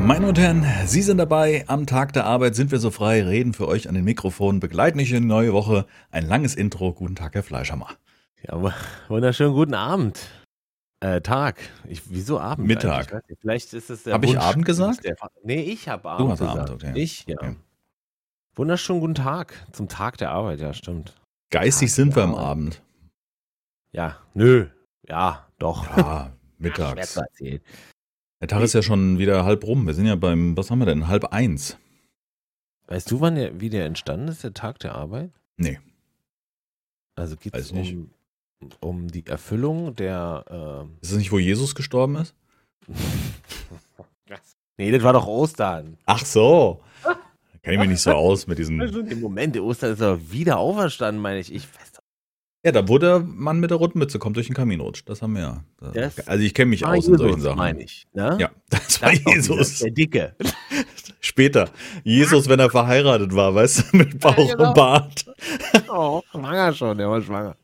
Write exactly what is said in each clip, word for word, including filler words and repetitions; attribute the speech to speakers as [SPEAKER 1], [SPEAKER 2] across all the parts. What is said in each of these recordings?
[SPEAKER 1] Meine und Herren, Sie sind dabei. Am Tag der Arbeit sind wir so frei, reden für euch an den Mikrofonen, begleiten euch in die neue Woche. Ein langes Intro. Guten Tag, Herr Fleischhammer.
[SPEAKER 2] Ja, wunderschönen guten Abend. Äh, Tag. Ich, wieso Abend?
[SPEAKER 1] Mittag.
[SPEAKER 2] Eigentlich? Vielleicht ist es der
[SPEAKER 1] Habe ich
[SPEAKER 2] Wunsch-
[SPEAKER 1] Abend gesagt?
[SPEAKER 2] Der, nee, ich habe Abend
[SPEAKER 1] Du hast
[SPEAKER 2] gesagt.
[SPEAKER 1] Abend, okay.
[SPEAKER 2] Ich, ja.
[SPEAKER 1] Okay.
[SPEAKER 2] Wunderschönen guten Tag zum Tag der Arbeit, ja, stimmt.
[SPEAKER 1] Geistig
[SPEAKER 2] Tag
[SPEAKER 1] sind
[SPEAKER 2] der
[SPEAKER 1] wir am
[SPEAKER 2] Arbeit.
[SPEAKER 1] Abend.
[SPEAKER 2] Ja, nö. Ja, doch.
[SPEAKER 1] Ja,
[SPEAKER 2] Schwer
[SPEAKER 1] mittags.
[SPEAKER 2] zu erzählen.
[SPEAKER 1] Der Tag ist ja schon wieder halb rum. Wir sind ja beim, was haben wir denn? Halb eins.
[SPEAKER 2] Weißt du, wann der, wie der entstanden ist, der Tag der Arbeit?
[SPEAKER 1] Nee.
[SPEAKER 2] Also geht
[SPEAKER 1] Weiß
[SPEAKER 2] es
[SPEAKER 1] nicht.
[SPEAKER 2] um, um die Erfüllung der... Ähm,
[SPEAKER 1] Ist es nicht, wo Jesus gestorben ist?
[SPEAKER 2] nee, das war doch Ostern.
[SPEAKER 1] Ach so. Da kenne ich mich nicht so aus mit diesen.
[SPEAKER 2] Im Moment, der Ostern ist er wieder auferstanden, meine ich. Ich weiß doch.
[SPEAKER 1] Ja, da wurde der Mann mit der roten Mütze, kommt durch den Kamin rutscht. Das haben wir ja.
[SPEAKER 2] Das
[SPEAKER 1] Also ich kenne mich
[SPEAKER 2] war
[SPEAKER 1] aus in solchen
[SPEAKER 2] Jesus,
[SPEAKER 1] Sachen.
[SPEAKER 2] meine ich. Ne?
[SPEAKER 1] Ja, das war
[SPEAKER 2] Das doch
[SPEAKER 1] Jesus.
[SPEAKER 2] wieder, Der Dicke.
[SPEAKER 1] Später. Jesus, wenn er verheiratet war, weißt du, mit Bauch
[SPEAKER 2] Ja, genau.
[SPEAKER 1] und Bart.
[SPEAKER 2] Oh, schwanger schon, der war schwanger.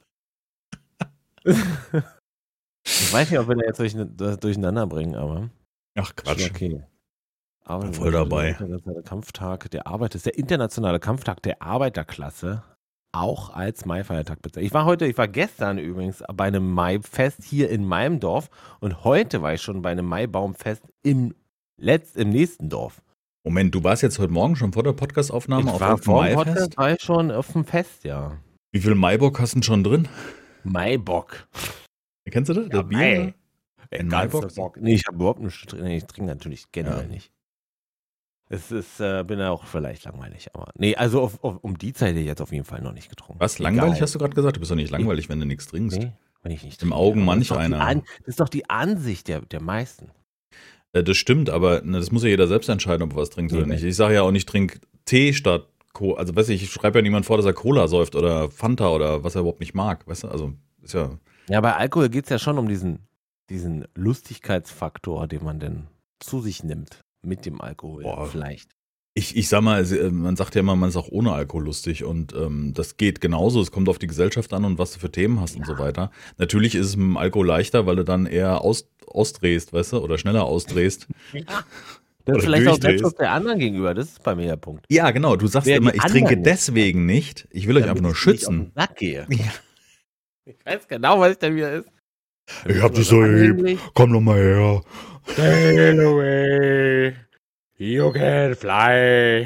[SPEAKER 2] Ich weiß nicht, ob wir da jetzt durch, durcheinander bringen, aber
[SPEAKER 1] Ach Quatsch.
[SPEAKER 2] okay. Aber
[SPEAKER 1] Voll dabei.
[SPEAKER 2] Der internationale Kampftag der Arbeit ist der internationale Kampftag der Arbeiterklasse, auch als Maifeiertag bezeichnet. Ich war heute, ich war gestern übrigens bei einem Maifest hier in meinem Dorf und heute war ich schon bei einem Maibaumfest im, Letz-, im nächsten Dorf.
[SPEAKER 1] Moment, du warst jetzt heute Morgen schon vor der Podcastaufnahme
[SPEAKER 2] Ich
[SPEAKER 1] auf
[SPEAKER 2] war
[SPEAKER 1] dem
[SPEAKER 2] vor dem
[SPEAKER 1] Maifest?
[SPEAKER 2] Podcast, war ich schon auf dem Fest, ja.
[SPEAKER 1] Wie viel Maibock hast du denn schon drin?
[SPEAKER 2] Maibock.
[SPEAKER 1] Kennst du das?
[SPEAKER 2] Ja,
[SPEAKER 1] das Bier?
[SPEAKER 2] Mai.
[SPEAKER 1] Ein
[SPEAKER 2] Ganze
[SPEAKER 1] Maibock?
[SPEAKER 2] Bock. Nee, ich habe überhaupt nicht drin. Nee, ich trinke natürlich generell
[SPEAKER 1] Ja.
[SPEAKER 2] nicht. Es ist, äh, bin ja auch vielleicht langweilig, aber. Nee, also auf, auf, um die Zeit hätte ich jetzt auf jeden Fall noch nicht getrunken.
[SPEAKER 1] Was,
[SPEAKER 2] Egal.
[SPEAKER 1] langweilig hast du gerade gesagt? Du bist doch nicht langweilig, wenn du nichts trinkst.
[SPEAKER 2] Nee, wenn ich nicht
[SPEAKER 1] Im
[SPEAKER 2] trinke.
[SPEAKER 1] Augen
[SPEAKER 2] Aber
[SPEAKER 1] manch
[SPEAKER 2] das ist doch die
[SPEAKER 1] einer.
[SPEAKER 2] An, das ist doch die Ansicht der, der meisten.
[SPEAKER 1] Äh, Das stimmt, aber ne, das muss ja jeder selbst entscheiden, ob er was trinkt
[SPEAKER 2] Nee,
[SPEAKER 1] oder
[SPEAKER 2] nee.
[SPEAKER 1] nicht. Ich sage ja auch nicht, trink Tee statt Cola. Also, weißt du, ich schreibe ja niemand vor, dass er Cola säuft oder Fanta oder was er überhaupt nicht mag. Weißt du, also, ist ja.
[SPEAKER 2] Ja, bei Alkohol geht es ja schon um diesen, diesen Lustigkeitsfaktor, den man denn zu sich nimmt mit dem Alkohol.
[SPEAKER 1] Boah.
[SPEAKER 2] Vielleicht.
[SPEAKER 1] Ich, ich sag mal, es, äh, man sagt ja immer, man ist auch ohne Alkohol lustig und ähm, das geht genauso. Es kommt auf die Gesellschaft an und was du für Themen hast und so weiter. Natürlich ist es mit dem Alkohol leichter, weil du dann eher aus, ausdrehst, weißt du, oder schneller ausdrehst.
[SPEAKER 2] Ja.
[SPEAKER 1] Oder
[SPEAKER 2] Das ist vielleicht auch
[SPEAKER 1] durchdrehst.
[SPEAKER 2] Selbstschutz der anderen gegenüber. Das ist bei mir der Punkt.
[SPEAKER 1] Ja, genau. Du sagst
[SPEAKER 2] Wer die
[SPEAKER 1] immer, ich trinke
[SPEAKER 2] anderen nicht.
[SPEAKER 1] deswegen nicht. Ich will euch einfach
[SPEAKER 2] Damit
[SPEAKER 1] nur
[SPEAKER 2] ich nicht auf
[SPEAKER 1] schützen.
[SPEAKER 2] den Sack gehe.
[SPEAKER 1] Ja.
[SPEAKER 2] Ich weiß genau, was denn wieder ist.
[SPEAKER 1] Ich hab dich so lieb. Komm doch mal her.
[SPEAKER 2] Sail away. You can fly.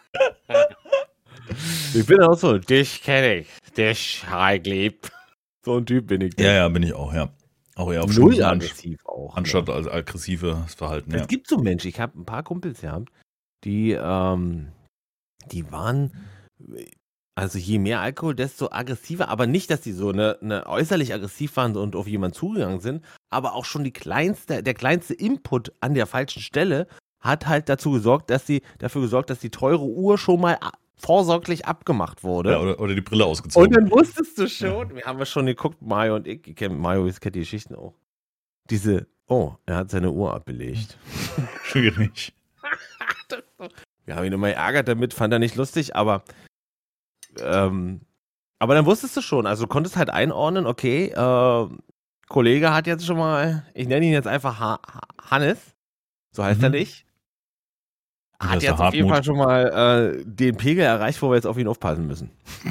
[SPEAKER 2] Ich bin auch so, dich kenne ich. Dich habe ich lieb. So ein Typ bin ich.
[SPEAKER 1] Ja, ja, bin ich auch, ja. Auch eher auf
[SPEAKER 2] Null
[SPEAKER 1] Schützen an-
[SPEAKER 2] aggressiv auch.
[SPEAKER 1] anstatt
[SPEAKER 2] Ne?
[SPEAKER 1] als aggressives Verhalten, ja.
[SPEAKER 2] Es gibt so Menschen, ich habe ein paar Kumpels gehabt, die, ähm, die waren, also je mehr Alkohol, desto aggressiver, aber nicht, dass die so eine, eine äußerlich aggressiv waren und auf jemanden zugegangen sind, aber auch schon die kleinste, der kleinste Input an der falschen Stelle hat halt dazu gesorgt, dass sie, dafür gesorgt, dass die teure Uhr schon mal a- vorsorglich abgemacht wurde.
[SPEAKER 1] ja oder, oder die Brille ausgezogen.
[SPEAKER 2] Und dann wusstest du schon, wir haben ja schon geguckt, Mario und ich, ich kenn, Mario kennt die Geschichten auch. Diese, oh, er hat seine Uhr abbelegt.
[SPEAKER 1] Schwierig.
[SPEAKER 2] Wir haben ihn immer geärgert damit, fand er nicht lustig, aber ähm, aber dann wusstest du schon, also du konntest halt einordnen, okay, äh, Kollege hat jetzt schon mal, ich nenne ihn jetzt einfach ha Ha- Hannes, so heißt
[SPEAKER 1] Mhm.
[SPEAKER 2] er nicht,
[SPEAKER 1] Das
[SPEAKER 2] hat
[SPEAKER 1] ist
[SPEAKER 2] jetzt
[SPEAKER 1] der
[SPEAKER 2] auf jeden
[SPEAKER 1] Hartmut.
[SPEAKER 2] Fall schon mal äh, den Pegel erreicht, wo wir jetzt auf ihn aufpassen müssen.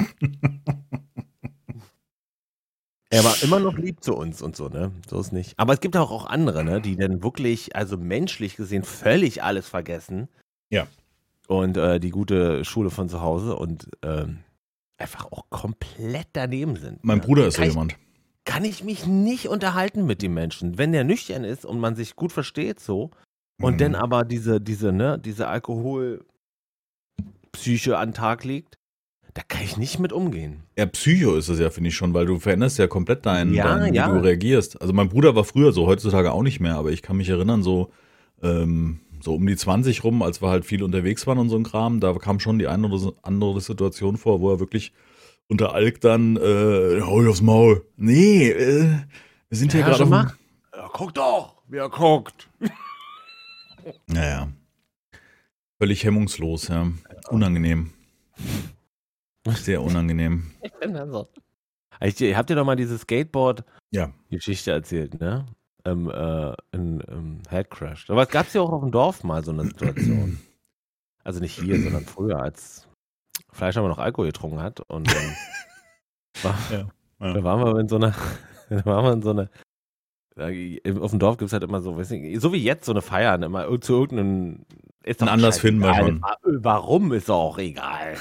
[SPEAKER 2] Er war immer noch lieb zu uns und so, ne? So ist nicht. Aber es gibt auch, auch andere, ne, die dann wirklich, also menschlich gesehen, völlig alles vergessen.
[SPEAKER 1] Ja.
[SPEAKER 2] Und äh, die gute Schule von zu Hause und ähm, einfach auch komplett daneben sind.
[SPEAKER 1] Mein
[SPEAKER 2] ne?
[SPEAKER 1] Bruder ist so
[SPEAKER 2] kann ich,
[SPEAKER 1] jemand.
[SPEAKER 2] kann ich mich nicht unterhalten mit dem Menschen. Wenn der nüchtern ist und man sich gut versteht so und
[SPEAKER 1] Mhm.
[SPEAKER 2] dann aber diese, diese, ne, diese Alkoholpsyche an den Tag legt, da kann ich nicht mit umgehen.
[SPEAKER 1] Ja, Psycho ist es ja, finde ich schon, weil du veränderst ja komplett dein,
[SPEAKER 2] Ja,
[SPEAKER 1] dein wie
[SPEAKER 2] ja.
[SPEAKER 1] du reagierst. Also mein Bruder war früher so, heutzutage auch nicht mehr, aber ich kann mich erinnern, so, ähm, so um die zwanzig rum, als wir halt viel unterwegs waren und so ein Kram, da kam schon die eine oder andere Situation vor, wo er wirklich unter Alk dann, äh, hau ich aufs Maul. Nee, äh, wir sind hier
[SPEAKER 2] Ja,
[SPEAKER 1] gerade
[SPEAKER 2] schon
[SPEAKER 1] auf
[SPEAKER 2] mal. Ja, guck doch, wer guckt.
[SPEAKER 1] dem- Naja. Völlig hemmungslos, ja. Unangenehm. Sehr unangenehm.
[SPEAKER 2] Ich bin dann so. Ich, habt ihr doch mal diese Skateboard-Geschichte
[SPEAKER 1] Ja.
[SPEAKER 2] erzählt, ne? im, äh, in, im Headcrash. Aber es gab es ja auch auf dem Dorf mal so eine Situation. Also nicht hier, sondern früher, als Fleisch aber noch Alkohol getrunken hat. Und dann war,
[SPEAKER 1] Ja, ja.
[SPEAKER 2] da waren wir in so einer, da waren wir in so einer, auf dem Dorf gibt es halt immer so, weiß nicht, so wie jetzt, so eine Feier, immer zu irgendeinem, ist doch
[SPEAKER 1] Einen Anlass finden wir
[SPEAKER 2] scheißegal.
[SPEAKER 1] schon.
[SPEAKER 2] Warum ist doch auch egal.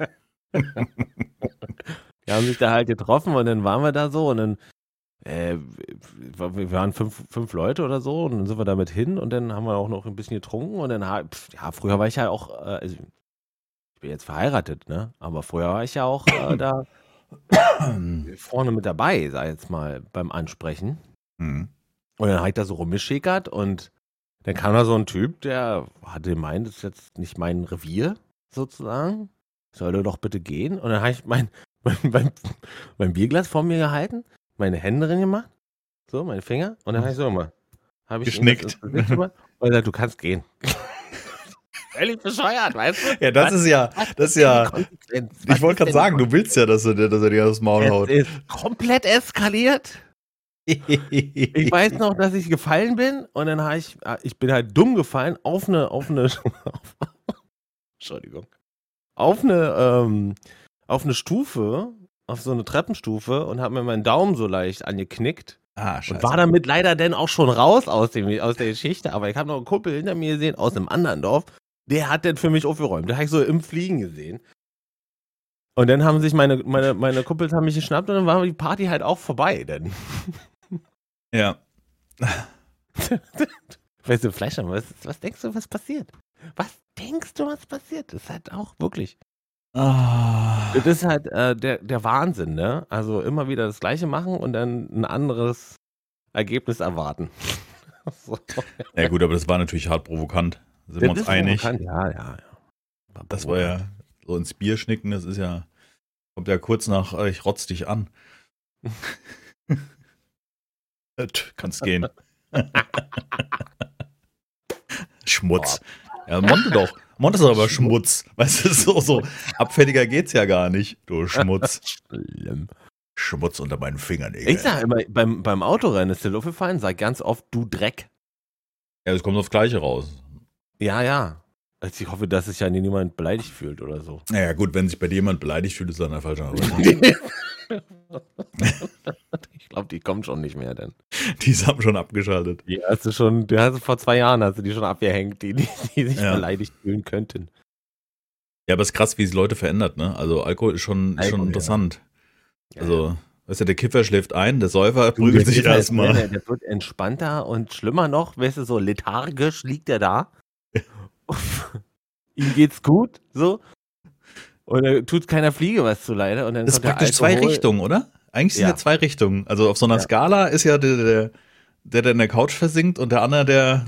[SPEAKER 2] Wir haben sich da halt getroffen und dann waren wir da so und dann, äh, wir waren fünf, fünf Leute oder so und dann sind wir damit hin und dann haben wir auch noch ein bisschen getrunken und dann, ha- pf, ja, früher war ich ja auch, äh, also ich bin jetzt verheiratet, ne, aber früher war ich ja auch äh, da vorne mit dabei, sag ich jetzt mal, beim Ansprechen.
[SPEAKER 1] Mhm.
[SPEAKER 2] Und dann habe ich da so rumgeschickert und dann kam da so ein Typ, der hatte gemeint, das ist jetzt nicht mein Revier, sozusagen. Soll er doch bitte gehen? Und dann habe ich mein, mein, mein, mein Bierglas vor mir gehalten, meine Hände drin gemacht, so, meine Finger, und dann habe ich so immer, habe ich ihm das
[SPEAKER 1] Geschnickt.
[SPEAKER 2] ins Gesicht gemacht und gesagt, du kannst gehen. Völlig bescheuert, weißt du?
[SPEAKER 1] Ja, das
[SPEAKER 2] Was-
[SPEAKER 1] ist ja,
[SPEAKER 2] was
[SPEAKER 1] das ist
[SPEAKER 2] die
[SPEAKER 1] ja,
[SPEAKER 2] Konsequenz? Was
[SPEAKER 1] ich wollte
[SPEAKER 2] ist
[SPEAKER 1] gerade
[SPEAKER 2] denn
[SPEAKER 1] sagen,
[SPEAKER 2] die
[SPEAKER 1] du willst ja, dass er, dir- dass er dir das Maul
[SPEAKER 2] Es
[SPEAKER 1] haut.
[SPEAKER 2] ist komplett eskaliert. Ich weiß noch, dass ich gefallen bin und dann habe ich, äh, ich bin halt dumm gefallen auf eine, auf eine, auf, Entschuldigung, auf eine, ähm, auf eine Stufe, auf so eine Treppenstufe und habe mir meinen Daumen so leicht angeknickt
[SPEAKER 1] Ah,
[SPEAKER 2] und
[SPEAKER 1] scheiße.
[SPEAKER 2] war damit leider dann auch schon raus aus, dem, aus der Geschichte, aber ich habe noch einen Kumpel hinter mir gesehen aus einem anderen Dorf, der hat dann für mich aufgeräumt, den habe ich so im Fliegen gesehen. Und dann haben sich meine, meine, meine Kumpels haben mich geschnappt und dann war die Party halt auch vorbei, denn.
[SPEAKER 1] Ja.
[SPEAKER 2] Weißt du, Fleischer, was, was denkst du, was passiert? Was denkst du, was passiert? Das ist halt auch wirklich.
[SPEAKER 1] Ah.
[SPEAKER 2] Das ist halt äh, der, der Wahnsinn, ne? Also immer wieder das Gleiche machen und dann ein anderes Ergebnis erwarten. So.
[SPEAKER 1] Ja gut, aber das war natürlich hart provokant. Sind wir
[SPEAKER 2] Das
[SPEAKER 1] uns
[SPEAKER 2] ist
[SPEAKER 1] einig?
[SPEAKER 2] provokant, Ja, ja, ja.
[SPEAKER 1] Das war ja so ins Bier schnicken, das ist ja, kommt ja kurz nach, äh, ich rotz dich an. Äh, tsch, Kannst gehen. Schmutz. Ja, Monte doch. Monte ist aber Schmutz. Weißt du, so, so abfälliger geht's ja gar nicht. Du Schmutz.
[SPEAKER 2] Schlimm.
[SPEAKER 1] Schmutz unter meinen Fingernägeln.
[SPEAKER 2] Ich sag immer, beim, beim Autorennen ist dir aufgefallen, sag ganz oft, du Dreck.
[SPEAKER 1] Ja, es kommt aufs Gleiche raus.
[SPEAKER 2] Ja, ja. Also ich hoffe, dass sich ja niemand beleidigt fühlt oder so.
[SPEAKER 1] Naja, gut, wenn sich bei dir jemand beleidigt fühlt, ist er an der falschen Adresse.
[SPEAKER 2] Ich glaube, die kommen schon nicht mehr, denn.
[SPEAKER 1] Die haben schon abgeschaltet.
[SPEAKER 2] Die hast du schon, die hast du vor zwei Jahren hast du die schon abgehängt, die, die, die sich
[SPEAKER 1] Ja.
[SPEAKER 2] beleidigt fühlen könnten.
[SPEAKER 1] Ja, aber es ist krass, wie es Leute verändert, ne? Also Alkohol ist schon, ist schon
[SPEAKER 2] Alkohol,
[SPEAKER 1] interessant.
[SPEAKER 2] Ja.
[SPEAKER 1] Also, weißt du, der Kiffer schläft ein, der Säufer prügelt sich
[SPEAKER 2] Der-
[SPEAKER 1] erstmal.
[SPEAKER 2] Der, der wird entspannter und schlimmer noch, weißt du, so lethargisch liegt er da. Ihm geht's gut, so. Und er tut keiner Fliege was zu leider. Und dann
[SPEAKER 1] Das ist
[SPEAKER 2] kommt der
[SPEAKER 1] praktisch zwei
[SPEAKER 2] Alkohol-
[SPEAKER 1] Richtungen, oder? Eigentlich sind
[SPEAKER 2] Ja.
[SPEAKER 1] ja zwei Richtungen. Also auf so einer
[SPEAKER 2] Ja.
[SPEAKER 1] Skala ist ja der, der, der, der in der Couch versinkt und der andere, der.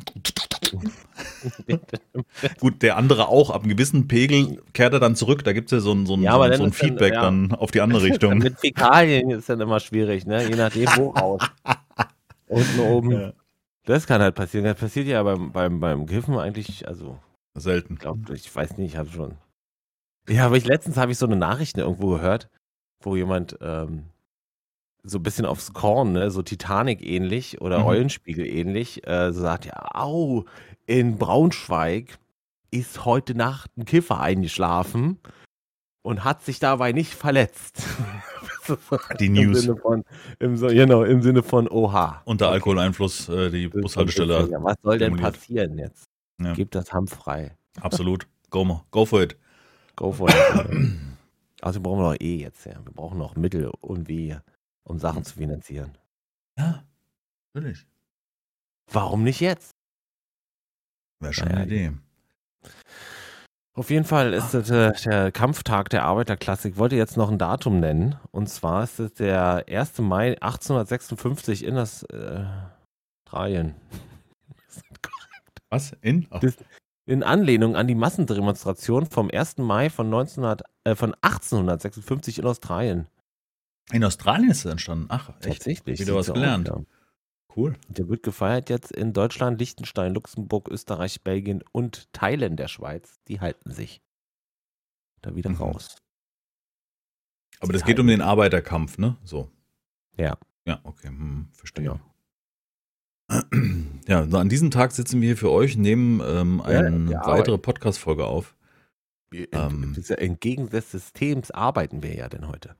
[SPEAKER 1] Gut, der andere auch. Ab einem gewissen Pegel kehrt er dann zurück. Da gibt es ja so ein, so ein,
[SPEAKER 2] Ja,
[SPEAKER 1] so
[SPEAKER 2] aber
[SPEAKER 1] ein,
[SPEAKER 2] dann
[SPEAKER 1] so ein
[SPEAKER 2] ist dann,
[SPEAKER 1] Feedback
[SPEAKER 2] ja.
[SPEAKER 1] dann auf die andere Richtung.
[SPEAKER 2] Mit Fäkalien ist dann immer schwierig, ne? Je nachdem, wo raus. Unten oben.
[SPEAKER 1] Ja.
[SPEAKER 2] Das kann halt passieren. Das passiert ja beim, beim, beim Kiffen eigentlich, also,
[SPEAKER 1] Selten.
[SPEAKER 2] ich glaube, ich weiß nicht, ich habe schon. Ja, aber ich letztens habe ich so eine Nachricht irgendwo gehört, wo jemand ähm, so ein bisschen aufs Korn, ne, so Titanic-ähnlich oder
[SPEAKER 1] Mhm.
[SPEAKER 2] Eulenspiegel-ähnlich, äh, so sagt, ja, au, in Braunschweig ist heute Nacht ein Kiffer eingeschlafen und hat sich dabei nicht verletzt.
[SPEAKER 1] Die
[SPEAKER 2] Im
[SPEAKER 1] News.
[SPEAKER 2] Sinne von, im, so, genau, im Sinne von oha.
[SPEAKER 1] Unter
[SPEAKER 2] Okay.
[SPEAKER 1] Alkoholeinfluss äh, die
[SPEAKER 2] Das ist
[SPEAKER 1] Bushaltestelle.
[SPEAKER 2] so ein bisschen, ja, was soll denn
[SPEAKER 1] simuliert.
[SPEAKER 2] passieren jetzt?
[SPEAKER 1] Ja.
[SPEAKER 2] Gebt das Hanf frei.
[SPEAKER 1] Absolut. Go, mal. Go for it.
[SPEAKER 2] Go for it. Außerdem brauchen wir noch eh jetzt, ja. Wir brauchen noch Mittel und Wege, um Sachen zu finanzieren.
[SPEAKER 1] Ja, natürlich.
[SPEAKER 2] Warum nicht jetzt?
[SPEAKER 1] Wäre schon
[SPEAKER 2] Naja,
[SPEAKER 1] eine Idee.
[SPEAKER 2] Auf jeden Fall ist das äh, der Kampftag der Arbeiterklasse. Ich wollte jetzt noch ein Datum nennen. Und zwar ist es der erste Mai achtzehnhundertsechsundfünfzig in das, äh, Australien.
[SPEAKER 1] Was? In? Ach,
[SPEAKER 2] Das- In Anlehnung an die Massendemonstration vom ersten Mai von, neunzehnhundert, äh, von achtzehnhundertsechsundfünfzig in Australien.
[SPEAKER 1] in Australien ist es entstanden. Ach, echt?
[SPEAKER 2] Tatsächlich.
[SPEAKER 1] Wieder
[SPEAKER 2] sieht
[SPEAKER 1] was
[SPEAKER 2] so
[SPEAKER 1] gelernt.
[SPEAKER 2] aus, ja.
[SPEAKER 1] Cool.
[SPEAKER 2] Der wird gefeiert jetzt in Deutschland, Liechtenstein, Luxemburg, Österreich, Belgien und Teilen der Schweiz. Die halten sich da wieder
[SPEAKER 1] Mhm.
[SPEAKER 2] raus.
[SPEAKER 1] Aber das geht um den Arbeiterkampf, ne? So.
[SPEAKER 2] Ja.
[SPEAKER 1] Ja, okay. Hm, verstehe.
[SPEAKER 2] Genau.
[SPEAKER 1] Ja, so an diesem Tag sitzen wir hier für euch, nehmen ähm,
[SPEAKER 2] Ja,
[SPEAKER 1] eine
[SPEAKER 2] wir
[SPEAKER 1] weitere
[SPEAKER 2] arbeiten.
[SPEAKER 1] Podcast-Folge auf.
[SPEAKER 2] Wir-
[SPEAKER 1] Ähm,
[SPEAKER 2] Ent- Entgegen des Systems arbeiten wir ja denn heute.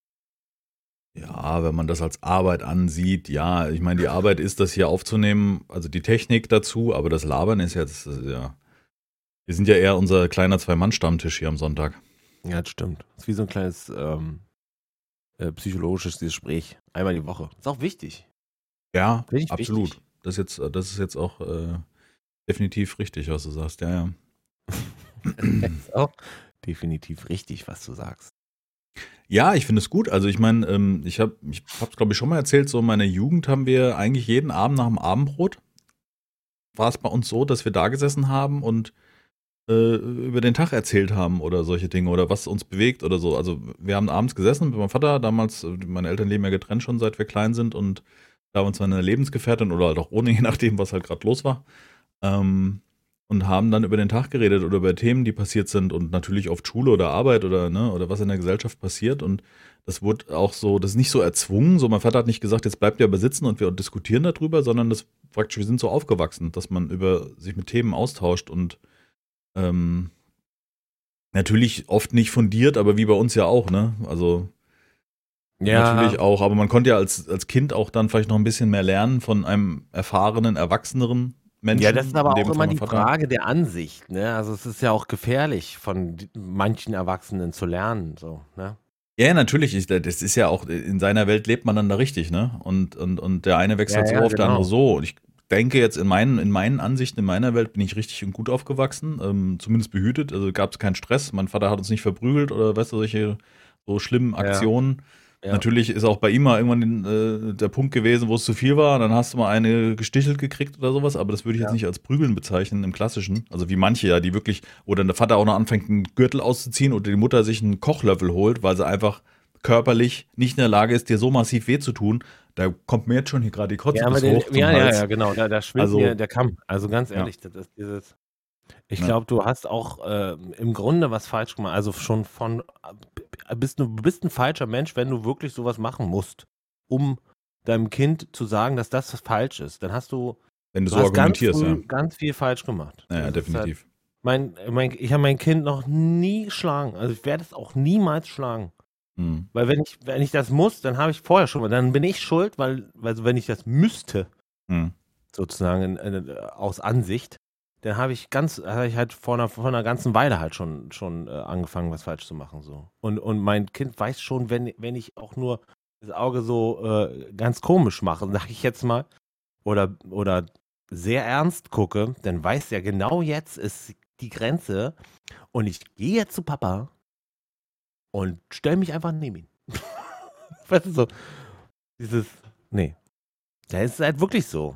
[SPEAKER 1] Ja, wenn man das als Arbeit ansieht, ja, ich meine, die Arbeit ist, das hier aufzunehmen, also die Technik dazu, aber das Labern ist ja, das ist ja, wir sind ja eher unser kleiner Zwei-Mann-Stammtisch hier am Sonntag.
[SPEAKER 2] Ja, das stimmt. Das ist wie so ein kleines ähm, äh, psychologisches Gespräch. Einmal die Woche. Ist auch wichtig.
[SPEAKER 1] Ja,
[SPEAKER 2] Finde ich
[SPEAKER 1] absolut.
[SPEAKER 2] wichtig.
[SPEAKER 1] Das ist jetzt, das ist jetzt auch äh, definitiv richtig, was du sagst, ja, ja.
[SPEAKER 2] Das ist auch definitiv richtig, was du sagst.
[SPEAKER 1] Ja, ich finde es gut. Also ich meine, ähm, ich habe, ich habe es glaube ich schon mal erzählt, so in meiner Jugend haben wir eigentlich jeden Abend nach dem Abendbrot, war es bei uns so, dass wir da gesessen haben und äh, über den Tag erzählt haben oder solche Dinge oder was uns bewegt oder so. Also wir haben abends gesessen mit meinem Vater, damals, äh, meine Eltern leben ja getrennt schon, seit wir klein sind und da haben uns eine Lebensgefährtin oder halt auch ohne, je nachdem, was halt gerade los war, ähm, und haben dann über den Tag geredet oder über Themen, die passiert sind und natürlich oft Schule oder Arbeit oder ne, oder was in der Gesellschaft passiert und das wurde auch so, das ist nicht so erzwungen, so mein Vater hat nicht gesagt, jetzt bleibt ihr aber sitzen und wir diskutieren darüber, sondern das praktisch, wir sind so aufgewachsen, dass man über sich mit Themen austauscht und ähm, natürlich oft nicht fundiert, aber wie bei uns ja auch, ne? Also natürlich auch, aber man konnte ja als, als Kind auch dann vielleicht noch ein bisschen mehr lernen von einem erfahrenen, erwachseneren Menschen.
[SPEAKER 2] Ja, das ist aber
[SPEAKER 1] in dem
[SPEAKER 2] auch
[SPEAKER 1] Fall
[SPEAKER 2] immer
[SPEAKER 1] mein
[SPEAKER 2] die
[SPEAKER 1] Vater.
[SPEAKER 2] Frage der Ansicht, ne? Also es ist ja auch gefährlich, von die- manchen Erwachsenen zu lernen, so, ne?
[SPEAKER 1] Ja, ja, natürlich, ich, das ist ja auch, in seiner Welt lebt man dann da richtig, ne? Und, und, und der eine wächst
[SPEAKER 2] Ja,
[SPEAKER 1] halt so
[SPEAKER 2] ja,
[SPEAKER 1] auf, der andere
[SPEAKER 2] genau.
[SPEAKER 1] so. Und ich denke jetzt in meinen, in meinen Ansichten, in meiner Welt bin ich richtig und gut aufgewachsen, ähm, zumindest behütet, also gab es keinen Stress. Mein Vater hat uns nicht verprügelt oder weißt du, solche so schlimmen
[SPEAKER 2] Ja,
[SPEAKER 1] Aktionen.
[SPEAKER 2] ja.
[SPEAKER 1] Natürlich ist auch bei ihm mal irgendwann äh, der Punkt gewesen, wo es zu viel war, dann hast du mal eine gestichelt gekriegt oder sowas, aber das würde ich jetzt
[SPEAKER 2] Ja.
[SPEAKER 1] nicht als Prügeln bezeichnen im Klassischen. Also wie manche ja, die wirklich, wo dann der Vater auch noch anfängt, einen Gürtel auszuziehen oder die Mutter sich einen Kochlöffel holt, weil sie einfach körperlich nicht in der Lage ist, dir so massiv weh zu tun. Da kommt mir jetzt schon hier gerade die Kotze
[SPEAKER 2] Ja, aber
[SPEAKER 1] bis
[SPEAKER 2] den,
[SPEAKER 1] hoch zum
[SPEAKER 2] ja, ja,
[SPEAKER 1] Hals.
[SPEAKER 2] ja, genau, da, da schwimmt
[SPEAKER 1] Also,
[SPEAKER 2] mir der Kamm. Also ganz
[SPEAKER 1] ja.
[SPEAKER 2] ehrlich, das ist dieses. Ich
[SPEAKER 1] Ja.
[SPEAKER 2] glaube, du hast auch äh, im Grunde was falsch gemacht. Also schon von bist du bist ein falscher Mensch, wenn du wirklich sowas machen musst, um deinem Kind zu sagen, dass das falsch ist. Dann hast du,
[SPEAKER 1] Wenn du
[SPEAKER 2] du
[SPEAKER 1] so
[SPEAKER 2] hast ganz
[SPEAKER 1] argumentierst, ja.
[SPEAKER 2] früh ganz viel falsch gemacht.
[SPEAKER 1] Ja, ja,
[SPEAKER 2] Das ist halt,
[SPEAKER 1] definitiv.
[SPEAKER 2] mein, mein, ich habe mein Kind noch nie geschlagen. Also ich werde es auch niemals schlagen.
[SPEAKER 1] Hm.
[SPEAKER 2] Weil wenn ich, wenn ich das muss, dann habe ich vorher schon mal, dann bin ich schuld, weil, also wenn ich das müsste,
[SPEAKER 1] Hm.
[SPEAKER 2] sozusagen in, in, aus Ansicht, dann habe ich ganz, habe ich halt vor einer, vor einer ganzen Weile halt schon, schon äh, angefangen, was falsch zu machen. So. Und, und mein Kind weiß schon, wenn, wenn ich auch nur das Auge so äh, ganz komisch mache, sag ich jetzt mal, oder, oder sehr ernst gucke, dann weiß er genau, jetzt ist die Grenze und ich gehe jetzt zu Papa und stelle mich einfach neben ihn. Weißt du, so dieses, nee. Da ist es halt wirklich so.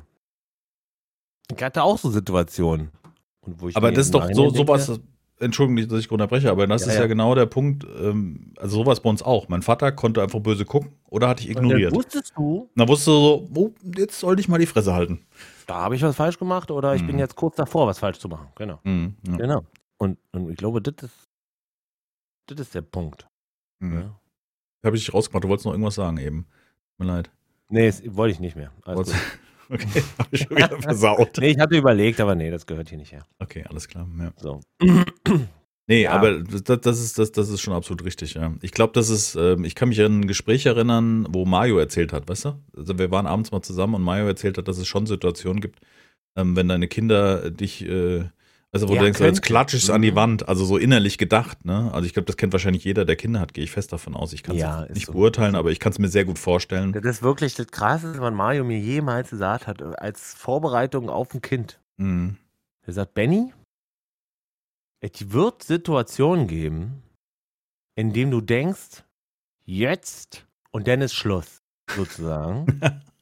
[SPEAKER 2] Ich hatte auch so Situationen. Und wo ich
[SPEAKER 1] Aber
[SPEAKER 2] mir
[SPEAKER 1] das ist
[SPEAKER 2] im
[SPEAKER 1] doch so
[SPEAKER 2] Nachhinein denke,
[SPEAKER 1] sowas, Entschuldigung, dass ich unterbreche, aber das
[SPEAKER 2] Ja,
[SPEAKER 1] ist ja
[SPEAKER 2] ja.
[SPEAKER 1] genau der Punkt, ähm, also sowas bei uns auch. Mein Vater konnte einfach böse gucken oder hatte ich
[SPEAKER 2] und dann
[SPEAKER 1] ignoriert.
[SPEAKER 2] wusstest du,
[SPEAKER 1] Dann wusste so, oh, jetzt sollte ich mal die Fresse halten.
[SPEAKER 2] da habe ich was falsch gemacht oder ich bin
[SPEAKER 1] Mhm.
[SPEAKER 2] jetzt kurz davor, was falsch zu machen. Genau.
[SPEAKER 1] Mhm. Ja.
[SPEAKER 2] Genau. Und, und ich glaube, das ist, das ist der Punkt.
[SPEAKER 1] Mhm.
[SPEAKER 2] Ja.
[SPEAKER 1] Habe ich dich rausgemacht, du wolltest noch irgendwas sagen eben. Tut mir leid.
[SPEAKER 2] Nee, das wollte ich nicht mehr. Alles
[SPEAKER 1] Wolltest-
[SPEAKER 2] gut.
[SPEAKER 1] Okay, habe ich schon wieder versaut.
[SPEAKER 2] Nee, ich hatte überlegt, aber nee, das gehört hier nicht her.
[SPEAKER 1] Okay, alles klar. Ja.
[SPEAKER 2] So.
[SPEAKER 1] Nee,
[SPEAKER 2] Ja.
[SPEAKER 1] aber das, das, ist, das, das ist schon absolut richtig, ja. Ich glaube, das ist, ähm, ich kann mich an ein Gespräch erinnern, wo Mario erzählt hat, weißt du? Also wir waren abends mal zusammen und Mario erzählt hat, dass es schon Situationen gibt, ähm, wenn deine Kinder dich, äh, also wo
[SPEAKER 2] Ja,
[SPEAKER 1] du denkst, so, jetzt
[SPEAKER 2] könnte.
[SPEAKER 1] klatsche ich es an die
[SPEAKER 2] Mhm.
[SPEAKER 1] Wand, also so innerlich gedacht, ne? Also ich glaube, das kennt wahrscheinlich jeder, der Kinder hat, gehe ich fest davon aus. Ich kann es
[SPEAKER 2] Ja, ist
[SPEAKER 1] nicht
[SPEAKER 2] so.
[SPEAKER 1] beurteilen, aber ich kann es mir sehr gut vorstellen.
[SPEAKER 2] Das ist wirklich das Krasseste, was Mario mir jemals gesagt hat, als Vorbereitung auf ein Kind.
[SPEAKER 1] Mhm.
[SPEAKER 2] Er sagt, Benny, es wird Situationen geben, in denen du denkst, jetzt und dann ist Schluss, sozusagen.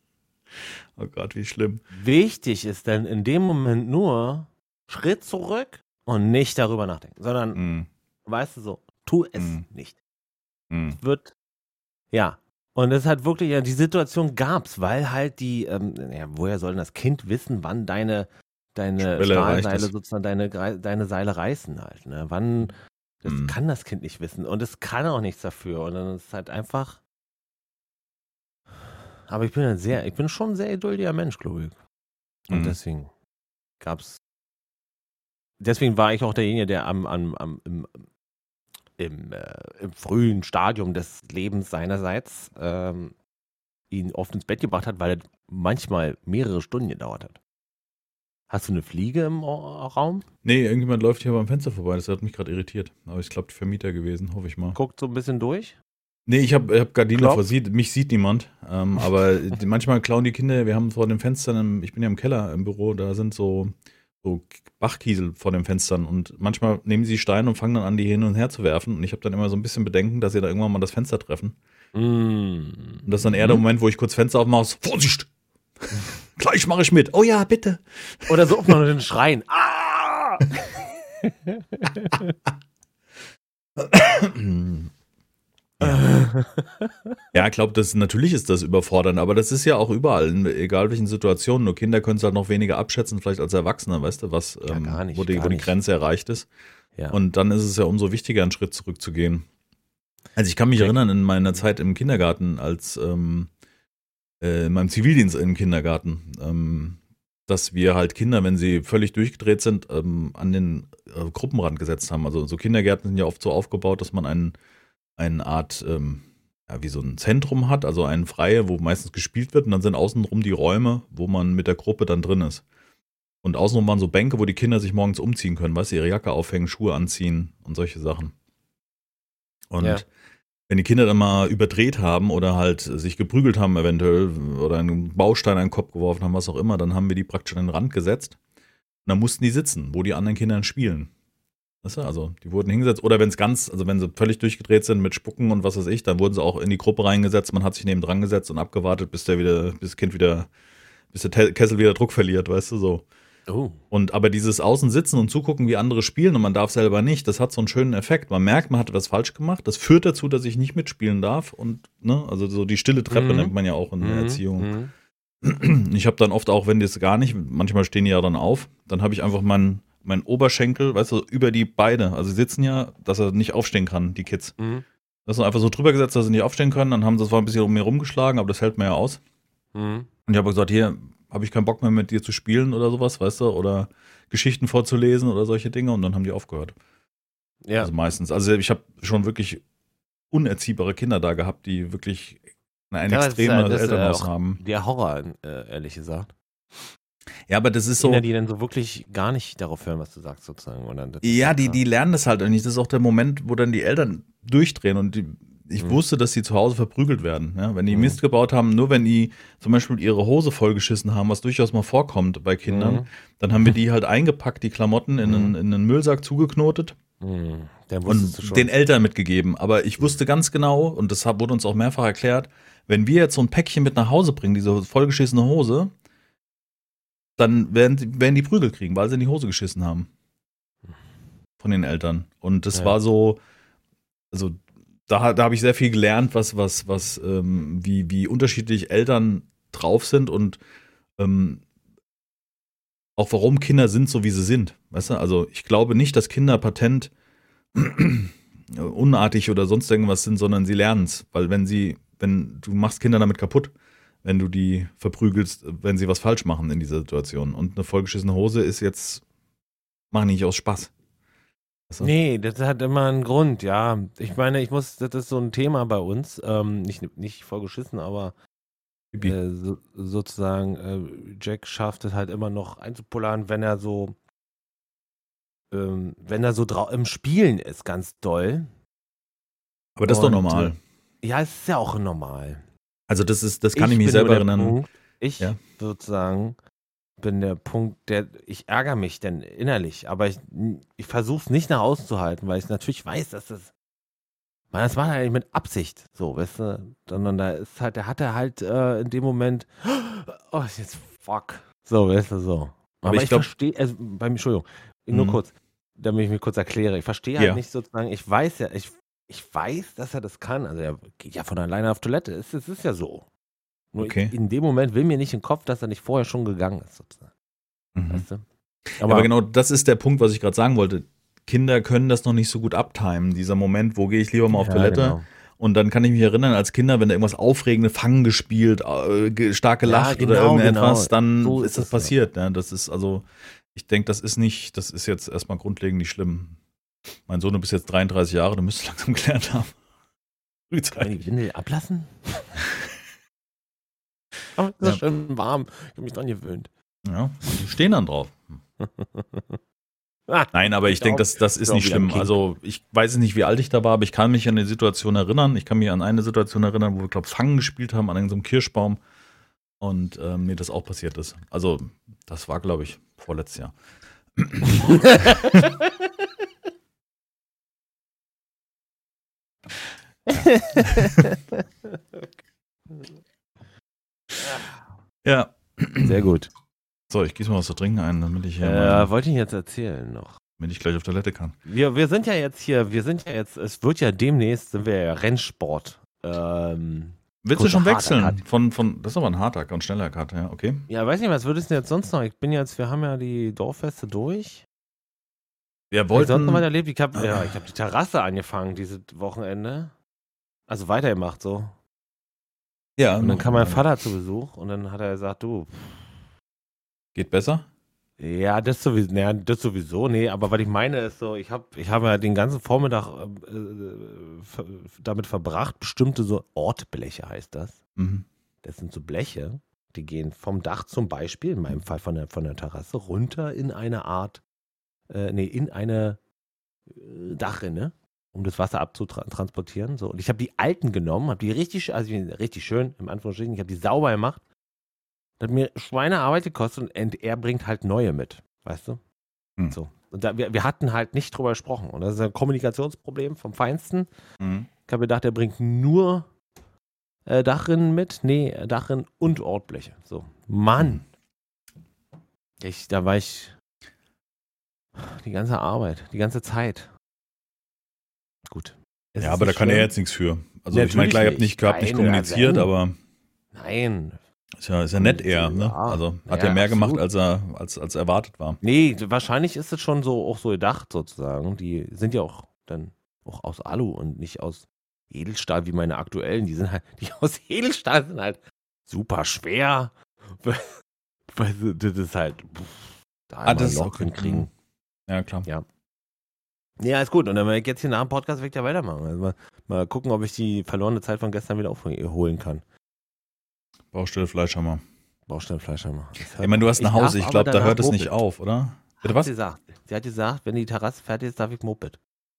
[SPEAKER 1] Oh Gott, wie schlimm.
[SPEAKER 2] Wichtig ist dann in dem Moment nur Schritt zurück und nicht darüber nachdenken, sondern,
[SPEAKER 1] Mhm.
[SPEAKER 2] weißt du so, tu es
[SPEAKER 1] Mhm.
[SPEAKER 2] nicht.
[SPEAKER 1] Mhm.
[SPEAKER 2] Wird, ja. Und es hat wirklich, ja, die Situation gab's, weil halt die, ähm, ja, woher soll denn das Kind wissen, wann deine, deine
[SPEAKER 1] Schwelle erreicht
[SPEAKER 2] Stahlseile
[SPEAKER 1] ist.
[SPEAKER 2] sozusagen deine, Grei- deine Seile reißen halt, ne? Wann, das
[SPEAKER 1] Mhm.
[SPEAKER 2] kann das Kind nicht wissen und es kann auch nichts dafür und dann ist es halt einfach, aber ich bin ein sehr, ich bin schon ein sehr geduldiger Mensch, glaube ich. Und
[SPEAKER 1] Mhm.
[SPEAKER 2] deswegen gab's. Deswegen war ich auch derjenige, der am, am, am im, im, äh, im frühen Stadium des Lebens seinerseits ähm, ihn oft ins Bett gebracht hat, weil es manchmal mehrere Stunden gedauert hat. Hast du eine Fliege im Ra- Raum?
[SPEAKER 1] Nee, irgendjemand läuft hier beim Fenster vorbei, das hat mich gerade irritiert. Aber ich glaube, die Vermieter gewesen, hoffe ich mal.
[SPEAKER 2] Guckt so ein bisschen durch.
[SPEAKER 1] Nee, ich habe hab Gardinen
[SPEAKER 2] Klopft.
[SPEAKER 1] davor, sieht, mich sieht niemand. Ähm, aber die, manchmal klauen die Kinder, wir haben vor den Fenstern, im, ich bin ja im Keller im Büro, da sind so, so Bachkiesel vor den Fenstern und manchmal nehmen sie Steine und fangen dann an, die hin und her zu werfen. Und ich habe dann immer so ein bisschen Bedenken, dass sie da irgendwann mal das Fenster treffen.
[SPEAKER 2] Mm.
[SPEAKER 1] Und das ist dann eher der Moment, wo ich kurz Fenster aufmache, so, Vorsicht! Gleich mache ich mit. Oh ja, bitte.
[SPEAKER 2] Oder so oft noch den Schreien. Ah!
[SPEAKER 1] Ja, ja, ich glaube, das natürlich ist das überfordernd, aber das ist ja auch überall, in egal welchen Situationen. Nur Kinder können es halt noch weniger abschätzen, vielleicht als Erwachsene, weißt du, was,
[SPEAKER 2] Ja,
[SPEAKER 1] ähm,
[SPEAKER 2] gar nicht,
[SPEAKER 1] wo, die,
[SPEAKER 2] gar
[SPEAKER 1] wo die
[SPEAKER 2] nicht.
[SPEAKER 1] Grenze erreicht ist.
[SPEAKER 2] Ja.
[SPEAKER 1] Und dann ist es ja umso wichtiger, einen Schritt zurückzugehen. Also ich kann mich
[SPEAKER 2] Okay.
[SPEAKER 1] erinnern, in meiner Zeit im Kindergarten, als ähm, äh, in meinem Zivildienst im Kindergarten, ähm, dass wir halt Kinder, wenn sie völlig durchgedreht sind, ähm, an den äh, Gruppenrand gesetzt haben. Also so Kindergärten sind ja oft so aufgebaut, dass man einen, eine Art, ähm, ja, wie so ein Zentrum hat, also ein Freie, wo meistens gespielt wird und dann sind außenrum die Räume, wo man mit der Gruppe dann drin ist. Und außenrum waren so Bänke, wo die Kinder sich morgens umziehen können, weißt du, ihre Jacke aufhängen, Schuhe anziehen und solche Sachen. Und
[SPEAKER 2] Ja.
[SPEAKER 1] wenn die Kinder dann mal überdreht haben oder halt sich geprügelt haben eventuell oder einen Baustein an den Kopf geworfen haben, was auch immer, dann haben wir die praktisch an den Rand gesetzt. Und dann mussten die sitzen, wo die anderen Kinder spielen. Weißt du, also die wurden hingesetzt. Oder wenn es ganz, also wenn sie völlig durchgedreht sind mit Spucken und was weiß ich, dann wurden sie auch in die Gruppe reingesetzt. Man hat sich neben dran gesetzt und abgewartet, bis der wieder, bis das Kind wieder, bis der Te- Kessel wieder Druck verliert, weißt du, so.
[SPEAKER 2] Oh.
[SPEAKER 1] Und aber dieses Außensitzen und zugucken, wie andere spielen und man darf selber nicht, das hat so einen schönen Effekt. Man merkt, man hat etwas falsch gemacht. Das führt dazu, dass ich nicht mitspielen darf. Und, ne, also so die stille Treppe
[SPEAKER 2] Mhm.
[SPEAKER 1] nennt man ja auch in der
[SPEAKER 2] Mhm.
[SPEAKER 1] Erziehung.
[SPEAKER 2] Mhm.
[SPEAKER 1] Ich habe dann oft auch, wenn die es gar nicht, manchmal stehen die ja dann auf, dann habe ich einfach meinen mein Oberschenkel, weißt du, über die Beine. Also sie sitzen ja, dass er nicht aufstehen kann, die Kids.
[SPEAKER 2] Mhm.
[SPEAKER 1] Das ist einfach so drüber gesetzt, dass sie nicht aufstehen können. Dann haben sie zwar ein bisschen um mir rumgeschlagen, aber das hält mir ja aus.
[SPEAKER 2] Mhm.
[SPEAKER 1] Und ich habe gesagt, hier habe ich keinen Bock mehr mit dir zu spielen oder sowas, weißt du, oder Geschichten vorzulesen oder solche Dinge. Und dann haben die aufgehört.
[SPEAKER 2] Ja.
[SPEAKER 1] Also meistens. Also ich habe schon wirklich unerziehbare Kinder da gehabt, die wirklich ein
[SPEAKER 2] Ja, das ist
[SPEAKER 1] extremes
[SPEAKER 2] ja- das ist ja
[SPEAKER 1] Elternhaus
[SPEAKER 2] auch
[SPEAKER 1] haben.
[SPEAKER 2] Der Horror, äh, ehrlich gesagt.
[SPEAKER 1] Ja, aber das ist so.
[SPEAKER 2] Kinder, die dann so wirklich gar nicht darauf hören, was du sagst, sozusagen. Und dann, das ist
[SPEAKER 1] Ja,
[SPEAKER 2] so
[SPEAKER 1] die,
[SPEAKER 2] krass.
[SPEAKER 1] die lernen das halt nicht. Das ist auch der Moment, wo dann die Eltern durchdrehen und die, ich
[SPEAKER 2] Mhm.
[SPEAKER 1] wusste, dass sie zu Hause verprügelt werden. Ja, wenn die
[SPEAKER 2] Mhm.
[SPEAKER 1] Mist gebaut haben, nur wenn die zum Beispiel ihre Hose vollgeschissen haben, was durchaus mal vorkommt bei Kindern,
[SPEAKER 2] Mhm.
[SPEAKER 1] dann haben wir die halt eingepackt, die Klamotten in, einen,
[SPEAKER 2] Mhm.
[SPEAKER 1] in einen Müllsack zugeknotet
[SPEAKER 2] Mhm. Dann wusstest du
[SPEAKER 1] und
[SPEAKER 2] schon.
[SPEAKER 1] den Eltern mitgegeben. Aber ich wusste ganz genau, und das hat- wurde uns auch mehrfach erklärt, wenn wir jetzt so ein Päckchen mit nach Hause bringen, diese vollgeschissene Hose, dann werden, die- werden die Prügel kriegen, weil sie in die Hose geschissen haben. Von den Eltern. Und das
[SPEAKER 2] Ja.
[SPEAKER 1] war so, also da, da habe ich sehr viel gelernt, was, was, was, ähm, wie, wie unterschiedlich Eltern drauf sind und ähm, auch warum Kinder sind, so wie sie sind. Weißt du, also ich glaube nicht, dass Kinder patent unartig oder sonst irgendwas sind, sondern sie lernen es. Weil wenn sie, wenn du machst Kinder damit kaputt, wenn du die verprügelst, wenn sie was falsch machen in dieser Situation. Und eine vollgeschissene Hose ist jetzt, machen die nicht aus Spaß. Weißt du?
[SPEAKER 2] Nee, das hat immer einen Grund, ja. Ich meine, ich muss, das ist so ein Thema bei uns, ähm, nicht, nicht voll geschissen, aber
[SPEAKER 1] Pipi.
[SPEAKER 2] äh, so, sozusagen, äh, Jack schafft es halt immer noch einzupullern, wenn er so, ähm, wenn er so drau- im Spielen ist, ganz doll.
[SPEAKER 1] Aber das ist doch
[SPEAKER 2] Und,
[SPEAKER 1] normal.
[SPEAKER 2] Ja, es ist ja auch normal.
[SPEAKER 1] Also das ist, das kann ich, mich
[SPEAKER 2] bin
[SPEAKER 1] selber
[SPEAKER 2] nur der
[SPEAKER 1] erinnern.
[SPEAKER 2] Punkt, ich
[SPEAKER 1] Ja.
[SPEAKER 2] sozusagen bin der Punkt, der ich ärgere mich denn innerlich, aber ich, ich versuche es nicht nach außen zu halten, weil ich natürlich weiß, dass das, man, das war halt mit Absicht, so, weißt du, sondern da ist halt, der hatte halt äh, in dem Moment, oh, jetzt fuck, so, weißt du, so. Aber,
[SPEAKER 1] Aber ich
[SPEAKER 2] ich,
[SPEAKER 1] glaub-
[SPEAKER 2] verstehe, also, bei mir, Entschuldigung, nur
[SPEAKER 1] Mhm.
[SPEAKER 2] kurz, damit ich mich kurz erkläre, ich verstehe halt
[SPEAKER 1] Ja.
[SPEAKER 2] nicht sozusagen, ich weiß ja, ich, ich weiß, dass er das kann, also er geht ja von alleine auf Toilette, es, es ist ja so. Nur
[SPEAKER 1] Okay.
[SPEAKER 2] ich, in dem Moment will mir nicht in den Kopf, dass er nicht vorher schon gegangen ist, sozusagen.
[SPEAKER 1] Mhm.
[SPEAKER 2] Weißt du?
[SPEAKER 1] Aber, aber genau das ist der Punkt, was ich gerade sagen wollte. Kinder können das noch nicht so gut abtimen. Dieser Moment, wo gehe ich lieber mal auf
[SPEAKER 2] Ja,
[SPEAKER 1] Toilette
[SPEAKER 2] genau.
[SPEAKER 1] Und dann kann ich mich erinnern, als Kinder, wenn da irgendwas Aufregendes, Fangen gespielt, äh, stark gelacht
[SPEAKER 2] Ja,
[SPEAKER 1] oder
[SPEAKER 2] genau,
[SPEAKER 1] irgendetwas,
[SPEAKER 2] genau.
[SPEAKER 1] dann
[SPEAKER 2] So
[SPEAKER 1] ist
[SPEAKER 2] ist
[SPEAKER 1] das
[SPEAKER 2] es, ja.
[SPEAKER 1] passiert. Ne? Das ist also, ich denke, das ist nicht, das ist jetzt erstmal grundlegend nicht schlimm. Mein Sohn, du bist jetzt dreiunddreißig Jahre, du müsstest langsam gelernt haben.
[SPEAKER 2] Kann man
[SPEAKER 1] Frühzeitig.
[SPEAKER 2] die Windel ablassen? Aber es ist
[SPEAKER 1] Ja.
[SPEAKER 2] schön warm. Ich habe mich dran gewöhnt.
[SPEAKER 1] Ja, die stehen dann drauf.
[SPEAKER 2] Ah,
[SPEAKER 1] Nein, aber ich
[SPEAKER 2] ich
[SPEAKER 1] denke,
[SPEAKER 2] auch-
[SPEAKER 1] das, das
[SPEAKER 2] ich
[SPEAKER 1] ist
[SPEAKER 2] bin auch
[SPEAKER 1] nicht
[SPEAKER 2] wieder ein
[SPEAKER 1] schlimm.
[SPEAKER 2] Kind.
[SPEAKER 1] Also ich weiß nicht, wie alt ich da war, aber ich kann mich an die Situation erinnern. Ich kann mich an eine Situation erinnern, wo wir, glaube ich, Fangen gespielt haben an irgendeinem Kirschbaum und ähm, mir das auch passiert ist. Also das war, glaube ich, vorletztes Jahr. Ja.
[SPEAKER 2] Sehr gut.
[SPEAKER 1] So, ich gieße mal was zu trinken ein, damit ich, hier
[SPEAKER 2] Äh,
[SPEAKER 1] mal,
[SPEAKER 2] wollte ich jetzt erzählen noch.
[SPEAKER 1] damit ich gleich auf Toilette kann.
[SPEAKER 2] Wir, wir sind ja jetzt hier, wir sind ja jetzt, es wird ja demnächst, sind wir ja Rennsport. Ähm,
[SPEAKER 1] Willst du
[SPEAKER 2] Kurzer
[SPEAKER 1] schon
[SPEAKER 2] harter
[SPEAKER 1] wechseln?
[SPEAKER 2] Cut.
[SPEAKER 1] Von, von, das ist aber ein harter und schneller Cut, ja, okay.
[SPEAKER 2] ja, weiß nicht, was würdest du denn jetzt sonst noch? Ich bin jetzt, wir haben ja die Dorffeste durch.
[SPEAKER 1] Wir
[SPEAKER 2] Was ich sonst noch
[SPEAKER 1] wollten,
[SPEAKER 2] was erlebt? Ich habe ja, ich hab die Terrasse angefangen dieses Wochenende. Also weitergemacht so.
[SPEAKER 1] ja,
[SPEAKER 2] Und dann kam mein Vater zu Besuch und dann hat er gesagt, du,
[SPEAKER 1] geht besser?
[SPEAKER 2] ja, das sowieso, naja, das sowieso, nee, aber was ich meine ist so, ich habe ich hab ja den ganzen Vormittag äh, ver, damit verbracht, bestimmte so Ortbleche heißt das.
[SPEAKER 1] Mhm.
[SPEAKER 2] Das sind so Bleche, die gehen vom Dach zum Beispiel, in meinem Fall von der, von der Terrasse, runter in eine Art, äh, nee, in eine äh, Dachrinne, um das Wasser abzutransportieren. So. Und ich habe die alten genommen, habe die richtig, also richtig schön, im Anführungsstrichen, ich habe die sauber gemacht. Das hat mir Schweinearbeit gekostet und er bringt halt neue mit, weißt du?
[SPEAKER 1] Hm.
[SPEAKER 2] So. Und da, wir, wir hatten halt nicht drüber gesprochen. Und das ist ein Kommunikationsproblem vom Feinsten.
[SPEAKER 1] Mhm.
[SPEAKER 2] Ich habe gedacht, er bringt nur äh, Dachrinnen mit. Nee, Dachrinnen und Ortbleche. So. Mann. Ich, da war ich die ganze Arbeit, die ganze Zeit. Gut. Es
[SPEAKER 1] Ja,
[SPEAKER 2] ist
[SPEAKER 1] aber da
[SPEAKER 2] nicht
[SPEAKER 1] kann er
[SPEAKER 2] schlimm.
[SPEAKER 1] jetzt nichts für. Also ich meine,
[SPEAKER 2] Natürlich
[SPEAKER 1] klar, ihr habt
[SPEAKER 2] nicht.
[SPEAKER 1] nicht, habt nicht
[SPEAKER 2] Nein,
[SPEAKER 1] kommuniziert,
[SPEAKER 2] wenn.
[SPEAKER 1] aber
[SPEAKER 2] Nein.
[SPEAKER 1] ist ja, ist ja nett eher. Ne?
[SPEAKER 2] Ja.
[SPEAKER 1] Also hat
[SPEAKER 2] Ja,
[SPEAKER 1] ja mehr gemacht,
[SPEAKER 2] absolut.
[SPEAKER 1] als er als, als erwartet war.
[SPEAKER 2] Nee, wahrscheinlich ist es schon so auch so gedacht sozusagen. Die sind ja auch dann auch aus Alu und nicht aus Edelstahl wie meine aktuellen. Die sind halt, die aus Edelstahl sind halt super schwer. Weil sie- das ist halt pff, da
[SPEAKER 1] Ah,
[SPEAKER 2] einmal
[SPEAKER 1] das
[SPEAKER 2] ein
[SPEAKER 1] ist
[SPEAKER 2] Loch
[SPEAKER 1] okay.
[SPEAKER 2] hinkriegen.
[SPEAKER 1] Ja, klar.
[SPEAKER 2] Ja. Ja, ist gut. Und dann werde ich jetzt hier nach dem Podcast weg ja weitermachen. Also mal, mal gucken, ob ich die verlorene Zeit von gestern wieder aufholen kann.
[SPEAKER 1] Baustelle Fleischhammer.
[SPEAKER 2] Baustelle Fleischhammer.
[SPEAKER 1] Ich meine, du hast ein
[SPEAKER 2] Ich
[SPEAKER 1] Haus,
[SPEAKER 2] darf
[SPEAKER 1] ich
[SPEAKER 2] aber
[SPEAKER 1] glaube, da
[SPEAKER 2] danach
[SPEAKER 1] hört es nicht
[SPEAKER 2] Moped.
[SPEAKER 1] auf, oder? Bitte
[SPEAKER 2] Hat
[SPEAKER 1] was?
[SPEAKER 2] sie gesagt. Sie hat gesagt, wenn die Terrasse fertig ist, darf ich Moped.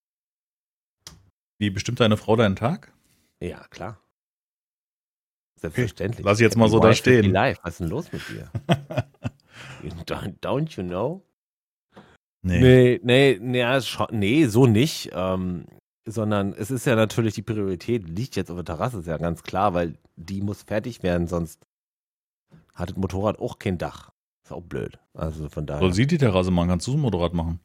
[SPEAKER 1] Wie bestimmt deine Frau deinen Tag?
[SPEAKER 2] Ja, klar. Selbstverständlich.
[SPEAKER 1] Lass ich jetzt mal so da
[SPEAKER 2] Happy wife, happy
[SPEAKER 1] stehen.
[SPEAKER 2] life. Was ist denn los mit dir? don't, don't you know?
[SPEAKER 1] Nee.
[SPEAKER 2] Nee, nee, nee, ja, schon, nee so nicht. Ähm, sondern es ist ja natürlich, die Priorität liegt jetzt auf der Terrasse, ist ja ganz klar, weil die muss fertig werden, sonst hat das Motorrad auch kein Dach. Ist auch blöd. Also von daher.
[SPEAKER 1] Soll sie die Terrasse machen? Kannst du das Motorrad machen?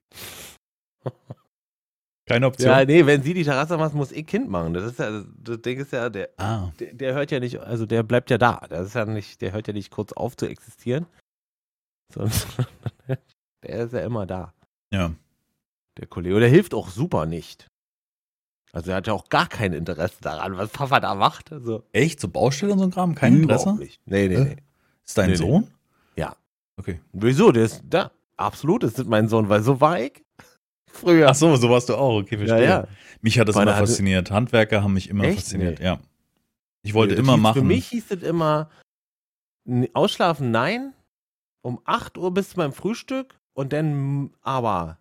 [SPEAKER 1] Keine Option.
[SPEAKER 2] ja, nee, wenn sie die Terrasse macht, muss ich Kind machen. Das ist ja, das Ding ist ja, der,
[SPEAKER 1] Ah,
[SPEAKER 2] der, der hört ja nicht, also der bleibt ja da. Das ist ja nicht, der hört ja nicht kurz auf zu existieren. Sonst, der ist ja immer da,
[SPEAKER 1] ja.
[SPEAKER 2] der Kollege. Und der hilft auch super nicht. Also er hat ja auch gar kein Interesse daran, was Papa da macht. Also
[SPEAKER 1] Echt? So Baustelle und so ein Kram? Kein
[SPEAKER 2] überhaupt
[SPEAKER 1] Interesse?
[SPEAKER 2] nicht. Nee, nee,
[SPEAKER 1] Äh?
[SPEAKER 2] nee.
[SPEAKER 1] Ist dein
[SPEAKER 2] Nee, nee.
[SPEAKER 1] Sohn?
[SPEAKER 2] Ja.
[SPEAKER 1] Okay.
[SPEAKER 2] Wieso? Der ist da. Absolut, das ist mein Sohn, weil so war ich früher.
[SPEAKER 1] Ach so, so warst du auch. Okay,
[SPEAKER 2] ja,
[SPEAKER 1] verstehe.
[SPEAKER 2] ja.
[SPEAKER 1] Mich hat das
[SPEAKER 2] Meine
[SPEAKER 1] immer
[SPEAKER 2] hatte-
[SPEAKER 1] fasziniert. Handwerker haben mich immer
[SPEAKER 2] Echt?
[SPEAKER 1] fasziniert,
[SPEAKER 2] Nee.
[SPEAKER 1] ja. Ich wollte
[SPEAKER 2] Nee, das
[SPEAKER 1] immer
[SPEAKER 2] hieß,
[SPEAKER 1] machen.
[SPEAKER 2] Für mich hieß es immer, n- ausschlafen nein, um acht Uhr bis zu meinem Frühstück und dann mm, aber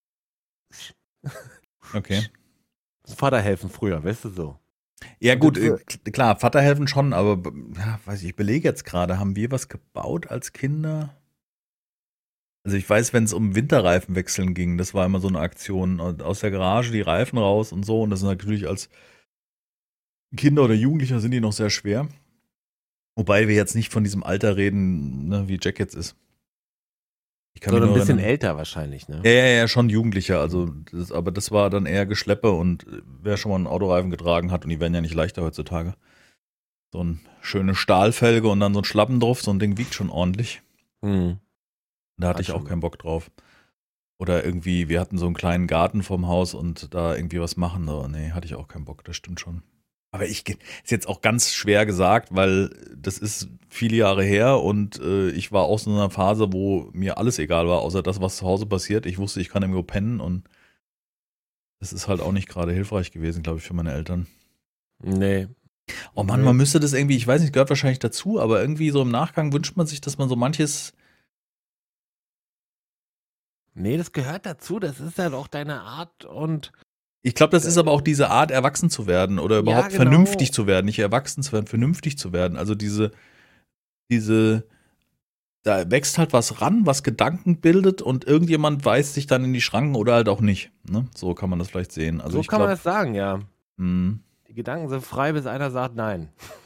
[SPEAKER 1] Okay.
[SPEAKER 2] Vater helfen früher, weißt du so.
[SPEAKER 1] Ja
[SPEAKER 2] Und
[SPEAKER 1] gut,
[SPEAKER 2] das-
[SPEAKER 1] äh, k- klar, Vater helfen schon, aber b- ja, weiß ich, ich belege jetzt gerade, haben wir was gebaut als Kinder? Also ich weiß, wenn es um Winterreifen wechseln ging, das war immer so eine Aktion. Und aus der Garage die Reifen raus und so. Und das ist natürlich als Kinder oder Jugendlicher sind die noch sehr schwer. Wobei wir jetzt nicht von diesem Alter reden, ne, wie Jack jetzt ist. Ich kann
[SPEAKER 2] Sondern ein
[SPEAKER 1] mich nur
[SPEAKER 2] bisschen
[SPEAKER 1] erinnern.
[SPEAKER 2] älter wahrscheinlich, ne?
[SPEAKER 1] Ja, ja, ja, schon Jugendlicher. Also, das, aber das war dann eher Geschleppe und äh, wer schon mal einen Autoreifen getragen hat, und die werden ja nicht leichter heutzutage. So eine schöne Stahlfelge und dann so ein Schlappen drauf, so ein Ding wiegt schon ordentlich.
[SPEAKER 2] Hm.
[SPEAKER 1] Da hatte
[SPEAKER 2] Hat
[SPEAKER 1] ich auch
[SPEAKER 2] schon.
[SPEAKER 1] keinen Bock drauf. Oder irgendwie, wir hatten so einen kleinen Garten vorm Haus und da irgendwie was machen. So, nee, hatte ich auch keinen Bock, das stimmt schon. Aber ich, ist jetzt auch ganz schwer gesagt, weil das ist viele Jahre her und äh, ich war auch so in einer Phase, wo mir alles egal war, außer das, was zu Hause passiert. Ich wusste, ich kann irgendwo pennen und das ist halt auch nicht gerade hilfreich gewesen, glaube ich, für meine Eltern.
[SPEAKER 2] Nee.
[SPEAKER 1] Oh Mann,
[SPEAKER 2] nee.
[SPEAKER 1] man müsste das irgendwie, ich weiß nicht, gehört wahrscheinlich dazu, aber irgendwie so im Nachgang wünscht man sich, dass man so manches.
[SPEAKER 2] Nee, das gehört dazu, das ist halt auch deine Art und.
[SPEAKER 1] Ich glaube, das ist aber auch diese Art, erwachsen zu werden oder überhaupt
[SPEAKER 2] Ja, genau.
[SPEAKER 1] vernünftig zu werden, nicht erwachsen zu werden, vernünftig zu werden. Also diese, diese, da wächst halt was ran, was Gedanken bildet und irgendjemand weist sich dann in die Schranken oder halt auch nicht. Ne? So kann man das vielleicht sehen. Also
[SPEAKER 2] so
[SPEAKER 1] ich
[SPEAKER 2] kann
[SPEAKER 1] glaub,
[SPEAKER 2] man das sagen, ja.
[SPEAKER 1] Mh.
[SPEAKER 2] Die Gedanken sind frei, bis einer sagt nein.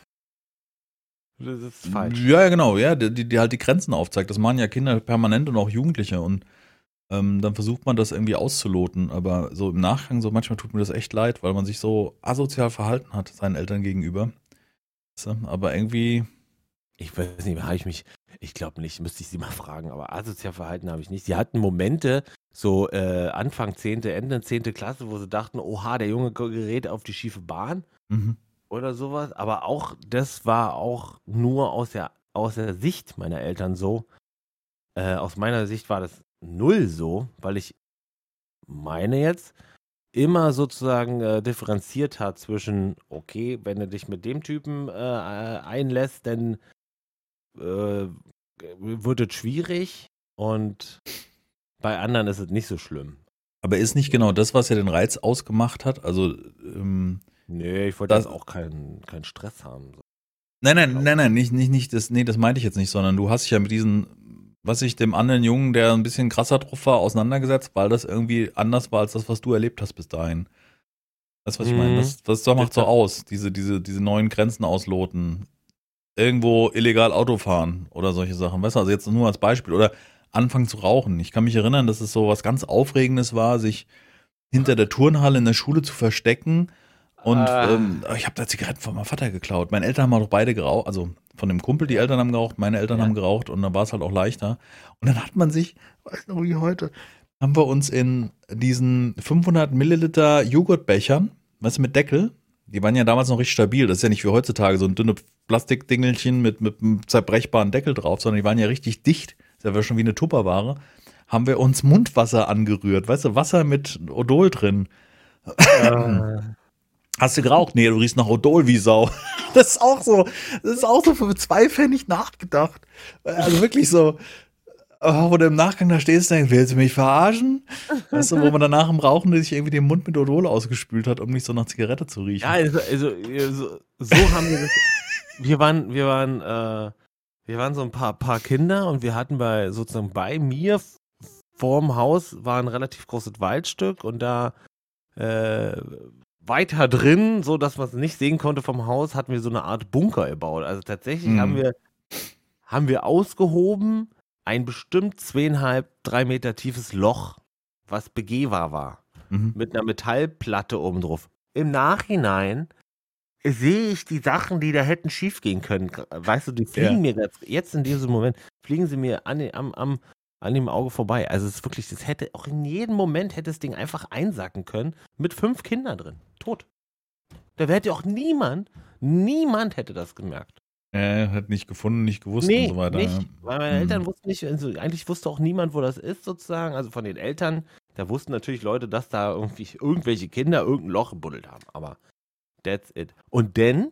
[SPEAKER 2] Das ist falsch.
[SPEAKER 1] Ja, ja, genau, ja, die, die halt die Grenzen aufzeigt. Das machen ja Kinder permanent und auch Jugendliche und ähm, dann versucht man das irgendwie auszuloten. Aber so im Nachgang, so manchmal tut mir das echt leid, weil man sich so asozial verhalten hat seinen Eltern gegenüber. So, aber irgendwie.
[SPEAKER 2] Ich weiß nicht, habe ich mich, ich glaube nicht, müsste ich sie mal fragen, aber asozial verhalten habe ich nicht. Sie hatten Momente, so äh, Anfang zehnte, Ende zehnte Klasse, wo sie dachten, oha, der Junge gerät auf die schiefe Bahn
[SPEAKER 1] Mhm.
[SPEAKER 2] oder sowas. Aber auch, das war auch nur aus der, aus der Sicht meiner Eltern so. Äh, aus meiner Sicht war das null so, weil ich meine jetzt, immer sozusagen äh, differenziert hat zwischen, okay, wenn du dich mit dem Typen äh, einlässt, dann äh, wird es schwierig und bei anderen ist es nicht so schlimm.
[SPEAKER 1] Aber ist nicht genau das, was ja den Reiz ausgemacht hat? Also, ähm,
[SPEAKER 2] Nee, ich wollte
[SPEAKER 1] das-
[SPEAKER 2] jetzt auch keinen keinen Stress haben. So.
[SPEAKER 1] nein, nein,
[SPEAKER 2] Glaub-
[SPEAKER 1] nein, nein, nicht, nicht, nicht, das, nee, das meinte ich jetzt nicht, sondern du hast dich ja mit diesen, was ich dem anderen Jungen, der ein bisschen krasser drauf war, auseinandergesetzt, weil das irgendwie anders war als das, was du erlebt hast bis dahin. Weißt du, was ich meine?
[SPEAKER 2] Mhm.
[SPEAKER 1] Das, das macht so
[SPEAKER 2] Das-
[SPEAKER 1] aus, diese, diese, diese neuen Grenzen ausloten. Irgendwo illegal Auto fahren oder solche Sachen. Weißt du, also jetzt nur als Beispiel. Oder anfangen zu rauchen. Ich kann mich erinnern, dass es so was ganz Aufregendes war, sich hinter der Turnhalle in der Schule zu verstecken. Und
[SPEAKER 2] Ah.
[SPEAKER 1] ähm, ich habe da Zigaretten von meinem Vater geklaut. Meine Eltern haben auch beide geraucht, also von dem Kumpel, die Eltern haben geraucht, meine Eltern
[SPEAKER 2] Ja.
[SPEAKER 1] haben geraucht und dann war es halt auch leichter. Und dann hat man sich, weiß noch wie heute, haben wir uns in diesen fünfhundert Milliliter Joghurtbechern, weißt du, mit Deckel, die waren ja damals noch richtig stabil. Das ist ja nicht wie heutzutage so ein dünne Plastikdingelchen mit, mit einem zerbrechbaren Deckel drauf, sondern die waren ja richtig dicht. Das war schon wie eine Tupperware. Haben wir uns Mundwasser angerührt, weißt du, Wasser mit Odol drin.
[SPEAKER 2] Äh,
[SPEAKER 1] Hast du geraucht? Nee, du riechst nach Odol wie Sau. Das ist auch so, das ist auch so für zwei Pfennig nachgedacht. Also wirklich so, oh, wo du im Nachgang da stehst und denkst, willst du mich verarschen? Weißt du, wo man danach im Rauchen sich irgendwie den Mund mit Odol ausgespült hat, um nicht so nach Zigarette zu riechen.
[SPEAKER 2] ja, also, also, so, so haben wir das. Wir waren, wir waren, äh, wir waren so ein paar, paar Kinder und wir hatten bei sozusagen bei mir f- vorm Haus war ein relativ großes Waldstück und da äh, weiter drin, so dass man es nicht sehen konnte vom Haus, hatten wir so eine Art Bunker gebaut. Also tatsächlich
[SPEAKER 1] Mhm.
[SPEAKER 2] haben wir haben wir ausgehoben ein bestimmt zweieinhalb, drei Meter tiefes Loch, was begehbar war,
[SPEAKER 1] Mhm.
[SPEAKER 2] mit einer Metallplatte oben drauf. Im Nachhinein sehe ich die Sachen, die da hätten schief gehen können. Weißt du, die fliegen
[SPEAKER 1] Ja.
[SPEAKER 2] mir jetzt, jetzt in diesem Moment, fliegen sie mir an, den- am, am, an dem Auge vorbei. Also es ist wirklich, das hätte, auch in jedem Moment hätte das Ding einfach einsacken können, mit fünf Kindern drin. Tot. Da hätte auch niemand, niemand hätte das gemerkt.
[SPEAKER 1] Er hat nicht gefunden, nicht gewusst
[SPEAKER 2] Nee,
[SPEAKER 1] und so weiter.
[SPEAKER 2] nicht,
[SPEAKER 1] ja.
[SPEAKER 2] weil meine
[SPEAKER 1] Mhm.
[SPEAKER 2] Eltern wussten nicht, also eigentlich wusste auch niemand, wo das ist sozusagen, also von den Eltern, da wussten natürlich Leute, dass da irgendwie irgendwelche Kinder irgendein Loch gebuddelt haben, aber that's it. Und dann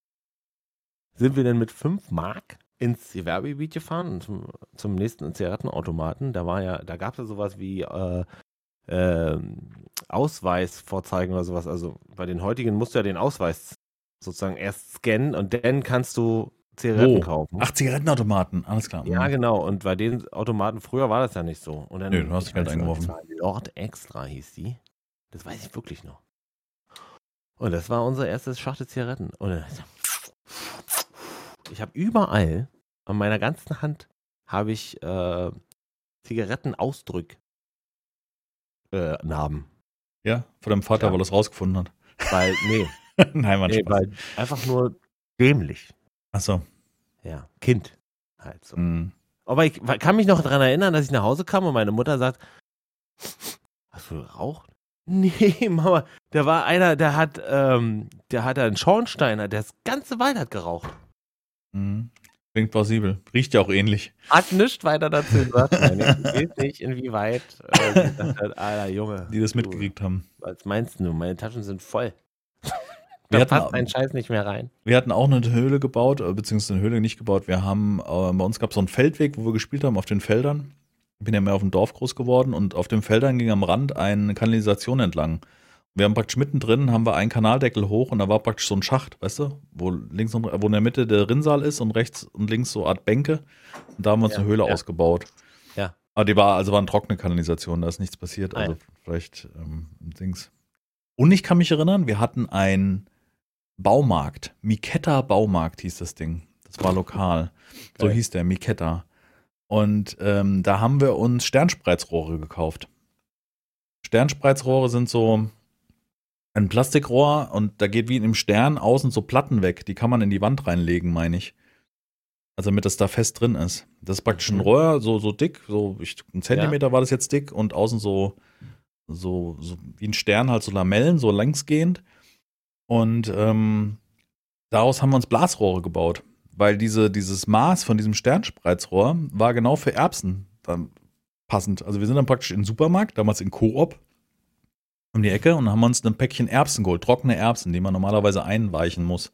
[SPEAKER 2] sind wir dann mit fünf Mark ins Gewerbegebiet gefahren, zum, zum nächsten Zigarettenautomaten, da war ja, da gab es ja sowas wie äh, ähm, Ausweis vorzeigen oder sowas, also bei den heutigen musst du ja den Ausweis sozusagen erst scannen und dann kannst du Zigaretten
[SPEAKER 1] Wo?
[SPEAKER 2] kaufen.
[SPEAKER 1] Ach, Zigarettenautomaten, alles klar.
[SPEAKER 2] Ja,
[SPEAKER 1] Mhm.
[SPEAKER 2] genau. Und bei den Automaten früher war das ja nicht so. Und dann,
[SPEAKER 1] Nö, du hast
[SPEAKER 2] ich
[SPEAKER 1] Geld
[SPEAKER 2] weiß noch,
[SPEAKER 1] eingeworfen.
[SPEAKER 2] das war Lord Extra hieß die. Das weiß ich wirklich noch. Und das war unser erstes Schachtel Zigaretten. Und dann, ich habe überall an meiner ganzen Hand habe ich äh, Zigarettenausdrück äh, Narben.
[SPEAKER 1] Ja, von deinem Vater,
[SPEAKER 2] Ja.
[SPEAKER 1] weil er es rausgefunden hat.
[SPEAKER 2] Weil, nee,
[SPEAKER 1] Nein, Mann,
[SPEAKER 2] nee
[SPEAKER 1] Spaß.
[SPEAKER 2] weil einfach nur dämlich.
[SPEAKER 1] Achso.
[SPEAKER 2] Ja, Kind. Halt so.
[SPEAKER 1] Mhm.
[SPEAKER 2] Aber ich kann mich noch daran erinnern, dass ich nach Hause kam und meine Mutter sagt, Hast du geraucht? Nee, Mama, da war einer, der hat, ähm, der hat einen Schornsteiner, der das ganze Wald hat geraucht.
[SPEAKER 1] Mhm. Klingt plausibel. Riecht ja auch ähnlich.
[SPEAKER 2] Hat nichts weiter dazu gesagt. Nein, ich weiß nicht, inwieweit äh, sie gesagt hat, Alter Junge.
[SPEAKER 1] Die das
[SPEAKER 2] du,
[SPEAKER 1] mitgekriegt haben.
[SPEAKER 2] Was meinst du? Meine Taschen sind voll.
[SPEAKER 1] Wir
[SPEAKER 2] Da
[SPEAKER 1] hatten,
[SPEAKER 2] passt ein Scheiß nicht mehr rein.
[SPEAKER 1] wir hatten auch eine Höhle gebaut, äh, beziehungsweise eine Höhle nicht gebaut. Wir haben, äh, bei uns gab es so einen Feldweg, wo wir gespielt haben, auf den Feldern. Ich bin ja mehr auf dem Dorf groß geworden und auf den Feldern ging am Rand eine Kanalisation entlang. Wir haben praktisch mittendrin, haben wir einen Kanaldeckel hoch und da war praktisch so ein Schacht, weißt du, wo links und, wo in der Mitte der Rinnsal ist und rechts und links so eine Art Bänke. Und da haben wir uns
[SPEAKER 2] Ja,
[SPEAKER 1] eine Höhle
[SPEAKER 2] ja.
[SPEAKER 1] ausgebaut.
[SPEAKER 2] Ja.
[SPEAKER 1] Aber die war, also war eine trockene Kanalisation, da ist nichts passiert.
[SPEAKER 2] Ah,
[SPEAKER 1] Also
[SPEAKER 2] ja.
[SPEAKER 1] vielleicht ähm, Dings. Und ich kann mich erinnern, wir hatten einen Baumarkt. Miketta Baumarkt hieß das Ding. Das war lokal. So
[SPEAKER 2] Geil.
[SPEAKER 1] hieß der, Miketta. Und ähm, da haben wir uns Sternspreizrohre gekauft. Sternspreizrohre sind so ein Plastikrohr und da geht wie in einem Stern außen so Platten weg. Die kann man in die Wand reinlegen, meine ich. Also damit das da fest drin ist. Das ist praktisch ein
[SPEAKER 2] Mhm.
[SPEAKER 1] Rohr, so, so dick, so ich, ein Zentimeter war das jetzt dick und außen so, so, so wie ein Stern, halt so Lamellen, so längsgehend. Und ähm, daraus haben wir uns Blasrohre gebaut. Weil diese, dieses Maß von diesem Sternspreizrohr war genau für Erbsen dann passend. Also wir sind dann praktisch in den Supermarkt, damals in Coop, um die Ecke und haben uns ein Päckchen Erbsen geholt, trockene Erbsen, die man normalerweise einweichen muss.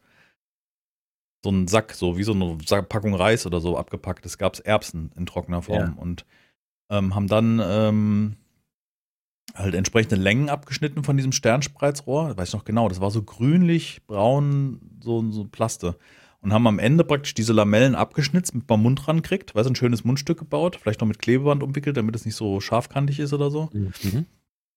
[SPEAKER 1] So ein Sack, so wie so eine Sack- Packung Reis oder so abgepackt. Es gab Erbsen in trockener Form
[SPEAKER 2] Ja.
[SPEAKER 1] und ähm, haben dann ähm, halt entsprechende Längen abgeschnitten von diesem Sternspreizrohr. Weiß ich noch genau, das war so grünlich, braun, so, so Plaste. Und haben am Ende praktisch diese Lamellen abgeschnitzt, mit beim Mund rankriegt, weißt du, ein schönes Mundstück gebaut, vielleicht noch mit Klebeband umwickelt, damit es nicht so scharfkantig ist oder so.
[SPEAKER 2] Mhm.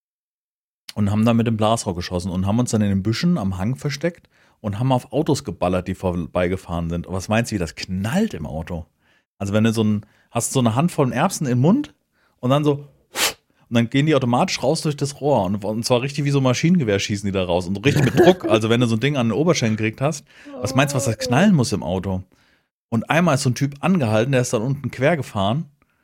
[SPEAKER 1] Und haben dann mit dem Blasrohr geschossen und haben uns dann in den Büschen am Hang versteckt und haben auf Autos geballert, die vorbeigefahren sind. Und was meinst du, wie das knallt im Auto? Also wenn du so ein, hast so eine Handvoll Erbsen im Mund und dann so, und dann gehen die automatisch raus durch das Rohr. Und, und zwar richtig wie so Maschinengewehr schießen die da raus. Und richtig mit Druck. Also wenn du so ein Ding an den Oberschenkel gekriegt hast, was meinst du, was das knallen muss im Auto? Und einmal ist so ein Typ angehalten, der ist dann unten quer gefahren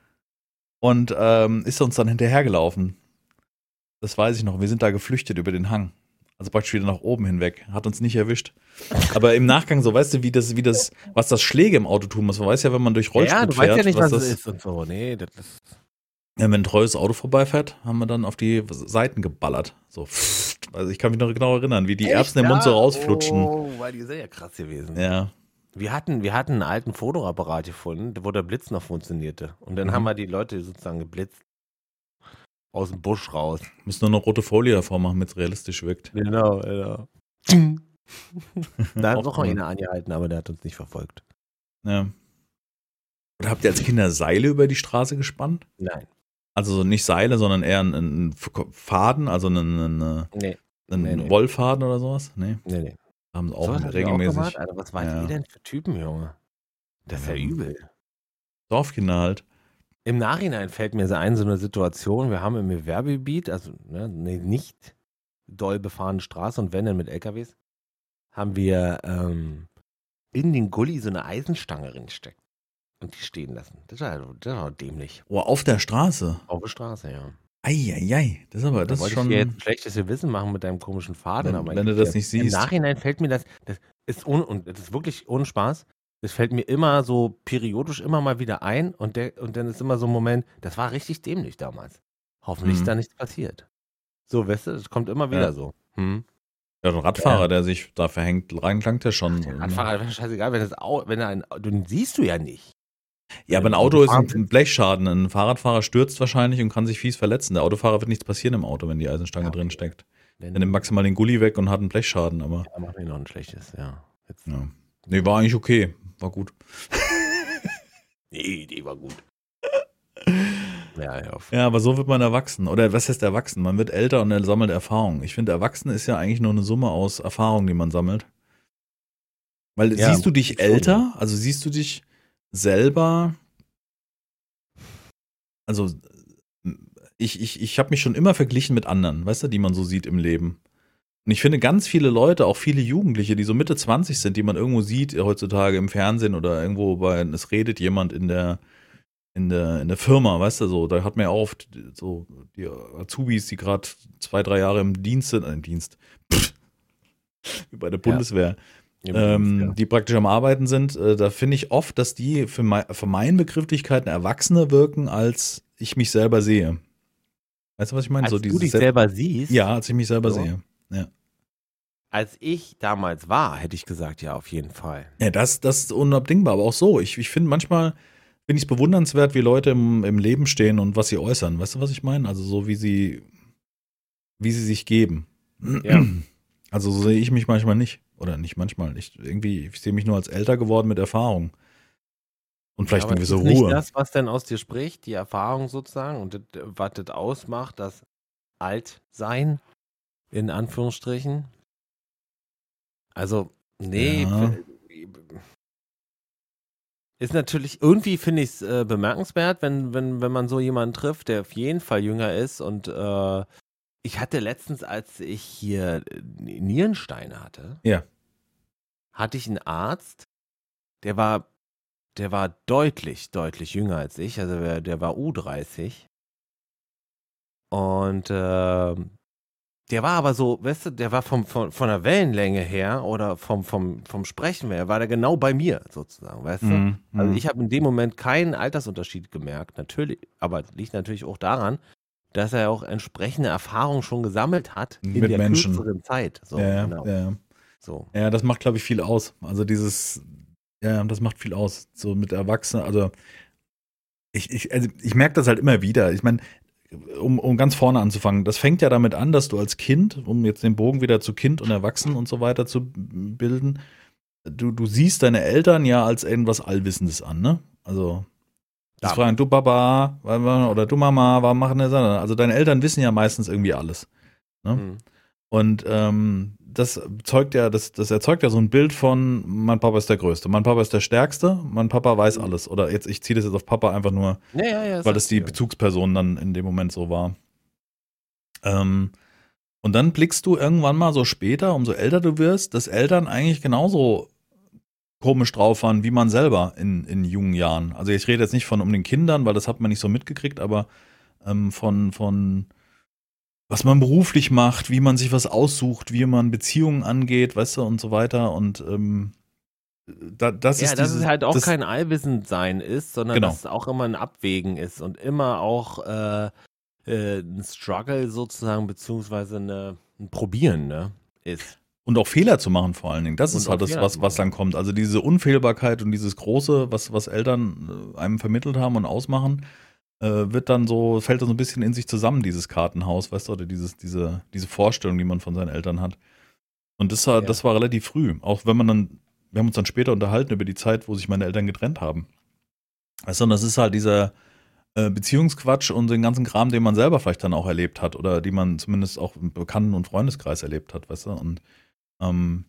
[SPEAKER 1] und ähm, ist uns dann hinterhergelaufen. Das weiß ich noch. Wir sind da geflüchtet über den Hang. Also praktisch wieder nach oben hinweg. Hat uns nicht erwischt. Aber im Nachgang so, weißt du, wie das, wie das, was das Schläge im Auto tun muss. Man weiß ja, wenn man durch Rollstuhl
[SPEAKER 2] Ja, du
[SPEAKER 1] fährt,
[SPEAKER 2] weißt ja nicht, was,
[SPEAKER 1] das
[SPEAKER 2] es ist und so. Nee, das ist.
[SPEAKER 1] Ja, wenn ein treues Auto vorbeifährt, haben wir dann auf die Seiten geballert. So, also ich kann mich noch genau erinnern, wie die
[SPEAKER 2] Echt?
[SPEAKER 1] Erbsen im Mund so
[SPEAKER 2] Ja?
[SPEAKER 1] rausflutschen.
[SPEAKER 2] Oh, weil die sind ja krass gewesen.
[SPEAKER 1] Ja.
[SPEAKER 2] Wir hatten, wir hatten einen alten Fotoapparat gefunden, wo der Blitz noch funktionierte. Und dann
[SPEAKER 1] Mhm.
[SPEAKER 2] haben wir die Leute sozusagen geblitzt. Aus dem Busch raus.
[SPEAKER 1] Müssen nur noch rote Folie davor machen, damit es realistisch wirkt.
[SPEAKER 2] Genau, genau. Da hat
[SPEAKER 1] Auch
[SPEAKER 2] noch
[SPEAKER 1] cool.
[SPEAKER 2] mal einer angehalten, aber der hat uns nicht verfolgt.
[SPEAKER 1] Ja. Oder habt ihr als Kinder Seile über die Straße gespannt?
[SPEAKER 2] Nein.
[SPEAKER 1] Also so nicht Seile, sondern eher einen Faden, also einen, einen,
[SPEAKER 2] Nee,
[SPEAKER 1] einen
[SPEAKER 2] Nee, nee.
[SPEAKER 1] Wollfaden oder sowas? Nee,
[SPEAKER 2] nee, nee.
[SPEAKER 1] haben sie auch
[SPEAKER 2] Sowas habt ihr auch
[SPEAKER 1] regelmäßig.
[SPEAKER 2] gemacht? Alter, was wart
[SPEAKER 1] Ja.
[SPEAKER 2] ihr denn für Typen, Junge? Das ist ja
[SPEAKER 1] Ja.
[SPEAKER 2] übel.
[SPEAKER 1] Dorfkinder halt.
[SPEAKER 2] Im Nachhinein fällt mir so ein, so eine Situation, wir haben im Gewerbegebiet, also ne, nee, nicht doll befahrene Straße und wenn dann mit L K Ws, haben wir ähm, in den Gully so eine Eisenstange reingesteckt und die stehen lassen. Das war, das war dämlich.
[SPEAKER 1] Oh, auf der Straße.
[SPEAKER 2] Auf der Straße, ja.
[SPEAKER 1] Eieiei, das ist aber,
[SPEAKER 2] Da
[SPEAKER 1] das ist
[SPEAKER 2] wollte
[SPEAKER 1] schon.
[SPEAKER 2] ich dir jetzt ein schlechtes Gewissen machen mit deinem komischen Faden.
[SPEAKER 1] Wenn-
[SPEAKER 2] aber
[SPEAKER 1] wenn
[SPEAKER 2] ich-
[SPEAKER 1] du das nicht
[SPEAKER 2] Im
[SPEAKER 1] siehst.
[SPEAKER 2] Nachhinein fällt mir das, das ist ohne, und das ist wirklich ohne Spaß, das fällt mir immer so periodisch immer mal wieder ein und, der, und dann ist immer so ein Moment, das war richtig dämlich damals. Hoffentlich
[SPEAKER 1] Mhm.
[SPEAKER 2] ist da nichts passiert. So, weißt du, das kommt immer wieder
[SPEAKER 1] Ja.
[SPEAKER 2] so. Hm?
[SPEAKER 1] Ja, ein Radfahrer, der sich da verhängt, rein klangt der schon.
[SPEAKER 2] Der Radfahrer, das ist scheißegal, wenn das Au, wenn er ein, den siehst du ja nicht.
[SPEAKER 1] Ja, aber ein
[SPEAKER 2] Wenn
[SPEAKER 1] Auto
[SPEAKER 2] du
[SPEAKER 1] ist ein
[SPEAKER 2] fahren
[SPEAKER 1] ein Blechschaden. Ein Fahrradfahrer stürzt wahrscheinlich und kann sich fies verletzen. Der Autofahrer wird nichts passieren im Auto, wenn die Eisenstange
[SPEAKER 2] Ja, okay.
[SPEAKER 1] drin steckt.
[SPEAKER 2] Wenn,
[SPEAKER 1] Er nimmt maximal den Gully weg und hat einen Blechschaden, aber
[SPEAKER 2] ja, mach mir noch ein schlechtes, ja. Jetzt,
[SPEAKER 1] ja. Nee, war eigentlich okay. War gut.
[SPEAKER 2] nee, die war gut. ja, ja. Auf.
[SPEAKER 1] Ja, aber so wird man erwachsen. Oder was heißt erwachsen? Man wird älter und er sammelt Erfahrung. Ich finde, erwachsen ist ja eigentlich nur eine Summe aus Erfahrungen, die man sammelt. Weil
[SPEAKER 2] Ja,
[SPEAKER 1] siehst du dich
[SPEAKER 2] schon.
[SPEAKER 1] älter? Also siehst du dich selber? Also ich, ich, ich habe mich schon immer verglichen mit anderen, weißt du, die man so sieht im Leben. Und ich finde ganz viele Leute, auch viele Jugendliche, die so Mitte zwanzig sind, die man irgendwo sieht heutzutage im Fernsehen oder irgendwo bei, es redet jemand in der, in der, in der Firma, weißt du, so, da hat man ja auch oft so die Azubis, die gerade zwei, drei Jahre im Dienst sind, äh, im Dienst, pff, wie bei der Bundeswehr,
[SPEAKER 2] Im
[SPEAKER 1] ähm,
[SPEAKER 2] Dienst, ja.
[SPEAKER 1] die praktisch am Arbeiten sind, äh, da finde ich oft, dass die für, mei für meinen Begrifflichkeiten erwachsener wirken, als ich mich selber sehe. Weißt du, was ich meine?
[SPEAKER 2] Als
[SPEAKER 1] So
[SPEAKER 2] du
[SPEAKER 1] dieses
[SPEAKER 2] dich
[SPEAKER 1] Sel-
[SPEAKER 2] selber siehst,
[SPEAKER 1] Ja, als ich mich selber
[SPEAKER 2] So.
[SPEAKER 1] sehe. Ja.
[SPEAKER 2] als ich damals war, hätte ich gesagt, ja, auf jeden Fall.
[SPEAKER 1] Ja, das, das ist unabdingbar, aber auch so. Ich, ich finde manchmal, finde ich es bewundernswert, wie Leute im, im Leben stehen und was sie äußern. Weißt du, was ich meine? Also so wie sie, wie sie sich geben.
[SPEAKER 2] Ja.
[SPEAKER 1] Also so sehe ich mich manchmal nicht. Oder nicht manchmal. Ich, irgendwie, ich sehe mich nur als älter geworden mit Erfahrung. Und vielleicht
[SPEAKER 2] Aber
[SPEAKER 1] eine gewisse
[SPEAKER 2] ist nicht
[SPEAKER 1] Ruhe.
[SPEAKER 2] das, was denn aus dir spricht, die Erfahrung sozusagen und das, was das ausmacht, das Altsein, in Anführungsstrichen? Also, nee,
[SPEAKER 1] Ja.
[SPEAKER 2] f- ist natürlich, irgendwie finde ich es äh, bemerkenswert, wenn, wenn, wenn man so jemanden trifft, der auf jeden Fall jünger ist. Und äh, ich hatte letztens, als ich hier äh, Nierensteine hatte,
[SPEAKER 1] Ja.
[SPEAKER 2] hatte ich einen Arzt, der war, der war deutlich, deutlich jünger als ich. Also der, der war U dreißig. Und ähm, der war aber so, weißt du, der war vom, von, von der Wellenlänge her oder vom, vom, vom Sprechen her, war der genau bei mir sozusagen, weißt du?
[SPEAKER 1] Mhm.
[SPEAKER 2] Also
[SPEAKER 1] Mhm.
[SPEAKER 2] ich habe in dem Moment keinen Altersunterschied gemerkt, natürlich, aber liegt natürlich auch daran, dass er auch entsprechende Erfahrungen schon gesammelt hat in
[SPEAKER 1] Mit
[SPEAKER 2] der
[SPEAKER 1] Menschen.
[SPEAKER 2] kürzeren Zeit. So,
[SPEAKER 1] Ja,
[SPEAKER 2] genau.
[SPEAKER 1] ja.
[SPEAKER 2] So.
[SPEAKER 1] Ja, das macht, glaube ich, viel aus. Also dieses, ja, das macht viel aus. So mit Erwachsenen, also ich, ich, also ich merke das halt immer wieder. Ich meine, um, um ganz vorne anzufangen, das fängt ja damit an, dass du als Kind, um jetzt den Bogen wieder zu Kind und Erwachsenen und so weiter zu bilden, du, du siehst deine Eltern ja als irgendwas Allwissendes an, ne? Also, das
[SPEAKER 2] Ja.
[SPEAKER 1] fragen, du Papa, oder du Mama, warum machen das? Also deine Eltern wissen ja meistens irgendwie alles. Ne?
[SPEAKER 2] Mhm.
[SPEAKER 1] Und ähm, das zeugt ja, das, das erzeugt ja so ein Bild von, mein Papa ist der Größte, mein Papa ist der Stärkste, mein Papa weiß
[SPEAKER 2] Mhm.
[SPEAKER 1] alles. Oder jetzt, ich ziehe das jetzt auf Papa einfach nur,
[SPEAKER 2] Ja, ja, ja.
[SPEAKER 1] weil das die Bezugsperson dann in dem Moment so war. Ähm, und dann blickst du irgendwann mal so später, umso älter du wirst, dass Eltern eigentlich genauso komisch drauf waren wie man selber in, in jungen Jahren. Also ich rede jetzt nicht von um den Kindern, weil das hat man nicht so mitgekriegt, aber ähm, von, von was man beruflich macht, wie man sich was aussucht, wie man Beziehungen angeht, weißt du, und so weiter. Und ähm, da, das
[SPEAKER 2] Ja,
[SPEAKER 1] ist
[SPEAKER 2] dass
[SPEAKER 1] dieses,
[SPEAKER 2] es halt auch
[SPEAKER 1] das,
[SPEAKER 2] kein Allwissendsein ist, sondern
[SPEAKER 1] Genau.
[SPEAKER 2] dass es auch immer ein Abwägen ist und immer auch äh, äh, ein Struggle sozusagen, beziehungsweise eine, ein Probieren, ne, ist.
[SPEAKER 1] Und auch Fehler zu machen vor allen Dingen. Das
[SPEAKER 2] Und
[SPEAKER 1] ist
[SPEAKER 2] auch
[SPEAKER 1] halt das,
[SPEAKER 2] Fehler
[SPEAKER 1] was,
[SPEAKER 2] zu
[SPEAKER 1] was
[SPEAKER 2] machen.
[SPEAKER 1] dann kommt. Also diese Unfehlbarkeit und dieses Große, was, was Eltern äh, einem vermittelt haben und ausmachen, äh, wird dann so, fällt dann so ein bisschen in sich zusammen, dieses Kartenhaus, weißt du, oder dieses, diese, diese Vorstellung, die man von seinen Eltern hat. Und das war,
[SPEAKER 2] Ja.
[SPEAKER 1] das war relativ früh. Auch wenn man dann, wir haben uns dann später unterhalten über die Zeit, wo sich meine Eltern getrennt haben. Weißt du, und das ist halt dieser äh, Beziehungsquatsch und den ganzen Kram, den man selber vielleicht dann auch erlebt hat oder die man zumindest auch im Bekannten- und Freundeskreis erlebt hat, weißt du, und ähm,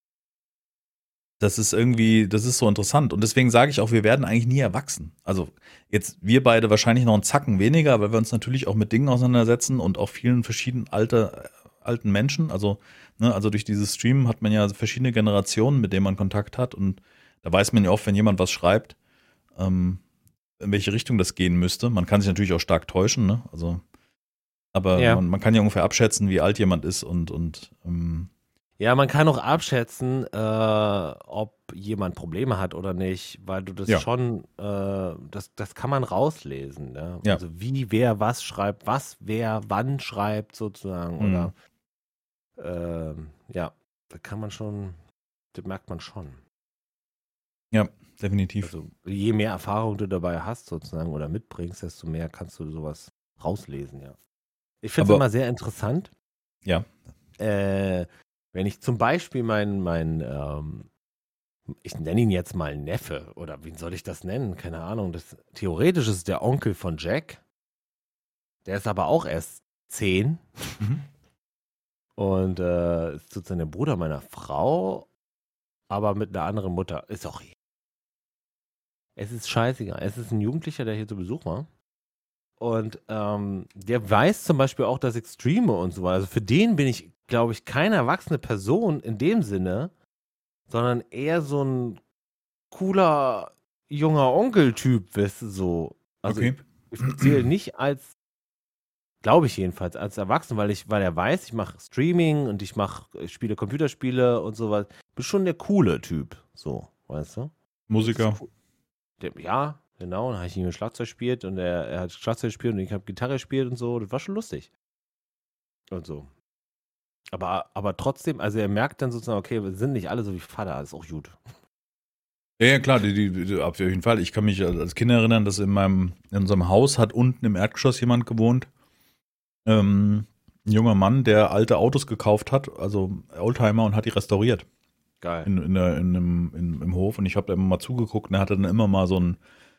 [SPEAKER 1] das ist irgendwie, das ist so interessant. Und deswegen sage ich auch, wir werden eigentlich nie erwachsen. Also jetzt wir beide wahrscheinlich noch einen Zacken weniger, weil wir uns natürlich auch mit Dingen auseinandersetzen und auch vielen verschiedenen alte, alten Menschen. Also, ne, also durch dieses Streamen hat man ja verschiedene Generationen, mit denen man Kontakt hat. Und da weiß man ja oft, wenn jemand was schreibt, ähm, in welche Richtung das gehen müsste. Man kann sich natürlich auch stark täuschen, ne? Also, aber
[SPEAKER 2] Ja.
[SPEAKER 1] man, man kann ja ungefähr abschätzen, wie alt jemand ist und, und ähm,
[SPEAKER 2] Ja, man kann auch abschätzen, äh, ob jemand Probleme hat oder nicht, weil du das
[SPEAKER 1] Ja.
[SPEAKER 2] schon, äh, das, das kann man rauslesen. Ne?
[SPEAKER 1] Ja.
[SPEAKER 2] Also wie wer was schreibt, was wer wann schreibt sozusagen.
[SPEAKER 1] Mhm.
[SPEAKER 2] Oder ähm, ja, da kann man schon, das merkt man schon.
[SPEAKER 1] definitiv.
[SPEAKER 2] Also je mehr Erfahrung du dabei hast sozusagen oder mitbringst, desto mehr kannst du sowas rauslesen, ja. Ich finde es
[SPEAKER 1] Aber-
[SPEAKER 2] immer sehr interessant.
[SPEAKER 1] Ja.
[SPEAKER 2] Äh, wenn ich zum Beispiel mein, mein ähm, ich nenne ihn jetzt mal Neffe oder wie soll ich das nennen? Keine Ahnung. Das, theoretisch ist es der Onkel von Jack. Der ist aber auch erst zehn
[SPEAKER 1] Mhm.
[SPEAKER 2] und äh, ist sozusagen der Bruder meiner Frau, aber mit einer anderen Mutter. Ist auch. Es ist scheißegal. Es ist ein Jugendlicher, der hier zu Besuch war. Und ähm, der weiß zum Beispiel auch, dass ich streame und so weiter. Also für den bin ich, glaube ich, keine erwachsene Person in dem Sinne, sondern eher so ein cooler junger Onkel-Typ, weißt du, so. Also
[SPEAKER 1] Okay.
[SPEAKER 2] ich, ich zähle nicht als, glaube ich jedenfalls, als Erwachsener, weil ich, weil er weiß, ich mache Streaming und ich mache, ich spiele Computerspiele und sowas. Bin schon der coole Typ, so, weißt du?
[SPEAKER 1] Musiker.
[SPEAKER 2] Cool. Der, ja, genau. Dann habe ich ihm Schlagzeug gespielt und er, er hat Schlagzeug gespielt und ich habe Gitarre gespielt und so. Das war schon lustig. Und so. Aber, aber trotzdem, also er merkt dann sozusagen, okay, wir sind nicht alle so wie Vater, das ist auch gut.
[SPEAKER 1] Ja, ja, klar, die, die, die, auf jeden Fall. Ich kann mich als Kind erinnern, dass in meinem, in unserem Haus hat unten im Erdgeschoss jemand gewohnt. Ähm, ein junger Mann, der alte Autos gekauft hat, also Oldtimer, und hat die restauriert.
[SPEAKER 2] Geil.
[SPEAKER 1] In, in der, in einem, in, im Hof. Und ich habe da immer mal zugeguckt und er hatte dann immer mal so ein,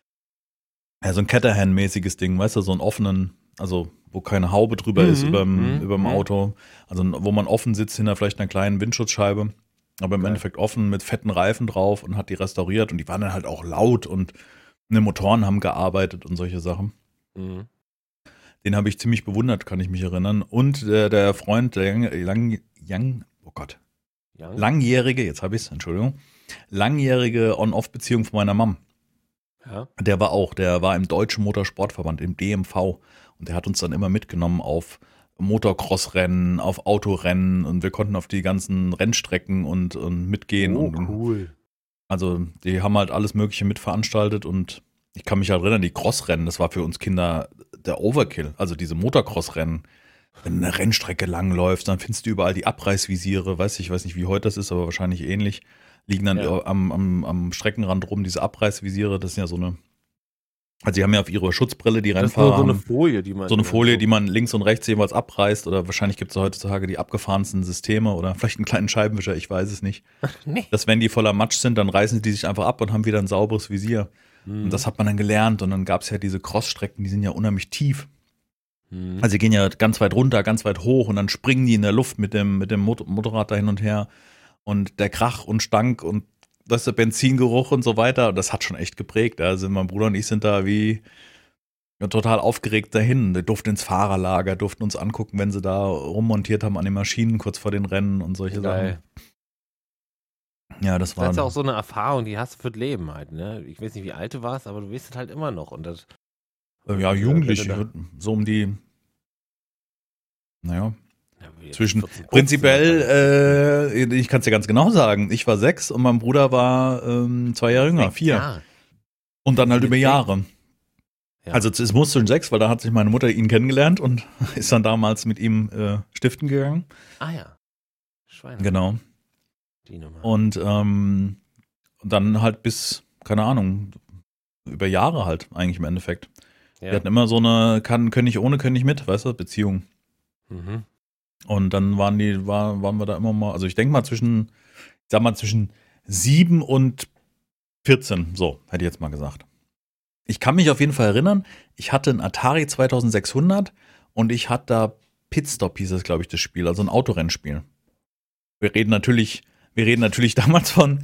[SPEAKER 1] ja, so ein Caterham-mäßiges Ding, weißt du, so einen offenen, also wo keine Haube drüber
[SPEAKER 2] Mhm,
[SPEAKER 1] ist überm,
[SPEAKER 2] mhm,
[SPEAKER 1] überm
[SPEAKER 2] mhm.
[SPEAKER 1] Auto. Also wo man offen sitzt hinter vielleicht einer kleinen Windschutzscheibe. Aber im
[SPEAKER 2] Geil.
[SPEAKER 1] Endeffekt offen mit fetten Reifen drauf und hat die restauriert. Und die waren dann halt auch laut und ne, Motoren haben gearbeitet und solche Sachen.
[SPEAKER 2] Mhm.
[SPEAKER 1] Den habe ich ziemlich bewundert, kann ich mich erinnern. Und der, der Freund, der lang, lang, lang, oh Gott,
[SPEAKER 2] Ja.
[SPEAKER 1] langjährige, jetzt habe ich es, Entschuldigung, langjährige On-Off-Beziehung von meiner Mom.
[SPEAKER 2] Ja.
[SPEAKER 1] Der war auch, der war im Deutschen Motorsportverband, im D M V. Und der hat uns dann immer mitgenommen auf Motocross-Rennen, auf Autorennen. Und wir konnten auf die ganzen Rennstrecken und, und mitgehen.
[SPEAKER 2] Oh,
[SPEAKER 1] und,
[SPEAKER 2] cool.
[SPEAKER 1] Also die haben halt alles Mögliche mitveranstaltet. Und ich kann mich halt erinnern, die Crossrennen, das war für uns Kinder der Overkill. Also diese Motocross-Rennen. Wenn eine Rennstrecke langläuft, dann findest du überall die Abreißvisiere. Weiß ich, ich weiß nicht, wie heute das ist, aber wahrscheinlich ähnlich. Liegen dann
[SPEAKER 2] Ja.
[SPEAKER 1] am, am, am Streckenrand rum, diese Abreißvisiere. Das sind ja so eine, also sie haben ja auf ihre Schutzbrille, die
[SPEAKER 2] Das ist
[SPEAKER 1] Rennfahrer
[SPEAKER 2] nur so eine
[SPEAKER 1] haben,
[SPEAKER 2] Folie, die man.
[SPEAKER 1] so eine Folie, die man links und rechts jeweils abreißt. Oder wahrscheinlich gibt es heutzutage die abgefahrensten Systeme oder vielleicht einen kleinen Scheibenwischer, ich weiß es nicht.
[SPEAKER 2] Nee.
[SPEAKER 1] Dass wenn die voller Matsch sind, dann reißen die sich einfach ab und haben wieder ein sauberes Visier.
[SPEAKER 2] Mhm.
[SPEAKER 1] Und das hat man dann gelernt. Und dann gab es ja diese Crossstrecken, die sind ja unheimlich tief.
[SPEAKER 2] Mhm.
[SPEAKER 1] Also sie gehen ja ganz weit runter, ganz weit hoch und dann springen die in der Luft mit dem, mit dem Mot- Motorrad da hin und her. Und der Krach und Stank und das ist der Benzingeruch und so weiter. Das hat schon echt geprägt. Also mein Bruder und ich sind da wie ja, total aufgeregt dahin. Wir durften ins Fahrerlager, durften uns angucken, wenn sie da rummontiert haben an den Maschinen kurz vor den Rennen und solche
[SPEAKER 2] Geil.
[SPEAKER 1] Sachen. Ja, das
[SPEAKER 2] Das
[SPEAKER 1] war
[SPEAKER 2] ist ja auch so eine Erfahrung, die hast du fürs Leben halt, ne? Ich weiß nicht, wie alt du warst, aber du weißt es halt immer noch. Und das,
[SPEAKER 1] äh, ja
[SPEAKER 2] wenn
[SPEAKER 1] jugendlich,
[SPEAKER 2] du da-
[SPEAKER 1] so um die, naja,
[SPEAKER 2] Ja, wie jetzt
[SPEAKER 1] zwischen
[SPEAKER 2] vierzehn, fünfzehn
[SPEAKER 1] prinzipiell, äh, ich kann es dir ganz genau sagen, ich war sechs und mein Bruder war ähm, zwei Jahre jünger,
[SPEAKER 2] Sechs
[SPEAKER 1] vier.
[SPEAKER 2] Jahre.
[SPEAKER 1] Und dann halt
[SPEAKER 2] Mit
[SPEAKER 1] über
[SPEAKER 2] sechs?
[SPEAKER 1] Jahre.
[SPEAKER 2] Ja.
[SPEAKER 1] Also es muss schon sechs, weil da hat sich meine Mutter ihn kennengelernt und ist dann damals mit ihm äh, stiften gegangen.
[SPEAKER 2] Ah ja. Schweine.
[SPEAKER 1] Genau.
[SPEAKER 2] Die Nummer.
[SPEAKER 1] Und ähm, und dann halt bis, keine Ahnung, über Jahre halt eigentlich im Endeffekt.
[SPEAKER 2] ja.
[SPEAKER 1] Wir hatten immer so eine kann, können nicht ohne, können nicht mit, weißt du, Beziehung.
[SPEAKER 2] Mhm.
[SPEAKER 1] Und dann waren die, war, waren wir da immer mal, also ich denke mal zwischen, ich sag mal zwischen sieben und vierzehn, so, hätte ich jetzt mal gesagt. Ich kann mich auf jeden Fall erinnern, ich hatte einen Atari zweitausendsechshundert und ich hatte da Pitstop, hieß das, glaube ich, das Spiel, also ein Autorennspiel. Wir reden natürlich, wir reden natürlich damals von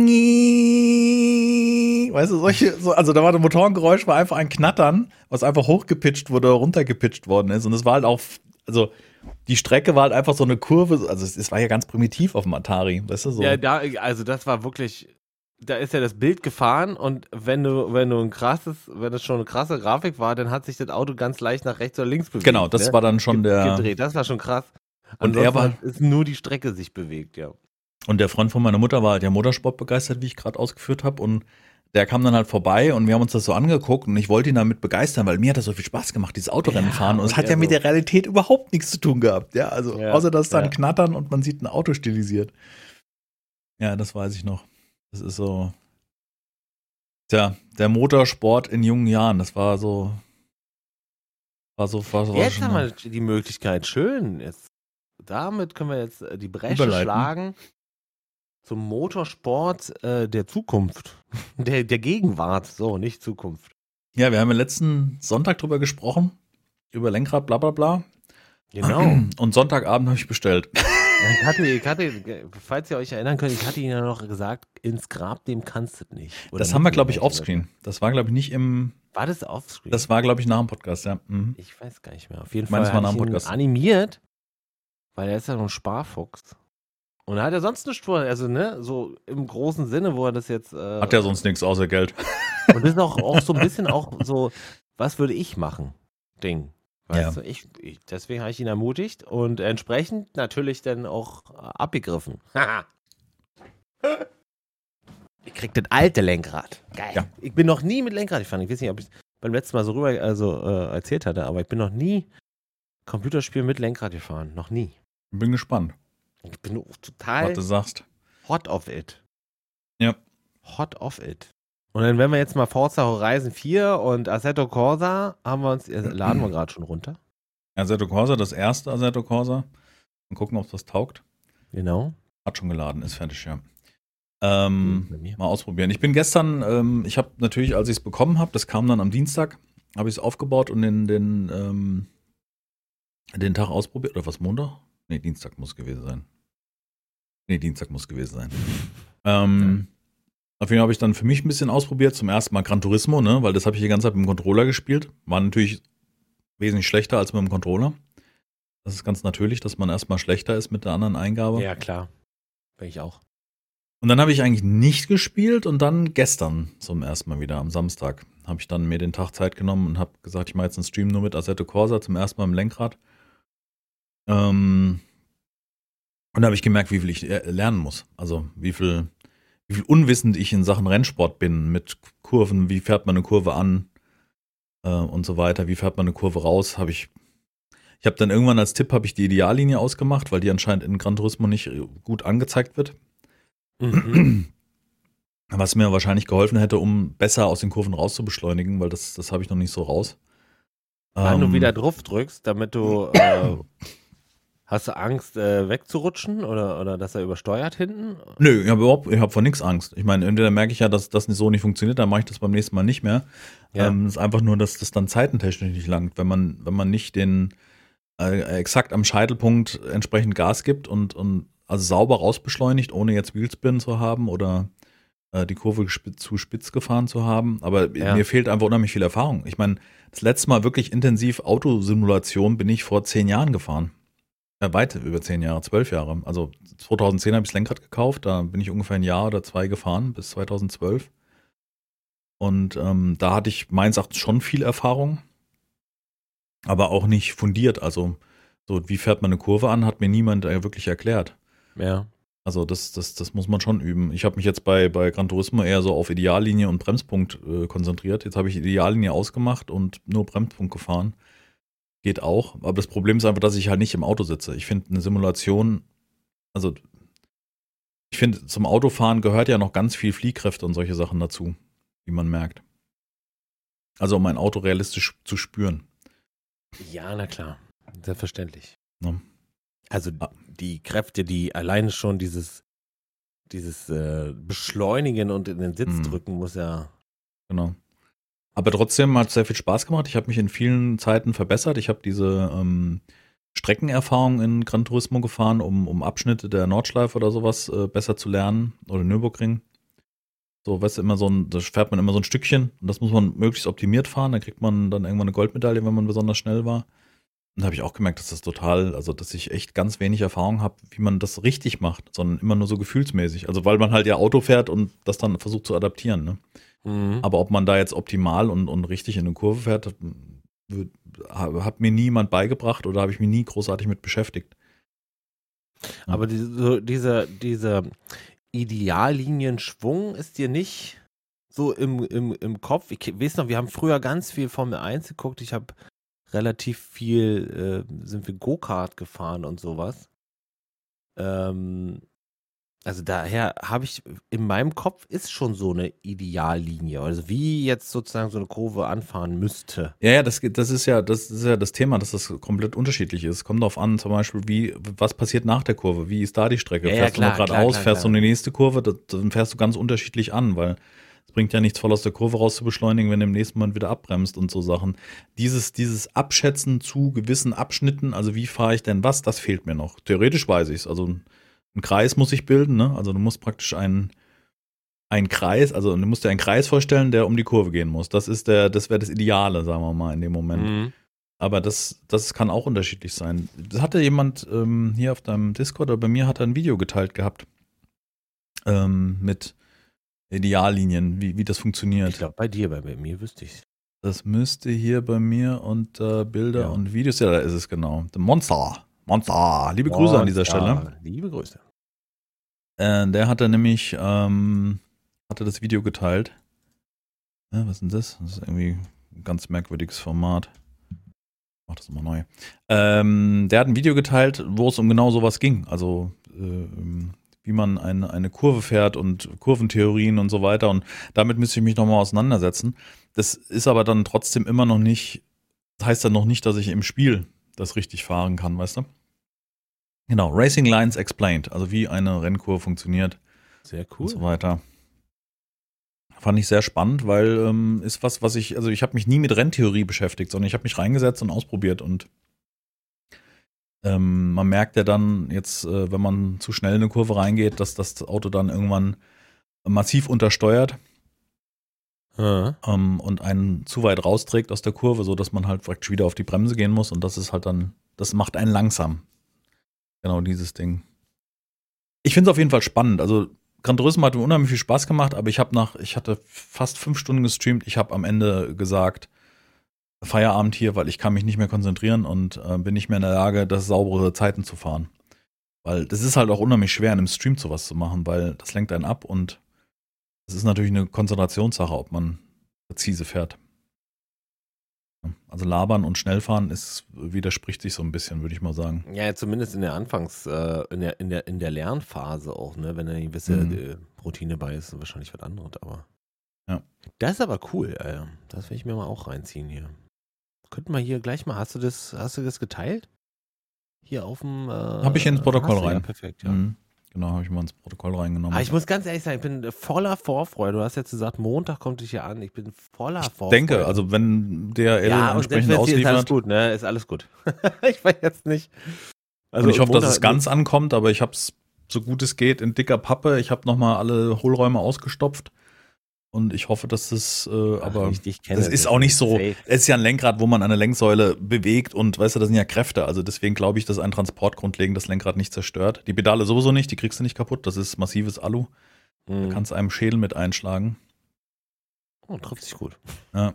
[SPEAKER 1] weißt du, solche, so, also da war das Motorengeräusch, war einfach ein Knattern, was einfach hochgepitcht wurde oder runtergepitcht worden ist. Und es war halt auch, also die Strecke war halt einfach so eine Kurve, also es, es war ja ganz primitiv auf dem Atari, weißt du, so.
[SPEAKER 2] Ja, da, also das war wirklich, da ist ja das Bild gefahren und wenn du, wenn du ein krasses, wenn es schon eine krasse Grafik war, dann hat sich das Auto ganz leicht nach rechts oder links bewegt.
[SPEAKER 1] Genau, das
[SPEAKER 2] ne?
[SPEAKER 1] war dann schon
[SPEAKER 2] Ge-
[SPEAKER 1] der,
[SPEAKER 2] gedreht. Das war schon krass.
[SPEAKER 1] Und er
[SPEAKER 2] Ansonsten
[SPEAKER 1] war-
[SPEAKER 2] hat- ist nur die Strecke sich bewegt, ja.
[SPEAKER 1] und der Freund von meiner Mutter war halt ja Motorsport begeistert, wie ich gerade ausgeführt habe, und der kam dann halt vorbei und wir haben uns das so angeguckt und ich wollte ihn damit begeistern, weil mir hat das so viel Spaß gemacht, dieses Autorennen
[SPEAKER 2] Ja,
[SPEAKER 1] fahren, und es
[SPEAKER 2] und
[SPEAKER 1] hat
[SPEAKER 2] er
[SPEAKER 1] ja mit
[SPEAKER 2] so-
[SPEAKER 1] der Realität überhaupt nichts zu tun gehabt, ja, also
[SPEAKER 2] Ja,
[SPEAKER 1] außer dass dann
[SPEAKER 2] ja.
[SPEAKER 1] Knattern und man sieht ein Auto stilisiert. Ja, das weiß ich noch. Das ist so, tja, der Motorsport in jungen Jahren, das war so, war so, war so
[SPEAKER 2] Jetzt
[SPEAKER 1] schon
[SPEAKER 2] haben wir die Möglichkeit, schön. Jetzt, damit können wir jetzt äh, die Bresche
[SPEAKER 1] Überleiten.
[SPEAKER 2] schlagen zum Motorsport äh, der Zukunft. Der, der Gegenwart, so, nicht Zukunft.
[SPEAKER 1] Ja, wir haben ja letzten Sonntag drüber gesprochen, über Lenkrad, bla bla bla.
[SPEAKER 2] Genau.
[SPEAKER 1] Und Sonntagabend habe ich bestellt.
[SPEAKER 2] Ich hatte, ich hatte, falls ihr euch erinnern könnt, ich hatte Ihnen ja noch gesagt, ins Grab nehmen kannst du nicht. Oder
[SPEAKER 1] Das haben wir, glaube ich,
[SPEAKER 2] mitnehmen,
[SPEAKER 1] offscreen. Das war, glaube ich, nicht im,
[SPEAKER 2] War das offscreen?
[SPEAKER 1] das war, glaube ich, nach dem Podcast, ja. Mhm.
[SPEAKER 2] Ich weiß gar nicht mehr. Auf jeden
[SPEAKER 1] Ich meine,
[SPEAKER 2] Fall
[SPEAKER 1] es war
[SPEAKER 2] hatte
[SPEAKER 1] nach
[SPEAKER 2] ich
[SPEAKER 1] dem
[SPEAKER 2] ihn
[SPEAKER 1] Podcast.
[SPEAKER 2] animiert, weil er ist ja noch ein Sparfuchs. Und er hat ja sonst eine Spur, also ne, so im großen Sinne, wo er das jetzt. Äh,
[SPEAKER 1] Hat ja sonst nichts außer Geld.
[SPEAKER 2] Und das ist auch, auch so ein bisschen auch so, was würde ich machen, Ding. Weißt
[SPEAKER 1] Ja.
[SPEAKER 2] du, ich, ich, deswegen habe ich ihn ermutigt und entsprechend natürlich dann auch äh, abgegriffen. Ich krieg das alte Lenkrad. Geil.
[SPEAKER 1] Ja.
[SPEAKER 2] Ich bin noch nie mit Lenkrad gefahren. Ich weiß nicht, ob ich beim letzten Mal so rüber also, äh, erzählt hatte, aber ich bin noch nie Computerspiel mit Lenkrad gefahren. Noch nie.
[SPEAKER 1] Bin gespannt,
[SPEAKER 2] Ich bin
[SPEAKER 1] was
[SPEAKER 2] total
[SPEAKER 1] du sagst.
[SPEAKER 2] hot of it.
[SPEAKER 1] Ja.
[SPEAKER 2] Hot of it. Und dann, wenn wir jetzt mal Forza Horizon vier und Assetto Corsa haben wir uns, äh, laden wir gerade schon runter.
[SPEAKER 1] Assetto Corsa, das erste Assetto Corsa. Mal gucken, ob das taugt.
[SPEAKER 2] Genau.
[SPEAKER 1] Hat schon geladen, ist fertig, ja. Ähm,
[SPEAKER 2] Bei mir.
[SPEAKER 1] mal ausprobieren. Ich bin gestern, ähm, ich habe natürlich, als ich es bekommen habe, das kam dann am Dienstag, habe ich es aufgebaut und den, den, ähm, den Tag ausprobiert. Oder was, Montag? Nee, Dienstag muss gewesen sein. Nee, Dienstag muss gewesen sein. ähm, auf jeden Fall habe ich dann für mich ein bisschen ausprobiert. Zum ersten Mal Gran Turismo, ne, weil das habe ich die ganze Zeit mit dem Controller gespielt. War natürlich wesentlich schlechter als mit dem Controller. Das ist ganz natürlich, dass man erstmal schlechter ist mit der anderen Eingabe.
[SPEAKER 2] Ja, klar. Bin ich auch.
[SPEAKER 1] Und dann habe ich eigentlich nicht gespielt und dann gestern zum ersten Mal wieder, am Samstag, habe ich dann mir den Tag Zeit genommen und habe gesagt, ich mache jetzt einen Stream nur mit Assetto Corsa, zum ersten Mal im Lenkrad. Ähm, und da habe ich gemerkt, wie viel ich lernen muss. Also wie viel, wie viel unwissend ich in Sachen Rennsport bin mit Kurven, wie fährt man eine Kurve an äh, und so weiter, wie fährt man eine Kurve raus, habe ich Ich habe dann irgendwann als Tipp habe ich die Ideallinie ausgemacht, weil die anscheinend in Gran Turismo nicht gut angezeigt wird.
[SPEAKER 2] Mhm.
[SPEAKER 1] Was mir wahrscheinlich geholfen hätte, um besser aus den Kurven rauszubeschleunigen, weil das, das habe ich noch nicht so raus.
[SPEAKER 2] Wenn du
[SPEAKER 1] Ähm,
[SPEAKER 2] wieder drauf drückst, damit du äh, hast du Angst äh, wegzurutschen oder, oder dass er übersteuert hinten?
[SPEAKER 1] Nö, ich habe überhaupt, ich habe vor nichts Angst. Ich meine, entweder merke ich ja, dass das so nicht funktioniert, dann mache ich das beim nächsten Mal nicht mehr.
[SPEAKER 2] Ja.
[SPEAKER 1] Ähm, es ist einfach nur, dass das dann zeitentechnisch nicht langt, wenn man, wenn man nicht den äh, exakt am Scheitelpunkt entsprechend Gas gibt und, und also sauber rausbeschleunigt, ohne jetzt Wheelspin zu haben oder äh, die Kurve gesp- zu spitz gefahren zu haben. Aber
[SPEAKER 2] Ja.
[SPEAKER 1] mir fehlt einfach unheimlich viel Erfahrung. Ich meine, das letzte Mal wirklich intensiv Autosimulation bin ich vor zehn Jahren gefahren. Ja, weit über zehn Jahre, zwölf Jahre. Also zweitausendzehn habe ich das Lenkrad gekauft, da bin ich ungefähr ein Jahr oder zwei gefahren, bis zweitausendzwölf. Und ähm, da hatte ich meines Erachtens schon viel Erfahrung, aber auch nicht fundiert. Also so, wie fährt man eine Kurve an, hat mir niemand äh, wirklich erklärt.
[SPEAKER 2] Ja.
[SPEAKER 1] Also das, das, das muss man schon üben. Ich habe mich jetzt bei, bei Gran Turismo eher so auf Ideallinie und Bremspunkt äh, konzentriert. Jetzt habe ich Ideallinie ausgemacht und nur Bremspunkt gefahren. Geht auch, aber das Problem ist einfach, dass ich halt nicht im Auto sitze. Ich finde eine Simulation, also ich finde, zum Autofahren gehört ja noch ganz viel Fliehkräfte und solche Sachen dazu, wie man merkt. Also um ein Auto realistisch zu spüren.
[SPEAKER 2] Ja, na klar. Selbstverständlich.
[SPEAKER 1] Ne?
[SPEAKER 2] Also
[SPEAKER 1] Ah.
[SPEAKER 2] die Kräfte, die alleine schon dieses, dieses äh, Beschleunigen und in den Sitz
[SPEAKER 1] Mhm.
[SPEAKER 2] drücken muss ja.
[SPEAKER 1] Genau. Aber trotzdem hat es sehr viel Spaß gemacht. Ich habe mich in vielen Zeiten verbessert. Ich habe diese ähm, Streckenerfahrung in Gran Turismo gefahren, um, um Abschnitte der Nordschleife oder sowas äh, besser zu lernen. Oder Nürburgring. So, weißt du, immer so ein, da fährt man immer so ein Stückchen und das muss man möglichst optimiert fahren. Da kriegt man dann irgendwann eine Goldmedaille, wenn man besonders schnell war. Und da habe ich auch gemerkt, dass das total, also dass ich echt ganz wenig Erfahrung habe, wie man das richtig macht, sondern immer nur so gefühlsmäßig. Also weil man halt ja Auto fährt und das dann versucht zu adaptieren, ne?
[SPEAKER 2] Mhm.
[SPEAKER 1] Aber ob man da jetzt optimal und, und richtig in eine Kurve fährt, hat, hat mir niemand beigebracht oder habe ich mich nie großartig mit beschäftigt.
[SPEAKER 2] Aber diese, so dieser, dieser Ideallinienschwung ist dir nicht so im, im, im Kopf. Ich weiß noch, wir haben früher ganz viel Formel eins geguckt. Ich habe relativ viel, äh, sind wir Go-Kart gefahren und sowas. Ähm, also daher habe ich, in meinem Kopf ist schon so eine Ideallinie. Also wie jetzt sozusagen so eine Kurve anfahren müsste.
[SPEAKER 1] Ja, ja, das, das ist ja, das ist ja das Thema, dass das komplett unterschiedlich ist. Kommt darauf an, zum Beispiel, wie, was passiert nach der Kurve? Wie ist da die Strecke?
[SPEAKER 2] Ja, ja,
[SPEAKER 1] fährst
[SPEAKER 2] klar,
[SPEAKER 1] du nur
[SPEAKER 2] klar,
[SPEAKER 1] geradeaus,
[SPEAKER 2] klar,
[SPEAKER 1] fährst
[SPEAKER 2] klar.
[SPEAKER 1] du in die nächste Kurve, das, dann fährst du ganz unterschiedlich an, weil es bringt ja nichts, voll aus der Kurve raus zu beschleunigen, wenn du im nächsten Mal wieder abbremst und so Sachen. Dieses, dieses Abschätzen zu gewissen Abschnitten, also wie fahre ich denn was, das fehlt mir noch. Theoretisch weiß ich es. Also ein Kreis muss ich bilden, ne? Also du musst praktisch einen, einen Kreis, also du musst dir einen Kreis vorstellen, der um die Kurve gehen muss. Das ist der, das wäre das Ideale, sagen wir mal, in dem Moment.
[SPEAKER 2] Mhm.
[SPEAKER 1] Aber das, das kann auch unterschiedlich sein. Das hatte jemand ähm, hier auf deinem Discord oder bei mir hat er ein Video geteilt gehabt ähm, mit Ideallinien, wie, wie das funktioniert.
[SPEAKER 2] Ich glaube, bei dir, bei, bei mir wüsste ich.
[SPEAKER 1] Das müsste hier bei mir unter Bilder
[SPEAKER 2] Ja.
[SPEAKER 1] und Videos, ja, da ist es genau. The Monster. Monster. Liebe Grüße an dieser Stelle.
[SPEAKER 2] Liebe Grüße.
[SPEAKER 1] Äh, der hatte nämlich, ähm, hatte das Video geteilt. Ja, was ist denn das? Das ist irgendwie ein ganz merkwürdiges Format. Ich mach das mal neu. Ähm, der hat ein Video geteilt, wo es um genau sowas ging. Also, äh, wie man eine, eine Kurve fährt und Kurventheorien und so weiter. Und damit müsste ich mich nochmal auseinandersetzen. Das ist aber dann trotzdem immer noch nicht, das heißt dann noch nicht, dass ich im Spiel das richtig fahren kann, weißt du? Genau, Racing Lines Explained, also wie eine Rennkurve funktioniert.
[SPEAKER 2] Sehr cool.
[SPEAKER 1] Und so weiter. Fand ich sehr spannend, weil ähm, ist was, was ich, also ich habe mich nie mit Renntheorie beschäftigt, sondern ich habe mich reingesetzt und ausprobiert und ähm, man merkt ja dann jetzt, äh, wenn man zu schnell in eine Kurve reingeht, dass das Auto dann irgendwann massiv untersteuert
[SPEAKER 2] Ja.
[SPEAKER 1] ähm, und einen zu weit rausträgt aus der Kurve, sodass man halt praktisch wieder auf die Bremse gehen muss und das ist halt dann, das macht einen langsam. Genau dieses Ding. Ich finde es auf jeden Fall spannend. Also Gran Turismo hat mir unheimlich viel Spaß gemacht, aber ich habe nach, ich hatte fast fünf Stunden gestreamt. Ich habe am Ende gesagt, Feierabend hier, weil ich kann mich nicht mehr konzentrieren und äh, bin nicht mehr in der Lage, das saubere Zeiten zu fahren. Weil das ist halt auch unheimlich schwer, in einem Stream sowas zu machen, weil das lenkt einen ab und es ist natürlich eine Konzentrationssache, ob man präzise fährt. Also labern und schnell fahren ist, widerspricht sich so ein bisschen, würde ich mal sagen.
[SPEAKER 2] Ja, zumindest in der Anfangs-, äh, in der, in der, in der Lernphase auch, ne? Wenn da eine gewisse
[SPEAKER 1] Mhm.
[SPEAKER 2] äh, Routine bei ist, wahrscheinlich was anderes, aber.
[SPEAKER 1] Ja.
[SPEAKER 2] Das ist aber cool, Alter. Das will ich mir mal auch reinziehen hier. Könnten wir hier gleich mal, hast du das, hast du das geteilt? Hier auf dem. Äh,
[SPEAKER 1] Habe ich ins Protokoll
[SPEAKER 2] hast du,
[SPEAKER 1] rein.
[SPEAKER 2] Ja, perfekt, ja.
[SPEAKER 1] Mhm. Genau, habe ich mal ins Protokoll reingenommen.
[SPEAKER 2] Aber ich muss ganz ehrlich sagen, ich bin voller Vorfreude. Du hast jetzt gesagt, Montag kommt es hier an. Ich bin voller
[SPEAKER 1] ich
[SPEAKER 2] Vorfreude.
[SPEAKER 1] denke, also wenn der L
[SPEAKER 2] ja, und
[SPEAKER 1] entsprechend
[SPEAKER 2] selbst wenn es hier ist alles
[SPEAKER 1] ausliefert.
[SPEAKER 2] gut, ne? Ist alles gut. Ich weiß jetzt nicht. Also
[SPEAKER 1] und ich hoffe, dass es
[SPEAKER 2] Montag-
[SPEAKER 1] ganz ankommt, aber ich habe es so gut es geht in dicker Pappe. Ich habe nochmal alle Hohlräume ausgestopft. Und ich hoffe, dass das, äh,
[SPEAKER 2] Ach,
[SPEAKER 1] aber
[SPEAKER 2] wie ich dich kenne,
[SPEAKER 1] das ist auch nicht so,
[SPEAKER 2] safe.
[SPEAKER 1] es ist ja ein Lenkrad, wo man eine Lenksäule bewegt und weißt du, das sind ja Kräfte, also deswegen glaube ich, dass ein Transport grundlegend das Lenkrad nicht zerstört. Die Pedale sowieso nicht, die kriegst du nicht kaputt, das ist massives Alu, da
[SPEAKER 2] Mhm.
[SPEAKER 1] kannst du einem Schädel mit einschlagen.
[SPEAKER 2] Oh, trifft sich gut.
[SPEAKER 1] Ja.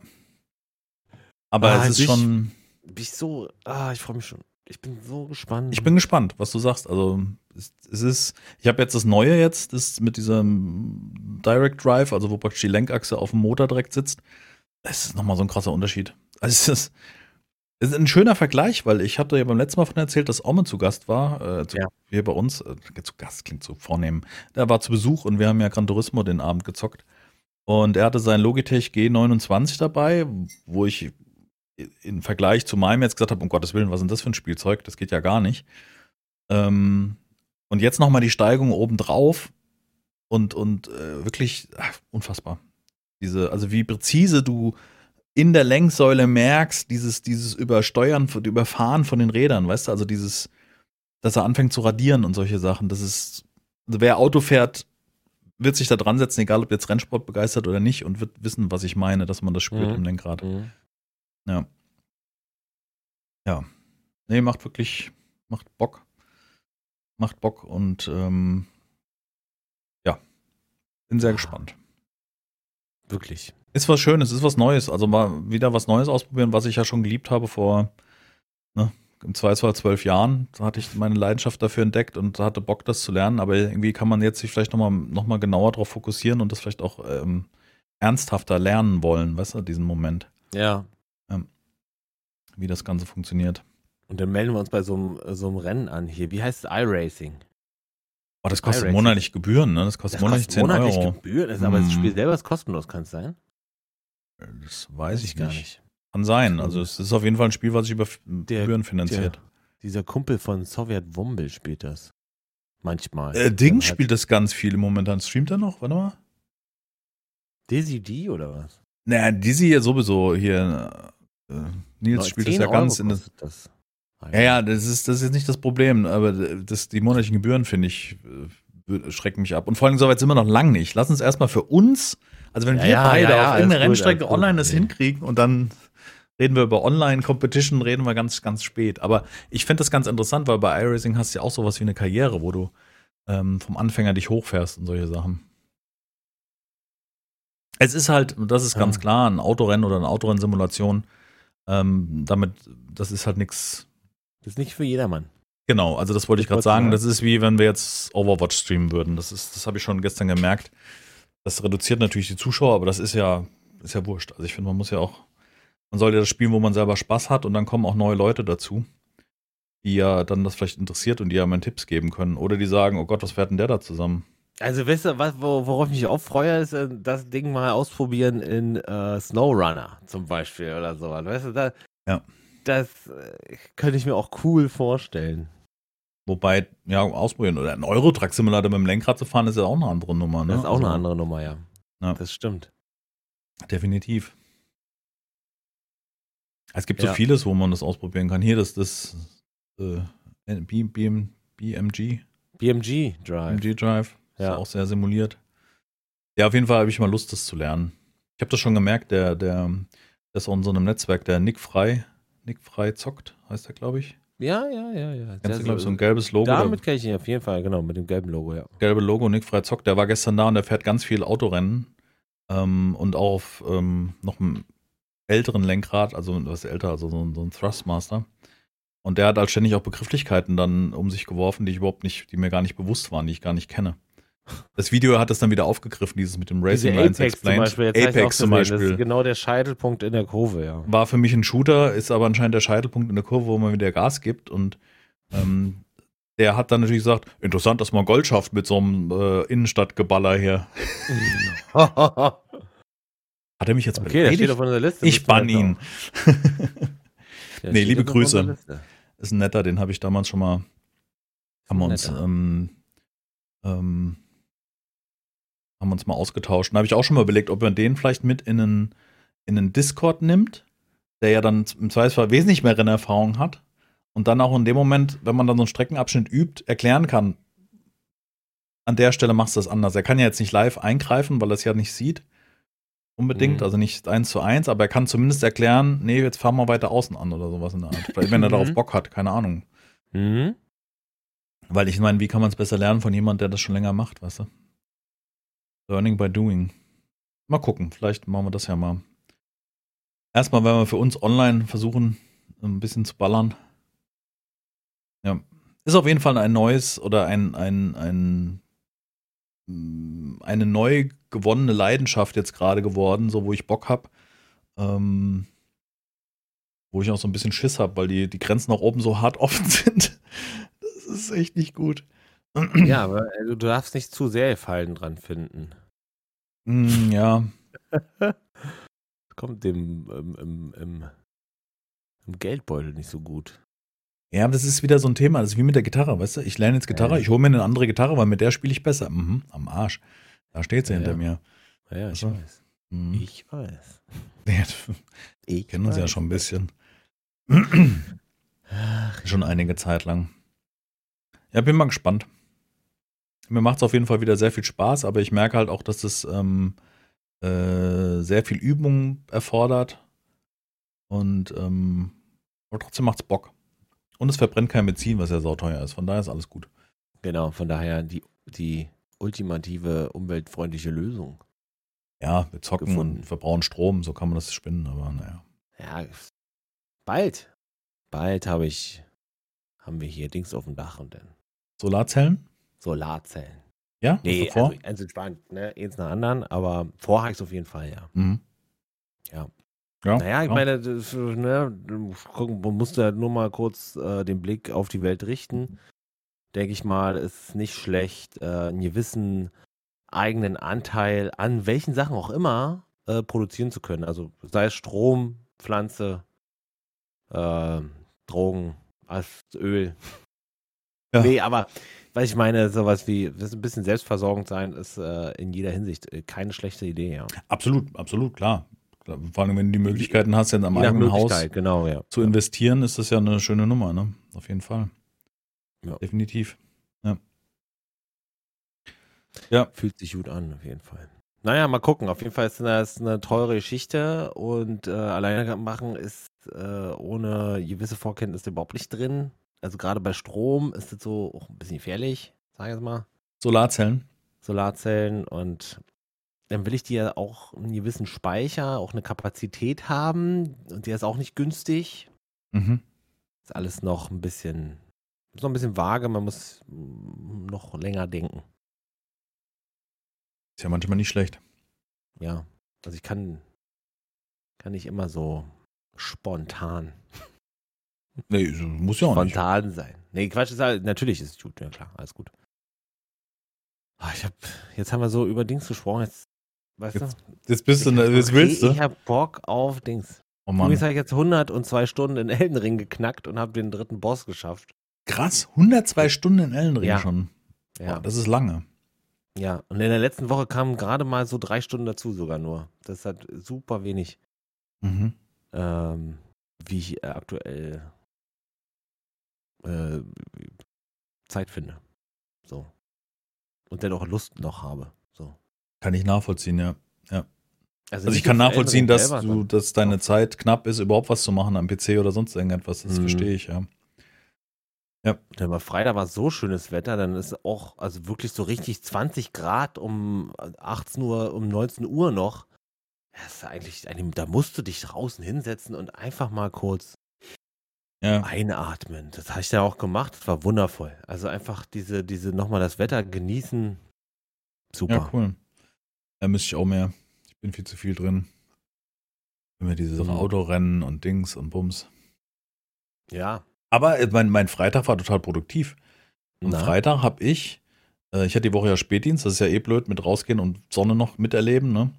[SPEAKER 1] Aber
[SPEAKER 2] Ah,
[SPEAKER 1] es ist
[SPEAKER 2] ich-
[SPEAKER 1] schon,
[SPEAKER 2] Bin ich so, ah, ich freue mich schon. Ich bin so gespannt.
[SPEAKER 1] ich bin gespannt, was du sagst, also es, es ist, ich habe jetzt das Neue jetzt, das mit diesem Direct Drive, also wo praktisch die Lenkachse auf dem Motor direkt sitzt, es ist nochmal so ein krasser Unterschied. Also es ist, es ist ein schöner Vergleich, weil ich hatte ja beim letzten Mal von erzählt, dass Omen zu Gast war, äh, zu,
[SPEAKER 2] Ja.
[SPEAKER 1] hier bei uns, äh, zu Gast klingt so vornehm, der war zu Besuch und wir haben ja Gran Turismo den Abend gezockt und er hatte sein Logitech G neunundzwanzig dabei, wo ich im Vergleich zu meinem jetzt gesagt habe, um Gottes Willen, was ist denn das für ein Spielzeug, das geht ja gar nicht. Ähm, und jetzt nochmal die Steigung obendrauf und, und äh, wirklich ach, unfassbar. Diese, also wie präzise du in der Lenksäule merkst, dieses, dieses Übersteuern, Überfahren von den Rädern, weißt du, also dieses, dass er anfängt zu radieren und solche Sachen, das ist, also wer Auto fährt, wird sich da dran setzen, egal ob jetzt Rennsport begeistert oder nicht und wird wissen, was ich meine, dass man das spürt
[SPEAKER 2] Mhm.
[SPEAKER 1] im Lenkrad.
[SPEAKER 2] Mhm.
[SPEAKER 1] Ja. Ja. Nee, macht wirklich, macht Bock. Macht Bock und ähm, ja, bin sehr gespannt.
[SPEAKER 2] Wirklich.
[SPEAKER 1] Ist was Schönes, ist was Neues. Also mal wieder was Neues ausprobieren, was ich ja schon geliebt habe vor, ne, im Zweifelsfall zwölf Jahren. Da hatte ich meine Leidenschaft dafür entdeckt und hatte Bock, das zu lernen. Aber irgendwie kann man jetzt sich vielleicht nochmal noch mal genauer darauf fokussieren und das vielleicht auch ähm, ernsthafter lernen wollen, weißt du, diesen Moment,
[SPEAKER 2] Ja.
[SPEAKER 1] wie das Ganze funktioniert.
[SPEAKER 2] Und dann melden wir uns bei so einem, so einem Rennen an hier. Wie heißt es? iRacing.
[SPEAKER 1] Oh, das kostet
[SPEAKER 2] iRacing.
[SPEAKER 1] monatlich Gebühren, ne? Das kostet monatlich zehn Euro.
[SPEAKER 2] Gebühren, ist, aber das
[SPEAKER 1] Hm.
[SPEAKER 2] Spiel selber ist kostenlos, kann es sein?
[SPEAKER 1] Das weiß ich
[SPEAKER 2] gar
[SPEAKER 1] nicht.
[SPEAKER 2] nicht.
[SPEAKER 1] Kann sein. Also es ist auf jeden Fall ein Spiel, was sich über F- Gebühren finanziert.
[SPEAKER 2] Dieser Kumpel von Sowjet Wombel spielt das. Manchmal.
[SPEAKER 1] Äh, Ding
[SPEAKER 2] Dann
[SPEAKER 1] spielt das ganz viel momentan. Streamt er noch? Warte mal.
[SPEAKER 2] Dizzy D oder was?
[SPEAKER 1] Naja, Dizzy ja sowieso hier. Äh, Nils
[SPEAKER 2] Neun-
[SPEAKER 1] spielt das
[SPEAKER 2] zehn
[SPEAKER 1] ja ganz
[SPEAKER 2] Euro
[SPEAKER 1] in das.
[SPEAKER 2] kostet das.
[SPEAKER 1] Ja, ja, das ist, das ist jetzt nicht das Problem, aber das, die monatlichen Gebühren, finde ich, äh, schrecken mich ab. Und vor allem, so weit sind wir noch lang nicht. Lass uns erstmal für uns, also wenn
[SPEAKER 2] Ja,
[SPEAKER 1] wir
[SPEAKER 2] ja,
[SPEAKER 1] beide
[SPEAKER 2] ja, ja,
[SPEAKER 1] auf
[SPEAKER 2] alles
[SPEAKER 1] irgendeiner
[SPEAKER 2] gut,
[SPEAKER 1] Rennstrecke
[SPEAKER 2] alles gut.
[SPEAKER 1] online das
[SPEAKER 2] Nee.
[SPEAKER 1] hinkriegen und dann reden wir über Online-Competition, reden wir ganz, ganz spät. Aber ich finde das ganz interessant, weil bei iRacing hast du ja auch sowas wie eine Karriere, wo du ähm, vom Anfänger dich hochfährst und solche Sachen. Es ist halt, das ist ganz
[SPEAKER 2] Ja.
[SPEAKER 1] klar, ein Autorennen oder eine Autorennsimulation. Ähm, damit, das ist halt nichts.
[SPEAKER 2] Das ist nicht für jedermann.
[SPEAKER 1] Genau, also das wollte ich
[SPEAKER 2] Ich
[SPEAKER 1] gerade
[SPEAKER 2] wollte
[SPEAKER 1] sagen.
[SPEAKER 2] sagen.
[SPEAKER 1] Das ist wie wenn wir jetzt Overwatch streamen würden. Das ist, das habe ich schon gestern gemerkt. Das reduziert natürlich die Zuschauer, aber das ist ja, ist ja wurscht. Also ich finde, man muss ja auch, man soll ja das spielen, wo man selber Spaß hat und dann kommen auch neue Leute dazu, die ja dann das vielleicht interessiert und die ja mal Tipps geben können. Oder die sagen, oh Gott, was fährt denn der da zusammen?
[SPEAKER 2] Also, weißt du, was, wo, worauf ich mich auch freue, ist äh, das Ding mal ausprobieren in äh, SnowRunner zum Beispiel oder so. Weißt du, da,
[SPEAKER 1] Ja.
[SPEAKER 2] das äh, könnte ich mir auch cool vorstellen.
[SPEAKER 1] Wobei, ja, ausprobieren. Oder ein Euro-Truck-Simulator mit dem Lenkrad zu fahren, ist ja auch eine andere Nummer. Ne?
[SPEAKER 2] Das ist auch
[SPEAKER 1] Also,
[SPEAKER 2] eine andere Nummer, ja.
[SPEAKER 1] Ja.
[SPEAKER 2] Das stimmt.
[SPEAKER 1] Definitiv. Es gibt so
[SPEAKER 2] Ja.
[SPEAKER 1] vieles, wo man das ausprobieren kann. Hier, das, das äh, B, B, BMG,
[SPEAKER 2] B M G Drive.
[SPEAKER 1] B M G Drive, ist
[SPEAKER 2] Ja.
[SPEAKER 1] auch sehr simuliert. Ja, auf jeden Fall habe ich mal Lust, das zu lernen. Ich habe das schon gemerkt, der, der, der ist auch in so einem Netzwerk, der Nick Frei, Nick Frei zockt, heißt der, glaube ich.
[SPEAKER 2] Ja, ja, ja, ja.
[SPEAKER 1] Kennst du, glaube ich, so ein gelbes Logo.
[SPEAKER 2] Damit kenne ich ihn auf jeden Fall, genau, mit dem gelben Logo, ja.
[SPEAKER 1] Gelbe Logo, Nick Frei zockt, der war gestern da und der fährt ganz viel Autorennen ähm, und auch auf ähm, noch einem älteren Lenkrad, also was älter, also so, ein- so ein Thrustmaster. Und der hat halt ständig auch Begrifflichkeiten dann um sich geworfen, die ich überhaupt nicht, die mir gar nicht bewusst waren, die ich gar nicht kenne. Das Video hat das dann wieder aufgegriffen, dieses mit dem Racing
[SPEAKER 2] Diese
[SPEAKER 1] Lines
[SPEAKER 2] Apex zum
[SPEAKER 1] Explained.
[SPEAKER 2] Beispiel, jetzt hab ich's auch
[SPEAKER 1] Apex zum
[SPEAKER 2] gesehen. Das
[SPEAKER 1] Beispiel.
[SPEAKER 2] ist genau der Scheitelpunkt in der Kurve, ja.
[SPEAKER 1] War für mich ein Shooter, ist aber anscheinend der Scheitelpunkt in der Kurve, wo man wieder Gas gibt. Und ähm, der hat dann natürlich gesagt, interessant, dass man Gold schafft mit so einem äh, Innenstadtgeballer hier. Hat er mich jetzt
[SPEAKER 2] Okay, das steht
[SPEAKER 1] beleidigt?
[SPEAKER 2] auf unserer Liste.
[SPEAKER 1] Ich
[SPEAKER 2] müssen wir
[SPEAKER 1] bann
[SPEAKER 2] jetzt
[SPEAKER 1] ihn.
[SPEAKER 2] auch- Der
[SPEAKER 1] Nee,
[SPEAKER 2] steht
[SPEAKER 1] liebe
[SPEAKER 2] auf unserer
[SPEAKER 1] Grüße.
[SPEAKER 2] Liste.
[SPEAKER 1] Ist ein netter, den habe ich damals schon mal, haben wir uns,
[SPEAKER 2] Netter.
[SPEAKER 1] ähm, ähm, haben wir uns mal ausgetauscht. Da habe ich auch schon mal überlegt, ob man den vielleicht mit in einen, in einen Discord nimmt, der ja dann im Zweifelsfall wesentlich mehr Rennerfahrung hat und dann auch in dem Moment, wenn man dann so einen Streckenabschnitt übt, erklären kann, an der Stelle machst du das anders. Er kann ja jetzt nicht live eingreifen, weil er es ja nicht sieht. Unbedingt,
[SPEAKER 2] Mhm.
[SPEAKER 1] also nicht eins zu eins, aber er kann zumindest erklären, nee, jetzt fahren wir weiter außen an oder sowas in der Art. Vielleicht, wenn er darauf
[SPEAKER 2] Mhm.
[SPEAKER 1] Bock hat, keine Ahnung.
[SPEAKER 2] Mhm.
[SPEAKER 1] Weil ich meine, wie kann man es besser lernen von jemandem, der das schon länger macht, weißt du? Learning by doing. Mal gucken, vielleicht machen wir das ja mal. Erstmal werden wir für uns online versuchen, ein bisschen zu ballern. Ja. Ist auf jeden Fall ein neues oder ein, ein, ein mh, eine neu gewonnene Leidenschaft jetzt gerade geworden, so wo ich Bock habe. Ähm, wo ich auch so ein bisschen Schiss habe, weil die, die Grenzen nach oben so hart offen sind. Das ist echt nicht gut.
[SPEAKER 2] Ja, aber äh, du darfst nicht zu sehr Fallen dran finden.
[SPEAKER 1] Mm, ja.
[SPEAKER 2] Das kommt dem ähm, im, im, im Geldbeutel nicht so gut.
[SPEAKER 1] Ja, aber das ist wieder so ein Thema. Das ist wie mit der Gitarre, weißt du? Ich lerne jetzt Gitarre,
[SPEAKER 2] Ja.
[SPEAKER 1] ich hole mir eine andere Gitarre, weil mit der spiele ich besser. Mhm, am Arsch. Da steht sie
[SPEAKER 2] Ja,
[SPEAKER 1] hinter
[SPEAKER 2] ja.
[SPEAKER 1] mir.
[SPEAKER 2] Ja, ja, ich
[SPEAKER 1] Also,
[SPEAKER 2] weiß.
[SPEAKER 1] Mhm.
[SPEAKER 2] Ich weiß.
[SPEAKER 1] Ja,
[SPEAKER 2] Ich
[SPEAKER 1] kennen uns ja
[SPEAKER 2] weiß.
[SPEAKER 1] schon ein bisschen.
[SPEAKER 2] Ach,
[SPEAKER 1] Schon einige Zeit lang. Ja, bin mal gespannt. Mir macht es auf jeden Fall wieder sehr viel Spaß, aber ich merke halt auch, dass es ähm, äh, sehr viel Übung erfordert. Und ähm, aber trotzdem macht's Bock. Und es verbrennt kein Benzin, was ja sauteuer ist. Von daher ist alles gut.
[SPEAKER 2] genau, von daher die, die ultimative umweltfreundliche Lösung.
[SPEAKER 1] Ja, wir zocken
[SPEAKER 2] Gefunden.
[SPEAKER 1] und verbrauchen Strom, so kann man das spinnen, aber naja.
[SPEAKER 2] Ja, bald. Bald habe ich, haben wir hier Dings auf dem Dach und dann
[SPEAKER 1] Solarzellen?
[SPEAKER 2] Solarzellen.
[SPEAKER 1] Ja?
[SPEAKER 2] Nee,
[SPEAKER 1] Hast du vor?
[SPEAKER 2] also ganz entspannt, ne? Eins nach anderen, aber vor habe ich es auf jeden Fall, ja.
[SPEAKER 1] Mhm.
[SPEAKER 2] Ja.
[SPEAKER 1] Ja,
[SPEAKER 2] Naja, ich
[SPEAKER 1] ja.
[SPEAKER 2] meine, das, ne, gucken, man musste halt nur mal kurz äh, den Blick auf die Welt richten. Denke ich mal, ist nicht schlecht, äh, einen gewissen eigenen Anteil an welchen Sachen auch immer äh, produzieren zu können. Also sei es Strom, Pflanze, äh, Drogen, Ast, Öl.
[SPEAKER 1] Ja.
[SPEAKER 2] Nee, aber was ich meine, sowas wie ein bisschen selbstversorgend sein, ist äh, in jeder Hinsicht äh, keine schlechte Idee, ja.
[SPEAKER 1] Absolut, absolut, klar. Klar, vor allem, wenn du die Möglichkeiten hast, in einem
[SPEAKER 2] Je nach
[SPEAKER 1] eigenen Haus
[SPEAKER 2] Möglichkeit, genau, ja.
[SPEAKER 1] zu investieren, ist das ja eine schöne Nummer, ne? Auf jeden Fall.
[SPEAKER 2] Ja.
[SPEAKER 1] Definitiv. Ja. Ja.
[SPEAKER 2] Fühlt sich gut an, auf jeden Fall. Naja, mal gucken. Auf jeden Fall ist das eine teure Geschichte und äh, alleine machen ist äh, ohne gewisse Vorkenntnisse überhaupt nicht drin. Also gerade bei Strom ist das so auch ein bisschen gefährlich, sag ich jetzt mal.
[SPEAKER 1] Solarzellen.
[SPEAKER 2] Solarzellen und dann will ich die ja auch einen gewissen Speicher, auch eine Kapazität haben. Und der ist auch nicht günstig.
[SPEAKER 1] Mhm.
[SPEAKER 2] Ist alles noch ein bisschen, ist noch ein bisschen vage. Man muss mm, noch länger denken.
[SPEAKER 1] Ist ja manchmal nicht schlecht.
[SPEAKER 2] Ja, also ich kann, kann nicht immer so spontan,
[SPEAKER 1] Nee, so muss ja auch nicht.
[SPEAKER 2] spontan sein. Nee, Quatsch, ist halt, natürlich ist es gut. Ja klar, alles gut. Ah, ich hab, jetzt haben wir so über Dings gesprochen. Jetzt, weißt
[SPEAKER 1] Jetzt,
[SPEAKER 2] du?
[SPEAKER 1] jetzt bist du,
[SPEAKER 2] Ich hab-
[SPEAKER 1] jetzt willst du.
[SPEAKER 2] Ich hab Bock auf Dings.
[SPEAKER 1] Oh
[SPEAKER 2] Übrigens
[SPEAKER 1] Mann.
[SPEAKER 2] habe ich jetzt hundertzwei Stunden in Elden Ring geknackt und habe den dritten Boss geschafft.
[SPEAKER 1] Krass, hundertzwei Stunden in Elden Ring
[SPEAKER 2] Ja.
[SPEAKER 1] schon.
[SPEAKER 2] Ja,
[SPEAKER 1] Boah, das ist lange.
[SPEAKER 2] ja. Und in der letzten Woche kamen gerade mal so drei Stunden dazu sogar nur. Das ist halt super wenig,
[SPEAKER 1] Mhm.
[SPEAKER 2] ähm, wie ich äh, aktuell äh, Zeit finde. So. Und dann auch Lust noch habe. So.
[SPEAKER 1] Kann ich nachvollziehen, ja. Also ich
[SPEAKER 2] nicht
[SPEAKER 1] kann
[SPEAKER 2] auf
[SPEAKER 1] nachvollziehen,
[SPEAKER 2] Elden Ring
[SPEAKER 1] dass
[SPEAKER 2] selber,
[SPEAKER 1] du,
[SPEAKER 2] sondern
[SPEAKER 1] dass deine
[SPEAKER 2] auf-
[SPEAKER 1] Zeit knapp ist, überhaupt was zu machen am P C oder sonst irgendetwas. Das
[SPEAKER 2] Mhm.
[SPEAKER 1] verstehe ich, ja.
[SPEAKER 2] Ja, aber Freitag war so schönes Wetter, dann ist auch, also wirklich so richtig zwanzig Grad um achtzehn Uhr, um neunzehn Uhr noch. Das ist eigentlich, eigentlich, da musst du dich draußen hinsetzen und einfach mal kurz
[SPEAKER 1] Ja,
[SPEAKER 2] einatmen. Das habe ich ja auch gemacht, das war wundervoll. Also einfach diese, diese nochmal das Wetter genießen. Super.
[SPEAKER 1] ja, cool. Da müsste ich auch mehr. Ich bin viel zu viel drin. Immer diese
[SPEAKER 2] Mhm.
[SPEAKER 1] Autorennen und Dings und Bums.
[SPEAKER 2] Ja.
[SPEAKER 1] Aber äh, mein, mein Freitag war total produktiv. Am
[SPEAKER 2] Na?
[SPEAKER 1] Freitag habe ich, äh, ich hatte die Woche ja Spätdienst, das ist ja eh blöd, mit rausgehen und Sonne noch miterleben, ne?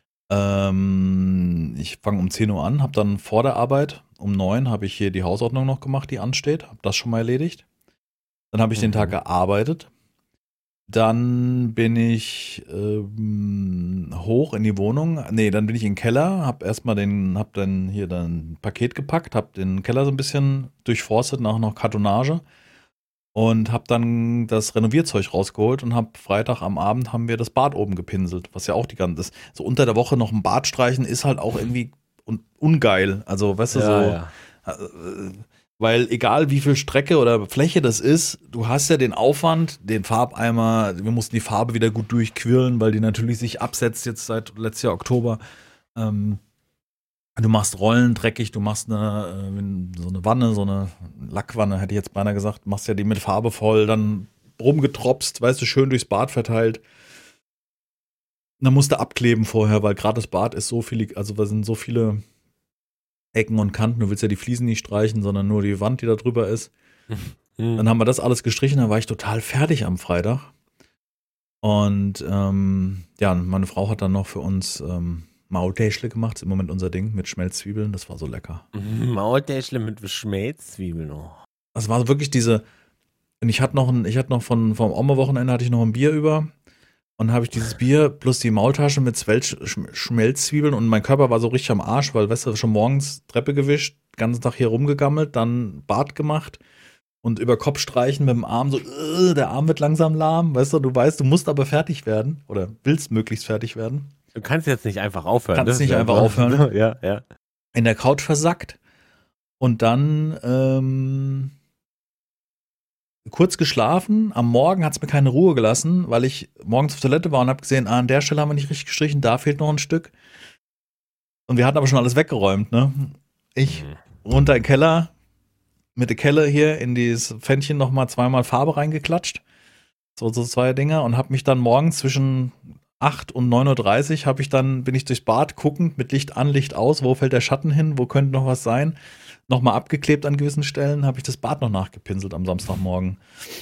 [SPEAKER 1] Ähm, ich fange um zehn Uhr an, habe dann vor der Arbeit um neun habe ich hier die Hausordnung noch gemacht, die ansteht, habe das schon mal erledigt. Dann habe ich den
[SPEAKER 2] Mhm.
[SPEAKER 1] Tag gearbeitet. Dann bin ich ähm, hoch in die Wohnung. Nee, dann bin ich in den Keller, hab erstmal den, hab dann hier dann ein Paket gepackt, hab den Keller so ein bisschen durchforstet nach noch Kartonage und hab dann das Renovierzeug rausgeholt und hab Freitag am Abend haben wir das Bad oben gepinselt, was ja auch die ganze, das, so unter der Woche noch ein Bad streichen ist halt auch irgendwie un, ungeil. Also, weißt du, so,
[SPEAKER 2] Ja, ja.
[SPEAKER 1] äh, weil egal wie viel Strecke oder Fläche das ist, du hast ja den Aufwand, den Farbeimer, wir mussten die Farbe wieder gut durchquirlen, weil die natürlich sich absetzt jetzt seit letztes Jahr Oktober. Ähm, du machst Rollen dreckig, du machst eine, äh, so eine Wanne, so eine Lackwanne, hätte ich jetzt beinahe gesagt, machst ja die mit Farbe voll, dann rumgetropst, weißt du, schön durchs Bad verteilt. Dann musst du abkleben vorher, weil gerade das Bad ist so viel, also da sind so viele Ecken und Kanten, du willst ja die Fliesen nicht streichen, sondern nur die Wand, die da drüber ist.
[SPEAKER 2] Mhm.
[SPEAKER 1] Dann haben wir das alles gestrichen, dann war ich total fertig am Freitag. Und ähm, ja, meine Frau hat dann noch für uns ähm, Maultäschle gemacht, ist im Moment unser Ding, mit Schmelzzwiebeln, das war so lecker.
[SPEAKER 2] Maultäschle mit Schmelzzwiebeln noch.
[SPEAKER 1] Das war wirklich diese, und ich hatte noch, ein, ich hatte noch von, vom Oma-Wochenende hatte ich noch ein Bier über. Und habe ich dieses Bier plus die Maultasche mit Zwelch, Sch- Schmelzzwiebeln und mein Körper war so richtig am Arsch, weil, weißt du, schon morgens Treppe gewischt, den ganzen Tag hier rumgegammelt, dann Bad gemacht und über Kopf streichen mit dem Arm so, äh, der Arm wird langsam lahm, weißt du, du weißt, du musst aber fertig werden oder willst möglichst fertig werden.
[SPEAKER 2] Du kannst jetzt nicht einfach aufhören.
[SPEAKER 1] Kannst
[SPEAKER 2] das ist
[SPEAKER 1] nicht
[SPEAKER 2] ja
[SPEAKER 1] einfach
[SPEAKER 2] so-
[SPEAKER 1] aufhören.
[SPEAKER 2] Ja, ja.
[SPEAKER 1] In der Couch versackt und dann ähm, kurz geschlafen. Am Morgen hat es mir keine Ruhe gelassen, weil ich morgens auf Toilette war und habe gesehen, ah, an der Stelle haben wir nicht richtig gestrichen, da fehlt noch ein Stück. Und wir hatten aber schon alles weggeräumt, ne? Ich runter in den Keller, mit der Kelle hier in dieses Pfännchen nochmal zweimal Farbe reingeklatscht. So, so zwei Dinger und habe mich dann morgens zwischen acht und neun Uhr dreißig habe ich dann, bin ich durchs Bad guckend, mit Licht an, Licht aus, wo fällt der Schatten hin, wo könnte noch was sein. Nochmal abgeklebt an gewissen Stellen, habe ich das Bad noch nachgepinselt am Samstagmorgen.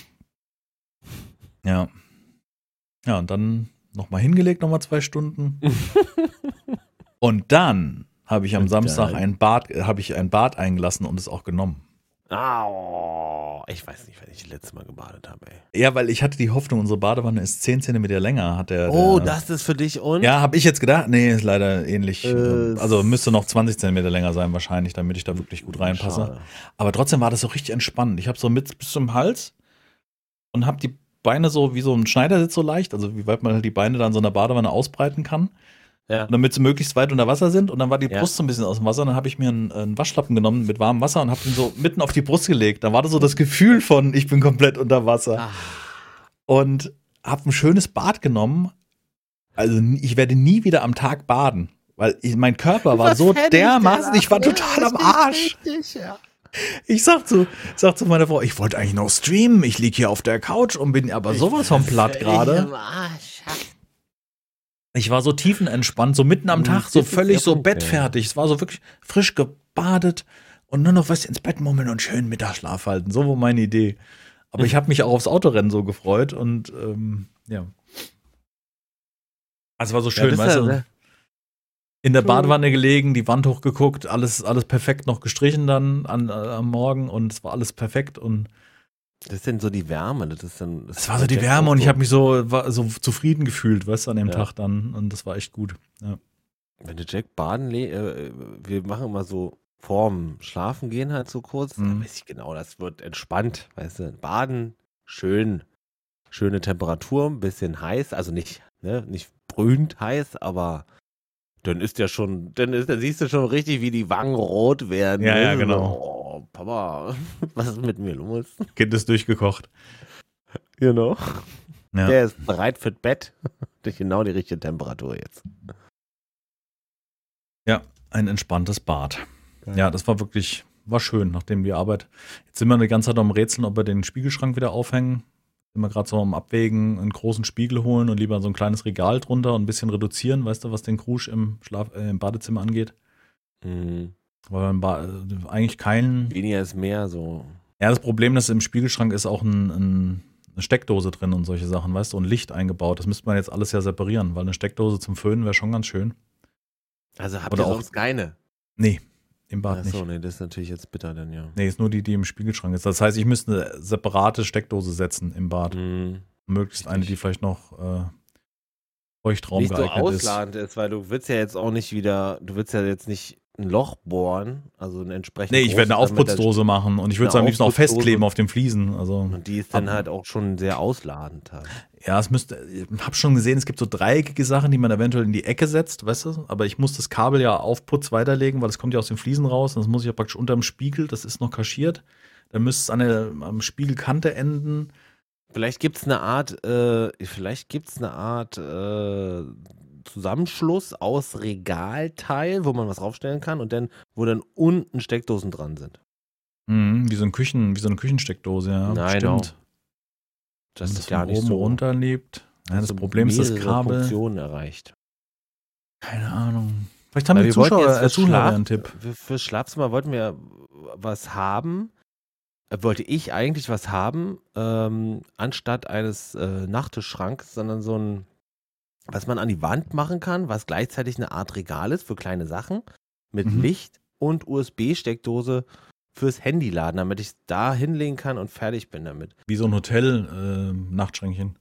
[SPEAKER 1] Ja. Ja, und dann nochmal hingelegt, nochmal zwei Stunden. Und dann habe ich am
[SPEAKER 2] Und
[SPEAKER 1] Samstag
[SPEAKER 2] dann?
[SPEAKER 1] ein Bad, habe ich ein Bad eingelassen und es auch genommen.
[SPEAKER 2] Au, ich weiß nicht, wann ich das letzte Mal gebadet habe, ey.
[SPEAKER 1] Ja, weil ich hatte die Hoffnung, unsere Badewanne ist zehn Zentimeter länger, hat der.
[SPEAKER 2] Oh,
[SPEAKER 1] der,
[SPEAKER 2] das ist für dich und?
[SPEAKER 1] Ja, habe ich jetzt gedacht. Nee, ist leider ähnlich.
[SPEAKER 2] Äh,
[SPEAKER 1] also müsste noch zwanzig Zentimeter länger sein wahrscheinlich, damit ich da wirklich gut reinpasse.
[SPEAKER 2] Schade.
[SPEAKER 1] Aber trotzdem war das so richtig entspannend. Ich habe so mit bis zum Hals und habe die Beine so wie so ein Schneidersitz so leicht, also wie weit man halt die Beine dann so in der Badewanne ausbreiten kann,
[SPEAKER 2] Ja.
[SPEAKER 1] damit sie möglichst weit unter Wasser sind. Und dann war die
[SPEAKER 2] Ja.
[SPEAKER 1] Brust so ein bisschen aus dem Wasser. Und dann habe ich mir einen, einen Waschlappen genommen mit warmem Wasser und habe ihn so mitten auf die Brust gelegt. Da war das so das Gefühl von, ich bin komplett unter Wasser.
[SPEAKER 2] Ah.
[SPEAKER 1] Und habe ein schönes Bad genommen. Also ich werde nie wieder am Tag baden, weil ich, mein Körper war so
[SPEAKER 2] fertig,
[SPEAKER 1] dermaßen,
[SPEAKER 2] der
[SPEAKER 1] ich war total am Arsch.
[SPEAKER 2] Richtig, ja.
[SPEAKER 1] Ich sag zu, sag zu meiner Frau, ich wollte eigentlich noch streamen, ich lieg hier auf der Couch und bin aber sowas von platt gerade. Ich war so tiefenentspannt, so mitten am Tag, so völlig so bettfertig. Es war so wirklich frisch gebadet und nur noch was ins Bett mummeln und schön Mittagsschlaf halten. So war meine Idee. Aber ich habe mich auch aufs Autorennen so gefreut und ähm, ja. Also es war so schön,
[SPEAKER 2] Ja, das
[SPEAKER 1] weißt
[SPEAKER 2] ist
[SPEAKER 1] du?
[SPEAKER 2] ja-
[SPEAKER 1] In der Badewanne gelegen, die Wand hochgeguckt, alles, alles perfekt noch gestrichen dann an, äh, am Morgen und es war alles perfekt und
[SPEAKER 2] Das ist denn so die Wärme. Das ist dann, das
[SPEAKER 1] es war so die Wärme und ich habe mich so, war so zufrieden gefühlt, weißt du, an dem
[SPEAKER 2] Ja.
[SPEAKER 1] Tag dann und das war echt gut. Ja.
[SPEAKER 2] Wenn du Jack baden, le- äh, wir machen immer so vorm Schlafen gehen halt so kurz,
[SPEAKER 1] Mhm.
[SPEAKER 2] da weiß ich genau, das wird entspannt, weißt du, baden, schön, schöne Temperatur, ein bisschen heiß, also nicht, ne, nicht brühend heiß, aber dann ist ja schon, dann ist, dann siehst du schon richtig, wie die Wangen rot werden.
[SPEAKER 1] Ja, ja,
[SPEAKER 2] ne?
[SPEAKER 1] genau.
[SPEAKER 2] So, oh, Papa, was ist mit mir los?
[SPEAKER 1] Kind ist durchgekocht.
[SPEAKER 2] Genau.
[SPEAKER 1] Ja.
[SPEAKER 2] Der ist bereit für das Bett. Genau die richtige Temperatur jetzt.
[SPEAKER 1] Ja, ein entspanntes Bad. Ja, das war wirklich, war schön, nachdem die Arbeit. Jetzt sind wir eine ganze Zeit am Rätseln, ob wir den Spiegelschrank wieder aufhängen. Sind wir gerade so am Abwägen, einen großen Spiegel holen und lieber so ein kleines Regal drunter und ein bisschen reduzieren, weißt du, was den Krusch im, Schlaf, äh, im Badezimmer angeht.
[SPEAKER 2] Mhm.
[SPEAKER 1] Weil wir im ba äh, eigentlich keinen.
[SPEAKER 2] Weniger ist mehr, so.
[SPEAKER 1] Ja, das Problem ist, im Spiegelschrank ist auch ein, ein, eine Steckdose drin und solche Sachen, weißt du, und Licht eingebaut. Das müsste man jetzt alles ja separieren, weil eine Steckdose zum Föhnen wäre schon ganz schön.
[SPEAKER 2] Also habt
[SPEAKER 1] Oder
[SPEAKER 2] ihr
[SPEAKER 1] auch-
[SPEAKER 2] sonst keine?
[SPEAKER 1] Nee, im Bad
[SPEAKER 2] Achso,
[SPEAKER 1] nicht.
[SPEAKER 2] nee, das ist natürlich jetzt bitter dann, ja.
[SPEAKER 1] Nee, ist nur die, die im Spiegelschrank ist. Das heißt, ich müsste eine separate Steckdose setzen im Bad.
[SPEAKER 2] Mhm.
[SPEAKER 1] Möglichst eine, die vielleicht noch äh, Feuchtraum
[SPEAKER 2] Nicht so
[SPEAKER 1] geeignet ist.
[SPEAKER 2] ausladend ist, weil du willst ja jetzt auch nicht wieder, du willst ja jetzt nicht ein Loch bohren, also ein entsprechend
[SPEAKER 1] Nee, ich werde eine
[SPEAKER 2] großes, damit
[SPEAKER 1] Aufputzdose machen und ich würde es
[SPEAKER 2] Eine
[SPEAKER 1] am liebsten auch
[SPEAKER 2] Aufputzdose.
[SPEAKER 1] festkleben auf den Fliesen. Also,
[SPEAKER 2] Und die ist dann
[SPEAKER 1] Hab-
[SPEAKER 2] halt auch schon sehr ausladend halt.
[SPEAKER 1] ja, es müsste, ich habe schon gesehen, es gibt so dreieckige Sachen, die man eventuell in die Ecke setzt, weißt du? Aber ich muss das Kabel ja auf Putz weiterlegen, weil es kommt ja aus den Fliesen raus. Und das muss ich ja praktisch unterm Spiegel, das ist noch kaschiert. Dann müsste es an der am Spiegelkante enden.
[SPEAKER 2] Vielleicht gibt es eine Art, äh, vielleicht gibt es eine Art äh, Zusammenschluss aus Regalteil, wo man was draufstellen kann und dann, wo dann unten Steckdosen dran sind.
[SPEAKER 1] Mhm, wie so ein Küchen, wie so eine Küchensteckdose, ja.
[SPEAKER 2] Nein,
[SPEAKER 1] stimmt.
[SPEAKER 2] Das
[SPEAKER 1] Wenn
[SPEAKER 2] ist gar
[SPEAKER 1] von
[SPEAKER 2] nicht
[SPEAKER 1] oben
[SPEAKER 2] so.
[SPEAKER 1] runterlebt. Ja, das
[SPEAKER 2] so
[SPEAKER 1] Problem ist das
[SPEAKER 2] mehrere
[SPEAKER 1] Kabel.
[SPEAKER 2] Funktionen erreicht.
[SPEAKER 1] Keine Ahnung. Vielleicht haben
[SPEAKER 2] Weil
[SPEAKER 1] die
[SPEAKER 2] wir wollten
[SPEAKER 1] Zuschauer,
[SPEAKER 2] jetzt
[SPEAKER 1] äh,
[SPEAKER 2] fürs
[SPEAKER 1] Zuhörer
[SPEAKER 2] Schlaf-
[SPEAKER 1] einen Tipp.
[SPEAKER 2] Für, fürs Schlafzimmer wollten wir was haben. Äh, Wollte ich eigentlich was haben, ähm, anstatt eines äh, Nachttischschranks, sondern so ein, was man an die Wand machen kann, was gleichzeitig eine Art Regal ist für kleine Sachen mit
[SPEAKER 1] Mhm.
[SPEAKER 2] Licht und U S B-Steckdose fürs Handy laden, damit ich es da hinlegen kann und fertig bin damit.
[SPEAKER 1] Wie so ein Hotel-Nachtschränkchen.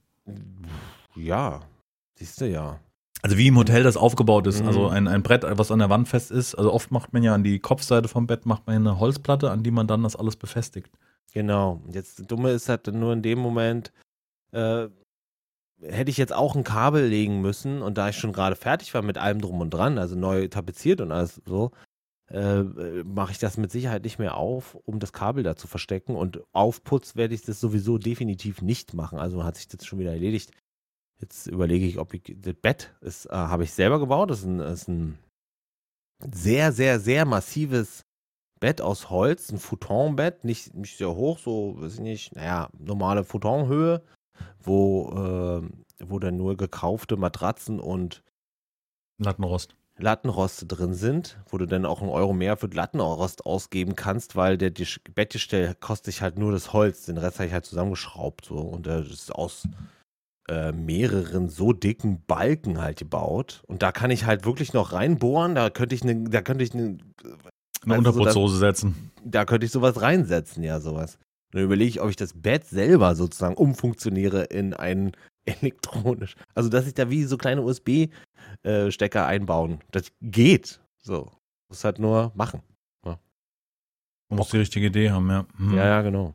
[SPEAKER 2] Ja, siehst du ja.
[SPEAKER 1] Also wie im Hotel das aufgebaut ist.
[SPEAKER 2] Mhm.
[SPEAKER 1] Also ein, ein Brett, was an der Wand fest ist. Also oft macht man ja an die Kopfseite vom Bett macht man eine Holzplatte, an die man dann das alles befestigt.
[SPEAKER 2] Genau. Jetzt das Dumme ist halt nur in dem Moment, äh, hätte ich jetzt auch ein Kabel legen müssen und da ich schon gerade fertig war mit allem drum und dran, also neu tapeziert und alles so, äh, mache ich das mit Sicherheit nicht mehr auf, um das Kabel da zu verstecken und aufputz werde ich das sowieso definitiv nicht machen. Also hat sich das schon wieder erledigt. Jetzt überlege ich, ob ich das Bett ist, äh, habe ich selber gebaut. Das ist ein, ist ein sehr, sehr, sehr massives Bett aus Holz, ein Futonbett, nicht, nicht sehr hoch, so, weiß ich nicht, naja, normale Futonhöhe, wo, äh, wo dann nur gekaufte Matratzen und
[SPEAKER 1] Lattenrost.
[SPEAKER 2] Lattenroste drin sind, wo du dann auch einen Euro mehr für Lattenrost ausgeben kannst, weil der die Bettgestell kostet sich halt nur das Holz, den Rest habe ich halt zusammengeschraubt so und das ist aus äh, mehreren so dicken Balken halt gebaut und da kann ich halt wirklich noch reinbohren, da könnte ich eine, da könnte ich eine
[SPEAKER 1] Eine
[SPEAKER 2] Also so
[SPEAKER 1] Unterputzhose setzen.
[SPEAKER 2] da könnte ich sowas reinsetzen, ja, sowas. Und dann überlege ich, ob ich das Bett selber sozusagen umfunktioniere in ein elektronisch. Also, dass ich da wie so kleine U S B-Stecker einbauen. Das geht. So. Muss halt nur machen.
[SPEAKER 1] Man muss die richtige Idee haben, ja. Hm.
[SPEAKER 2] Ja, ja, genau.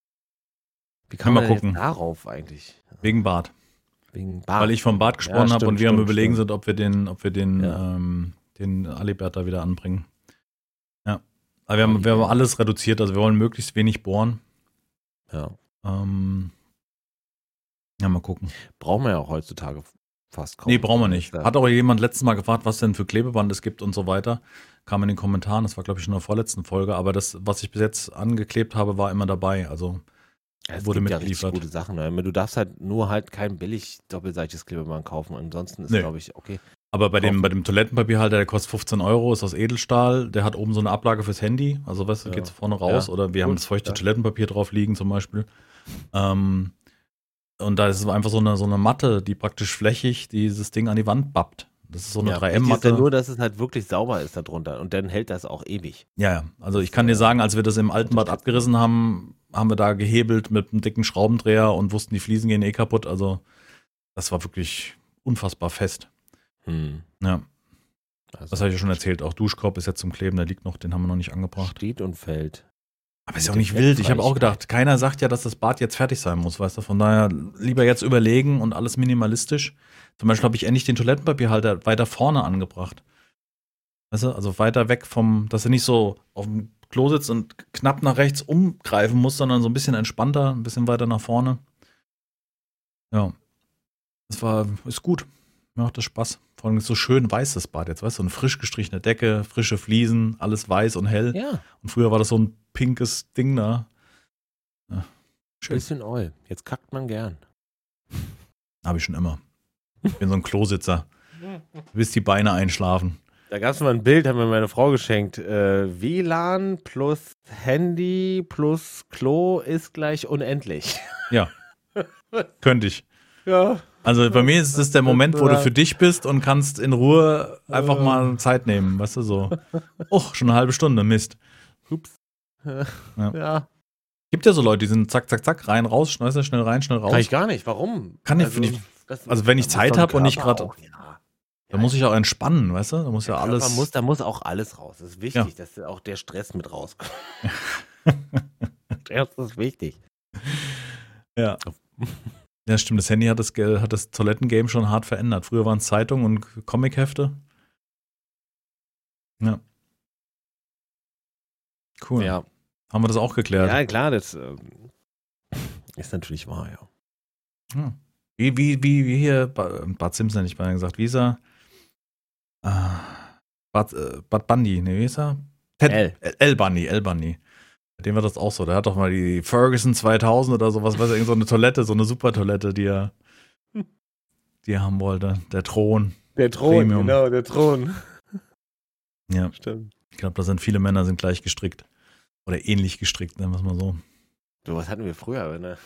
[SPEAKER 2] Wie
[SPEAKER 1] Können
[SPEAKER 2] kann
[SPEAKER 1] wir
[SPEAKER 2] man denn
[SPEAKER 1] gucken.
[SPEAKER 2] jetzt darauf eigentlich?
[SPEAKER 1] Wegen Bad.
[SPEAKER 2] Wegen Bad.
[SPEAKER 1] Weil ich vom Bad gesprochen
[SPEAKER 2] Ja,
[SPEAKER 1] habe
[SPEAKER 2] stimmt,
[SPEAKER 1] und wir am
[SPEAKER 2] stimmt,
[SPEAKER 1] überlegen
[SPEAKER 2] stimmt.
[SPEAKER 1] sind, ob wir den, ob wir den,
[SPEAKER 2] Ja.
[SPEAKER 1] ähm, den Alibert da wieder anbringen. Ja. Aber wir haben, wir haben alles reduziert, also wir wollen möglichst wenig bohren.
[SPEAKER 2] Ja.
[SPEAKER 1] Ähm, ja, mal gucken.
[SPEAKER 2] Brauchen wir ja auch heutzutage fast kaufen.
[SPEAKER 1] Nee, brauchen wir nicht.
[SPEAKER 2] Ja.
[SPEAKER 1] Hat auch jemand letztes Mal gefragt, was denn für Klebeband es gibt und so weiter. Kam in den Kommentaren, das war glaube ich schon in der vorletzten Folge, aber das, was ich bis jetzt angeklebt habe, war immer dabei. Also
[SPEAKER 2] Ja, es
[SPEAKER 1] wurde
[SPEAKER 2] gibt ja richtig
[SPEAKER 1] mitgeliefert.
[SPEAKER 2] gute Sachen. Ne? Du darfst halt nur halt kein billig doppelseitiges Klebeband kaufen. Ansonsten ist,
[SPEAKER 1] Nee.
[SPEAKER 2] glaube ich, okay.
[SPEAKER 1] Aber bei dem,
[SPEAKER 2] Kaufen.
[SPEAKER 1] bei dem Toilettenpapierhalter, der kostet fünfzehn Euro, ist aus Edelstahl, der hat oben so eine Ablage fürs Handy, also weißt du,
[SPEAKER 2] Ja.
[SPEAKER 1] geht vorne raus
[SPEAKER 2] Ja.
[SPEAKER 1] oder wir
[SPEAKER 2] Gut.
[SPEAKER 1] haben das feuchte
[SPEAKER 2] Ja.
[SPEAKER 1] Toilettenpapier drauf liegen zum Beispiel. Ähm, und da ist es einfach so eine, so eine Matte, die praktisch flächig dieses Ding an die Wand bappt. Das ist so eine
[SPEAKER 2] Ja,
[SPEAKER 1] drei
[SPEAKER 2] wichtig ist
[SPEAKER 1] M-Matte.
[SPEAKER 2] ja nur, dass es halt wirklich sauber ist darunter und dann hält das auch ewig.
[SPEAKER 1] Ja, ja, also ich kann dir sagen, als wir das im alten Bad abgerissen haben, haben wir da gehebelt mit einem dicken Schraubendreher und wussten, die Fliesen gehen eh kaputt. Also das war wirklich unfassbar fest.
[SPEAKER 2] Hm.
[SPEAKER 1] Ja,
[SPEAKER 2] Also
[SPEAKER 1] das habe ich ja schon erzählt. Auch Duschkorb ist jetzt zum Kleben, der liegt noch, den haben wir noch nicht angebracht.
[SPEAKER 2] steht und fällt.
[SPEAKER 1] Aber ist ja
[SPEAKER 2] Mit
[SPEAKER 1] auch nicht
[SPEAKER 2] der
[SPEAKER 1] wild. Ich habe auch
[SPEAKER 2] Fettfreichkeit.
[SPEAKER 1] gedacht, keiner sagt ja, dass das Bad jetzt fertig sein muss, weißt du. Von daher lieber jetzt überlegen und alles minimalistisch. Zum Beispiel habe ich endlich den Toilettenpapierhalter weiter vorne angebracht. Weißt du, also weiter weg vom, dass er nicht so auf dem Klo sitzt und knapp nach rechts umgreifen muss, sondern so ein bisschen entspannter, ein bisschen weiter nach vorne. Ja. Das war, ist gut. Mir macht das Spaß. Vor allem ist so schön weiß das Bad jetzt, weißt du, so eine frisch gestrichene Decke, frische Fliesen, alles weiß und hell.
[SPEAKER 2] Ja,
[SPEAKER 1] Und früher war das so ein pinkes Ding da. Ja, schön.
[SPEAKER 2] bisschen Oil. Jetzt kackt man gern.
[SPEAKER 1] Habe ich schon immer. Ich bin so ein Klositzer. Bis die Beine einschlafen.
[SPEAKER 2] Da gab es mal ein Bild, hat mir meine Frau geschenkt. Äh, W L A N plus Handy plus Klo ist gleich unendlich.
[SPEAKER 1] Ja. Könnte ich.
[SPEAKER 2] Ja.
[SPEAKER 1] Also bei mir ist es der Moment, wo du für dich bist und kannst in Ruhe einfach mal Zeit nehmen, weißt du, so. Oh, schon eine halbe Stunde, Mist.
[SPEAKER 2] Ups.
[SPEAKER 1] Ja.
[SPEAKER 2] Ja.
[SPEAKER 1] Gibt ja so Leute, die sind zack, zack, zack, rein, raus, schnell, schnell rein, schnell raus.
[SPEAKER 2] Kann ich gar nicht. Warum?
[SPEAKER 1] Kann ich-
[SPEAKER 2] also,
[SPEAKER 1] ich-
[SPEAKER 2] das-
[SPEAKER 1] also wenn ich
[SPEAKER 2] da
[SPEAKER 1] Zeit
[SPEAKER 2] muss doch
[SPEAKER 1] hab und
[SPEAKER 2] ein
[SPEAKER 1] nicht
[SPEAKER 2] Körper
[SPEAKER 1] grad-
[SPEAKER 2] auch, ja.
[SPEAKER 1] Da muss ich auch entspannen, weißt du? Da muss ja
[SPEAKER 2] Der
[SPEAKER 1] alles.
[SPEAKER 2] Körper muss, da muss auch alles raus. Das ist wichtig,
[SPEAKER 1] Ja.
[SPEAKER 2] dass auch der Stress mit rauskommt. Das ist wichtig.
[SPEAKER 1] Ja. Ja, stimmt. Das Handy hat das, Ge- hat das Toilettengame schon hart verändert. Früher waren es Zeitungen und Comichefte. Ja. Cool.
[SPEAKER 2] Ja.
[SPEAKER 1] Haben wir das auch geklärt?
[SPEAKER 2] Ja, klar, das ähm, ist natürlich wahr, ja.
[SPEAKER 1] Hm. Wie, wie, wie, wie hier, Ba- Bad Simpson hätte ich beinahe gesagt, wie ist er? Ah, Bad, äh, Bad Bundy, ne, wie ist er? Ted,
[SPEAKER 2] L.
[SPEAKER 1] L. L. Bundy, L. Bundy. Bei dem war das auch so. Der hat doch mal die Ferguson zweitausend oder sowas, weiß ich, so eine Toilette, so eine Supertoilette, die er, die er haben wollte. Der Thron.
[SPEAKER 2] Der Thron,
[SPEAKER 1] Premium.
[SPEAKER 2] genau, der Thron.
[SPEAKER 1] Ja,
[SPEAKER 2] Stimmt.
[SPEAKER 1] ich glaube, da sind viele Männer sind gleich gestrickt. Oder ähnlich gestrickt, nennen wir es mal so.
[SPEAKER 2] So was hatten wir früher, ne?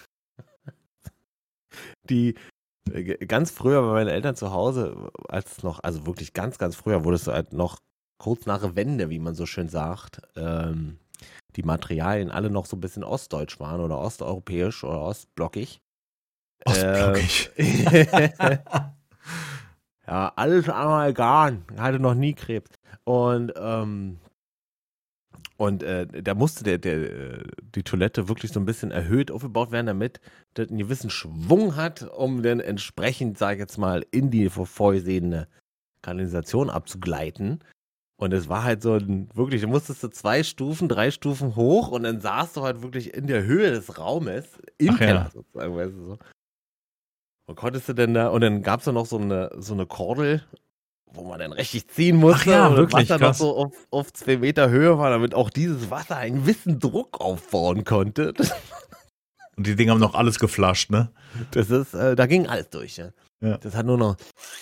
[SPEAKER 2] Die, äh, ganz früher bei meinen Eltern zu Hause, als es noch, also wirklich ganz, ganz früher, wurde es halt noch kurz nach der Wende, wie man so schön sagt, ähm, die Materialien alle noch so ein bisschen ostdeutsch waren oder osteuropäisch oder ostblockig.
[SPEAKER 1] Ostblockig.
[SPEAKER 2] Ähm, ja, alles Amalgam, hatte noch nie Krebs. Und, ähm, und äh, da musste der, der, äh, die Toilette wirklich so ein bisschen erhöht aufgebaut werden, damit das einen gewissen Schwung hat, um dann entsprechend, sag ich jetzt mal, in die vorgesehene Kanalisation abzugleiten. Und es war halt so ein, wirklich, da musstest du zwei Stufen, drei Stufen hoch und dann saßt du halt wirklich in der Höhe des Raumes, im
[SPEAKER 1] Ach ja.
[SPEAKER 2] Keller sozusagen, weißt du so. Und konntest du denn da, und dann gab es da noch so eine, so eine Kordel, wo man dann richtig ziehen musste.
[SPEAKER 1] Ach ja,
[SPEAKER 2] und
[SPEAKER 1] wirklich,
[SPEAKER 2] das Wasser
[SPEAKER 1] krass.
[SPEAKER 2] noch so auf, auf zwei Meter Höhe war, damit auch dieses Wasser einen gewissen Druck aufbauen konnte.
[SPEAKER 1] Und die Dinger haben noch alles geflasht, ne?
[SPEAKER 2] Das ist, äh, da ging alles durch. Ja.
[SPEAKER 1] Ja.
[SPEAKER 2] Das hat nur noch,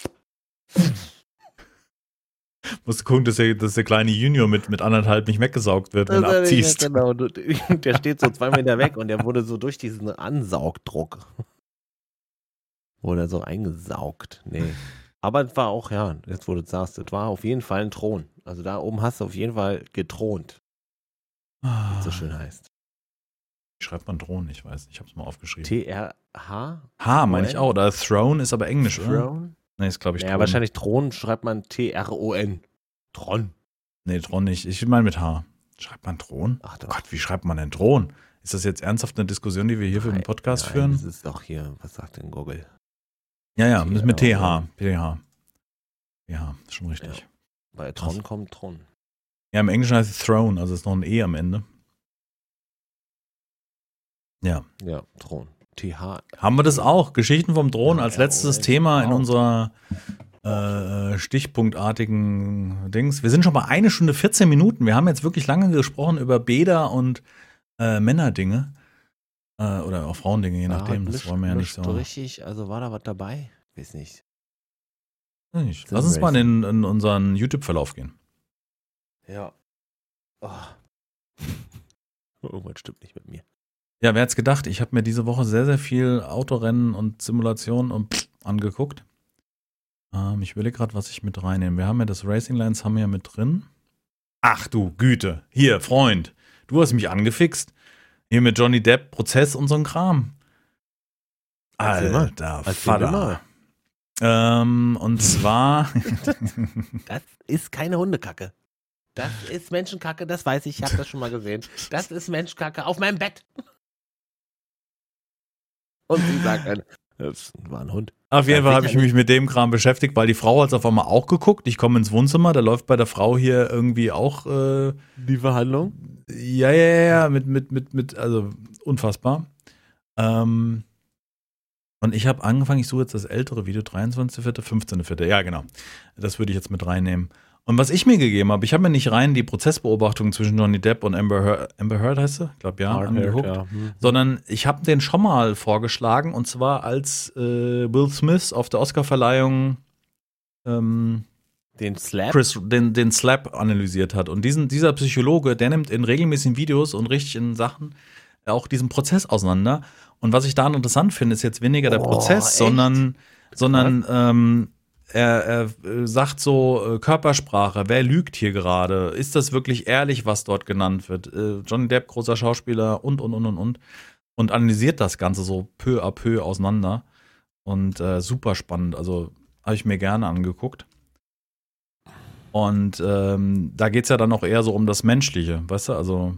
[SPEAKER 1] Musst du gucken, dass der, dass der kleine Junior mit, mit anderthalb nicht weggesaugt wird, wenn du
[SPEAKER 2] Das-
[SPEAKER 1] abziehst.
[SPEAKER 2] Ja, genau. Du- Der steht so zwei Meter weg und der wurde so durch diesen Ansaugdruck wurde er so eingesaugt. Nee. Aber es war auch, ja, jetzt wo du es sagst, es war auf jeden Fall ein Thron. Also da oben hast du auf jeden Fall gethront, wie es so schön heißt.
[SPEAKER 1] Wie schreibt man Thron? Ich weiß nicht, ich hab's mal aufgeschrieben.
[SPEAKER 2] T R H?
[SPEAKER 1] H meine ich auch. Oder Throne ist aber Englisch, oder?
[SPEAKER 2] Throne?
[SPEAKER 1] Nee, ist glaube ich
[SPEAKER 2] Ja,
[SPEAKER 1] Thron.
[SPEAKER 2] wahrscheinlich Thron schreibt man T R O N. Tron.
[SPEAKER 1] Nee, Thron nicht. Ich meine mit H. Schreibt man Thron?
[SPEAKER 2] Ach
[SPEAKER 1] Oh
[SPEAKER 2] doch.
[SPEAKER 1] Gott, wie schreibt man denn Thron? Ist das jetzt ernsthaft eine Diskussion, die wir hier für den
[SPEAKER 2] Nein,
[SPEAKER 1] Podcast
[SPEAKER 2] nein,
[SPEAKER 1] führen?
[SPEAKER 2] Das ist doch hier, was sagt denn Google?
[SPEAKER 1] Ja, ja, mit, mit T H.
[SPEAKER 2] T
[SPEAKER 1] T H. Ja, ist schon richtig.
[SPEAKER 2] Ja. Bei Tron
[SPEAKER 1] Krass.
[SPEAKER 2] kommt Tron.
[SPEAKER 1] Ja, im Englischen heißt es Throne, also ist noch ein E am Ende. Ja,
[SPEAKER 2] Ja, Thron. T H.
[SPEAKER 1] Haben wir das auch? Geschichten vom Thron als
[SPEAKER 2] Ja,
[SPEAKER 1] letztes
[SPEAKER 2] oh,
[SPEAKER 1] Thema in
[SPEAKER 2] wow.
[SPEAKER 1] unserer äh, stichpunktartigen Dings. Wir sind schon bei eine Stunde vierzehn Minuten. Wir haben jetzt wirklich lange gesprochen über Bäder und äh, Männerdinge. Äh, oder auch Frauendinge, je nachdem. Das wollen wir ja nicht so.
[SPEAKER 2] Richtig, also war da was dabei? Weiß nicht.
[SPEAKER 1] Nicht. Lass uns mal in, in unseren YouTube-Verlauf gehen.
[SPEAKER 2] Ja. Oh. Irgendwas stimmt nicht mit mir.
[SPEAKER 1] Ja, wer hätte es gedacht? Ich habe mir diese Woche sehr, sehr viel Autorennen und Simulationen und pff, angeguckt. Ähm, ich will gerade, was ich mit reinnehme. Wir haben ja das Racing Lines haben wir ja mit drin. Ach du Güte. Hier, Freund. Du hast mich angefixt. Hier mit Johnny Depp, Prozess und so ein Kram. Alter Vater. Ähm, und zwar.
[SPEAKER 2] Das ist keine Hundekacke. Das ist Menschenkacke, das weiß ich, ich habe das schon mal gesehen. Das ist Menschenkacke auf meinem Bett. Und sie sagt dann, das war ein Hund.
[SPEAKER 1] Auf jeden Fall habe ich mich mit dem Kram beschäftigt, weil die Frau hat es auf einmal auch geguckt. Ich komme ins Wohnzimmer, da läuft bei der Frau hier irgendwie auch äh,
[SPEAKER 2] die Verhandlung.
[SPEAKER 1] Ja, ja, ja, mit, mit, mit, mit, also unfassbar. Ähm, und ich habe angefangen, ich suche jetzt das ältere Video, dreiundzwanzigster vierter, fünfzehnter vierter Ja, genau. Das würde ich jetzt mit reinnehmen. Und was ich mir gegeben habe, ich habe mir nicht rein die Prozessbeobachtung zwischen Johnny Depp und Amber Heard, Amber Heard heißt sie? Ich glaube, ja,
[SPEAKER 2] Hard
[SPEAKER 1] angeguckt.
[SPEAKER 2] Heard, ja. Hm.
[SPEAKER 1] Sondern ich habe den schon mal vorgeschlagen, und zwar als äh, Will Smith auf der Oscarverleihung ähm,
[SPEAKER 2] den Slap?
[SPEAKER 1] Chris, den, den Slap analysiert hat. Und diesen, dieser Psychologe, der nimmt in regelmäßigen Videos und richtig in Sachen auch diesen Prozess auseinander. Und was ich daran interessant finde, ist jetzt weniger der
[SPEAKER 2] oh,
[SPEAKER 1] Prozess,
[SPEAKER 2] echt?
[SPEAKER 1] sondern, sondern ähm, er, er sagt so äh, Körpersprache, wer lügt hier gerade? Ist das wirklich ehrlich, was dort genannt wird? Äh, Johnny Depp, großer Schauspieler und, und, und, und, und. Und analysiert das Ganze so peu à peu auseinander. Und äh, super spannend. Also habe ich mir gerne angeguckt. Und ähm, da geht es ja dann auch eher so um das Menschliche, weißt du? Also,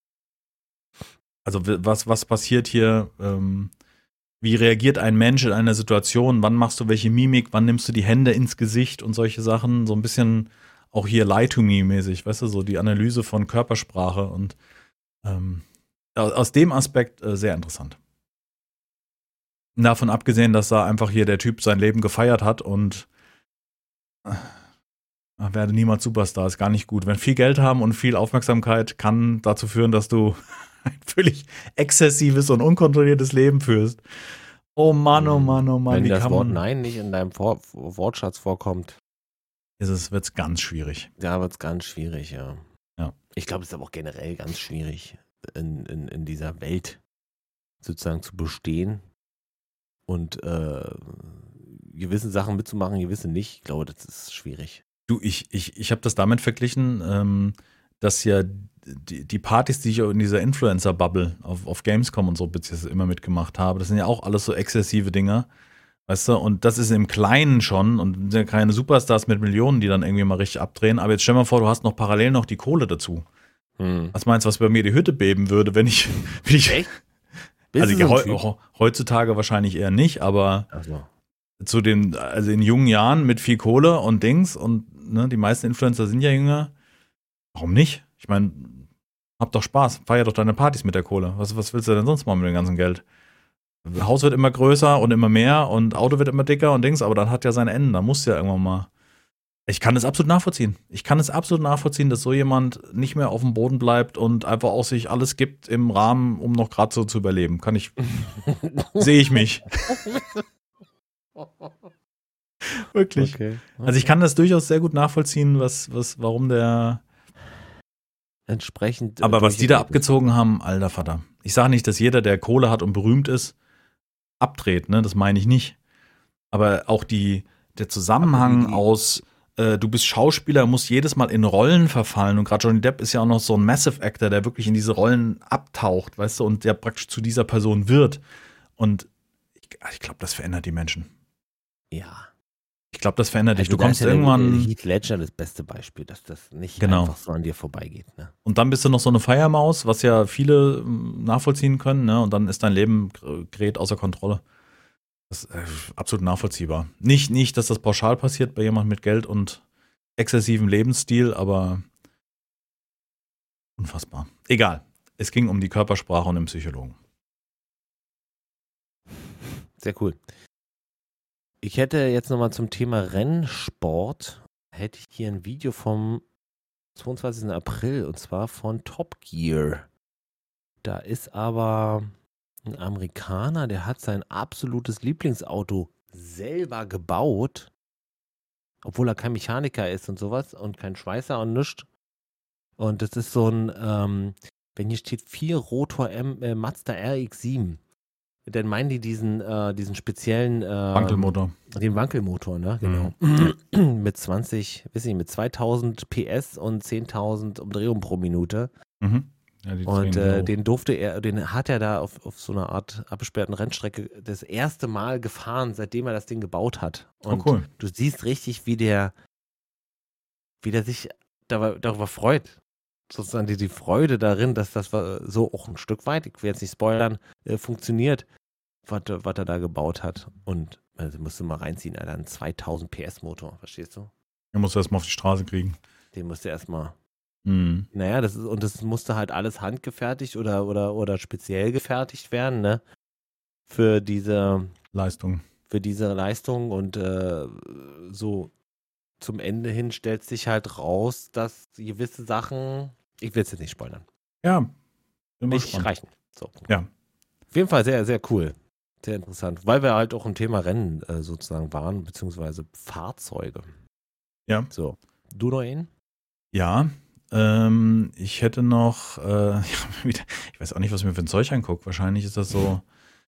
[SPEAKER 1] also was, was passiert hier? Ähm, wie reagiert ein Mensch in einer Situation? Wann machst du welche Mimik? Wann nimmst du die Hände ins Gesicht und solche Sachen? So ein bisschen auch hier Lie to Me mäßig, weißt du? So die Analyse von Körpersprache und ähm, aus dem Aspekt äh, sehr interessant. Davon abgesehen, dass da einfach hier der Typ sein Leben gefeiert hat und äh, werde niemals Superstar, ist gar nicht gut. Wenn viel Geld haben und viel Aufmerksamkeit kann dazu führen, dass du ein völlig exzessives und unkontrolliertes Leben führst. Oh Mann, oh Mann, oh Mann.
[SPEAKER 2] Wenn
[SPEAKER 1] wie
[SPEAKER 2] das
[SPEAKER 1] kann
[SPEAKER 2] Wort
[SPEAKER 1] man,
[SPEAKER 2] Nein nicht in deinem Vor- Wortschatz vorkommt,
[SPEAKER 1] ist es, wird's ganz schwierig.
[SPEAKER 2] da wird es ganz schwierig, ja.
[SPEAKER 1] Ja.
[SPEAKER 2] Ich glaube, es ist aber auch generell ganz schwierig, in, in, in dieser Welt sozusagen zu bestehen und äh, gewisse Sachen mitzumachen, gewisse nicht. Ich glaube, das ist schwierig.
[SPEAKER 1] Du, ich, ich, ich habe das damit verglichen, ähm, dass ja die, die Partys, die ich in dieser Influencer-Bubble auf, auf Gamescom und so bis immer mitgemacht habe, das sind ja auch alles so exzessive Dinger, weißt du, und das ist im Kleinen schon und sind ja keine Superstars mit Millionen, die dann irgendwie mal richtig abdrehen, aber jetzt stell mal vor, du hast noch parallel noch die Kohle dazu.
[SPEAKER 2] Hm.
[SPEAKER 1] Was meinst du, was bei mir die Hütte beben würde, wenn ich, wenn ich
[SPEAKER 2] Echt?
[SPEAKER 1] also
[SPEAKER 2] Bist du so ein
[SPEAKER 1] heu,
[SPEAKER 2] Typ?
[SPEAKER 1] he- heutzutage wahrscheinlich eher nicht, aber
[SPEAKER 2] Ach so.
[SPEAKER 1] zu den, also in jungen Jahren mit viel Kohle und Dings und ne, die meisten Influencer sind ja jünger. Warum nicht? Ich meine, hab doch Spaß, feier doch deine Partys mit der Kohle. Was, was willst du denn sonst machen mit dem ganzen Geld? Haus wird immer größer und immer mehr und Auto wird immer dicker und Dings, aber dann hat ja sein Ende, da musst du ja irgendwann mal. Ich kann es absolut nachvollziehen. Ich kann es absolut nachvollziehen, dass so jemand nicht mehr auf dem Boden bleibt und einfach auch sich alles gibt im Rahmen, um noch gerade so zu überleben. Kann ich, sehe ich mich. Wirklich.
[SPEAKER 2] Okay.
[SPEAKER 1] Also ich kann das durchaus sehr gut nachvollziehen, was, was, warum der.
[SPEAKER 2] Entsprechend. äh,
[SPEAKER 1] Aber was die da
[SPEAKER 2] durchgeht.
[SPEAKER 1] abgezogen haben, alter Vater. Ich sage nicht, dass jeder, der Kohle hat und berühmt ist, abdreht, ne? Das meine ich nicht. Aber auch die, der Zusammenhang
[SPEAKER 2] Aber die-
[SPEAKER 1] aus, äh, du bist Schauspieler, musst jedes Mal in Rollen verfallen. Und gerade Johnny Depp ist ja auch noch so ein Massive Actor, der wirklich in diese Rollen abtaucht, weißt du, und der praktisch zu dieser Person wird. Und ich, ich glaube, das verändert die Menschen.
[SPEAKER 2] Ja.
[SPEAKER 1] Ich glaube, das verändert dich.
[SPEAKER 2] Also
[SPEAKER 1] Du
[SPEAKER 2] da
[SPEAKER 1] kommst
[SPEAKER 2] ist ja der-
[SPEAKER 1] irgendwann.
[SPEAKER 2] Heath Ledger das beste Beispiel, dass das nicht
[SPEAKER 1] Genau.
[SPEAKER 2] einfach so an dir vorbeigeht. Ne?
[SPEAKER 1] Und dann bist du noch so eine Feiermaus, was ja viele ähm, nachvollziehen können, ne? Und dann ist dein Leben gr- gerät außer Kontrolle. Das ist äh, absolut nachvollziehbar. Nicht, nicht, dass das pauschal passiert bei jemandem mit Geld und exzessivem Lebensstil, aber unfassbar. Egal. Es ging um die Körpersprache und den Psychologen.
[SPEAKER 2] Sehr cool. Ich hätte jetzt nochmal zum Thema Rennsport, hätte ich hier ein Video vom zweiundzwanzigsten April und zwar von Top Gear. Da ist aber ein Amerikaner, der hat sein absolutes Lieblingsauto selber gebaut, obwohl er kein Mechaniker ist und sowas und kein Schweißer und nichts. Und das ist so ein, ähm, wenn hier steht vier Rotor M, äh, Mazda R X sieben, dann meinen die diesen, äh, diesen speziellen äh,
[SPEAKER 1] Wankelmotor.
[SPEAKER 2] Den Wankelmotor, ne? Genau. Mhm. Mit zwanzig, weiß ich nicht, mit zweitausend P S und zehntausend Umdrehungen pro Minute.
[SPEAKER 1] Mhm. Ja, die
[SPEAKER 2] Und
[SPEAKER 1] drehen
[SPEAKER 2] äh,
[SPEAKER 1] hoch.
[SPEAKER 2] den durfte er, den hat er da auf, auf so einer Art abgesperrten Rennstrecke das erste Mal gefahren, seitdem er das Ding gebaut hat. Und
[SPEAKER 1] Oh, cool.
[SPEAKER 2] du siehst richtig, wie der, wie der sich darüber, darüber freut. Sozusagen die, die Freude darin, dass das so auch ein Stück weit, ich will jetzt nicht spoilern, äh, funktioniert, was, was er da gebaut hat. Und also musst du mal reinziehen, Alter, ein zweitausend P S Motor, verstehst du?
[SPEAKER 1] Den musst du erstmal auf die Straße kriegen.
[SPEAKER 2] Den musst du erstmal.
[SPEAKER 1] Mhm.
[SPEAKER 2] Naja, das ist, und das musste halt alles handgefertigt oder, oder, oder speziell gefertigt werden, ne? Für diese
[SPEAKER 1] Leistung.
[SPEAKER 2] Für diese Leistung und äh, so zum Ende hin stellt sich halt raus, dass gewisse Sachen, ich will es jetzt nicht spoilern,
[SPEAKER 1] Ja. Bin
[SPEAKER 2] nicht
[SPEAKER 1] gespannt.
[SPEAKER 2] reichen. So.
[SPEAKER 1] Ja.
[SPEAKER 2] Auf jeden Fall sehr, sehr cool. Sehr interessant, weil wir halt auch im Thema Rennen äh, sozusagen waren, beziehungsweise Fahrzeuge.
[SPEAKER 1] Ja.
[SPEAKER 2] So, du noch einen?
[SPEAKER 1] Ja. Ähm, ich hätte noch, äh, ich weiß auch nicht, was ich mir für ein Zeug angucke. Wahrscheinlich ist das so.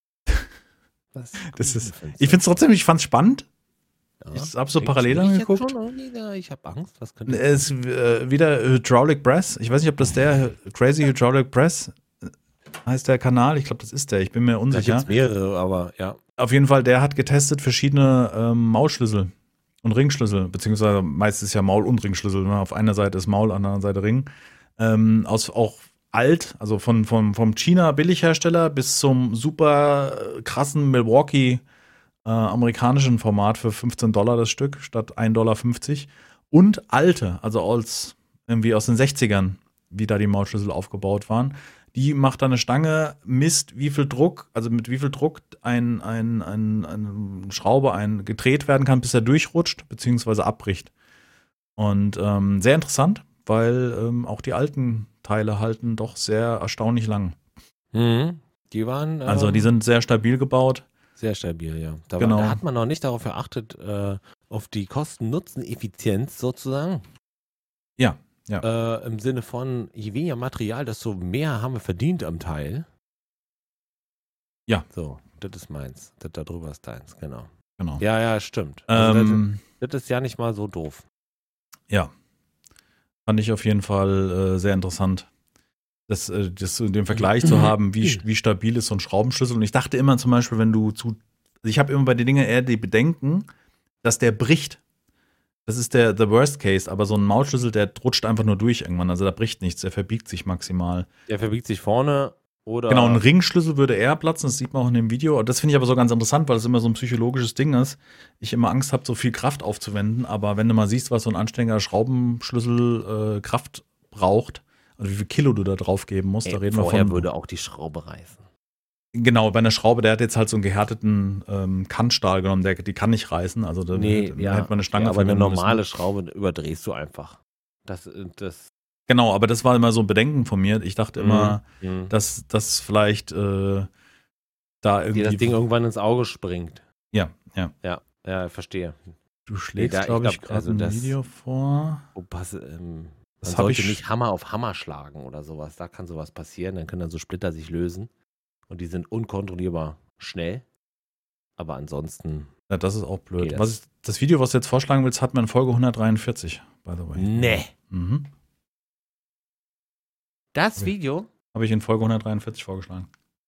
[SPEAKER 2] Was?
[SPEAKER 1] Das ist, ich finde es trotzdem, ich fand es spannend.
[SPEAKER 2] Ja.
[SPEAKER 1] Ich habe so parallel angeguckt.
[SPEAKER 2] Ich habe Angst, was könnte
[SPEAKER 1] Es ist äh, wieder Hydraulic Press. Ich weiß nicht, ob das der Crazy Hydraulic Press heißt der Kanal. Ich glaube, das ist der. Ich bin mir
[SPEAKER 2] Da
[SPEAKER 1] unsicher.
[SPEAKER 2] gibt es mehrere, aber ja.
[SPEAKER 1] Auf jeden Fall, der hat getestet verschiedene ähm, Maulschlüssel und Ringschlüssel, beziehungsweise meistens ja Maul- und Ringschlüssel. Ne? Auf einer Seite ist Maul, auf der anderen Seite Ring. Ähm, aus auch alt, also von, von, vom China-Billighersteller bis zum super krassen Milwaukee äh, amerikanischen Format für fünfzehn Dollar das Stück statt ein Dollar fünfzig. Und alte, also als irgendwie aus den sechzigern, wie da die Maulschlüssel aufgebaut waren. Die macht dann eine Stange, misst, wie viel Druck, also mit wie viel Druck ein, ein, ein, eine Schraube ein, gedreht werden kann, bis er durchrutscht, beziehungsweise abbricht. Und ähm, sehr interessant, weil ähm, auch die alten Teile halten doch sehr erstaunlich lang.
[SPEAKER 2] Mhm. Die waren. Ähm,
[SPEAKER 1] Also die sind sehr stabil gebaut.
[SPEAKER 2] Sehr stabil, ja. Da,
[SPEAKER 1] Genau.
[SPEAKER 2] war, da hat man noch nicht darauf geachtet, äh, auf die Kosten-Nutzen-Effizienz sozusagen.
[SPEAKER 1] Ja. Ja.
[SPEAKER 2] Äh, Im Sinne von, je weniger Material, desto mehr haben wir verdient am Teil.
[SPEAKER 1] Ja.
[SPEAKER 2] So, das ist meins. Das da drüber ist deins, genau.
[SPEAKER 1] Genau.
[SPEAKER 2] Ja, ja, stimmt. Also
[SPEAKER 1] Ähm,
[SPEAKER 2] das, das ist ja nicht mal so doof.
[SPEAKER 1] Ja. Fand ich auf jeden Fall äh, sehr interessant, das, äh, das den Vergleich zu haben, wie, wie stabil ist so ein Schraubenschlüssel. Und ich dachte immer zum Beispiel, wenn du zu, also ich habe immer bei den Dingen eher die Bedenken, dass der bricht. Das ist der the worst case, aber so ein Maulschlüssel, der rutscht einfach nur durch irgendwann. Also da bricht nichts, der verbiegt sich maximal.
[SPEAKER 2] Der verbiegt sich vorne oder.
[SPEAKER 1] Genau, ein Ringschlüssel würde eher platzen, das sieht man auch in dem Video. Und das finde ich aber so ganz interessant, weil das immer so ein psychologisches Ding ist. Ich immer Angst habe, so viel Kraft aufzuwenden, aber wenn du mal siehst, was so ein anständiger Schraubenschlüssel äh, Kraft braucht, also wie viel Kilo du da drauf geben musst,
[SPEAKER 2] Ey,
[SPEAKER 1] da reden wir
[SPEAKER 2] vorher
[SPEAKER 1] von.
[SPEAKER 2] würde auch die Schraube reißen.
[SPEAKER 1] Genau, bei einer Schraube, der hat jetzt halt so einen gehärteten ähm, Kantstahl genommen, der, die kann nicht reißen. Also da
[SPEAKER 2] Nee,
[SPEAKER 1] hätte,
[SPEAKER 2] ja,
[SPEAKER 1] hätte man eine Stange
[SPEAKER 2] ja, aber eine
[SPEAKER 1] verwenden
[SPEAKER 2] normale
[SPEAKER 1] müssen.
[SPEAKER 2] Schraube überdrehst du einfach. Das, das
[SPEAKER 1] Genau, aber das war immer so ein Bedenken von mir. Ich dachte immer,
[SPEAKER 2] Mhm.
[SPEAKER 1] dass das vielleicht äh, da irgendwie.
[SPEAKER 2] dir das Ding irgendwann ins Auge springt.
[SPEAKER 1] Ja, ja.
[SPEAKER 2] Ja, ja, verstehe.
[SPEAKER 1] Du schlägst,
[SPEAKER 2] Nee, da-
[SPEAKER 1] glaube
[SPEAKER 2] ich
[SPEAKER 1] ich,
[SPEAKER 2] glaub,
[SPEAKER 1] gerade
[SPEAKER 2] also
[SPEAKER 1] ein
[SPEAKER 2] das-
[SPEAKER 1] Video vor.
[SPEAKER 2] Oh, pass, ähm,
[SPEAKER 1] Das
[SPEAKER 2] man
[SPEAKER 1] hab
[SPEAKER 2] sollte
[SPEAKER 1] ich-
[SPEAKER 2] nicht Hammer auf Hammer schlagen oder sowas. Da kann sowas passieren. Dann können dann so Splitter sich lösen. Und die sind unkontrollierbar schnell. Aber ansonsten.
[SPEAKER 1] Ja, das ist auch blöd.
[SPEAKER 2] Geht das.
[SPEAKER 1] Was ist, das Video, was du jetzt vorschlagen willst, hat man in Folge hundertdreiundvierzig, by the way.
[SPEAKER 2] Nee.
[SPEAKER 1] Mhm.
[SPEAKER 2] Das
[SPEAKER 1] Okay.
[SPEAKER 2] Video?
[SPEAKER 1] Habe ich in Folge hundertdreiundvierzig vorgeschlagen.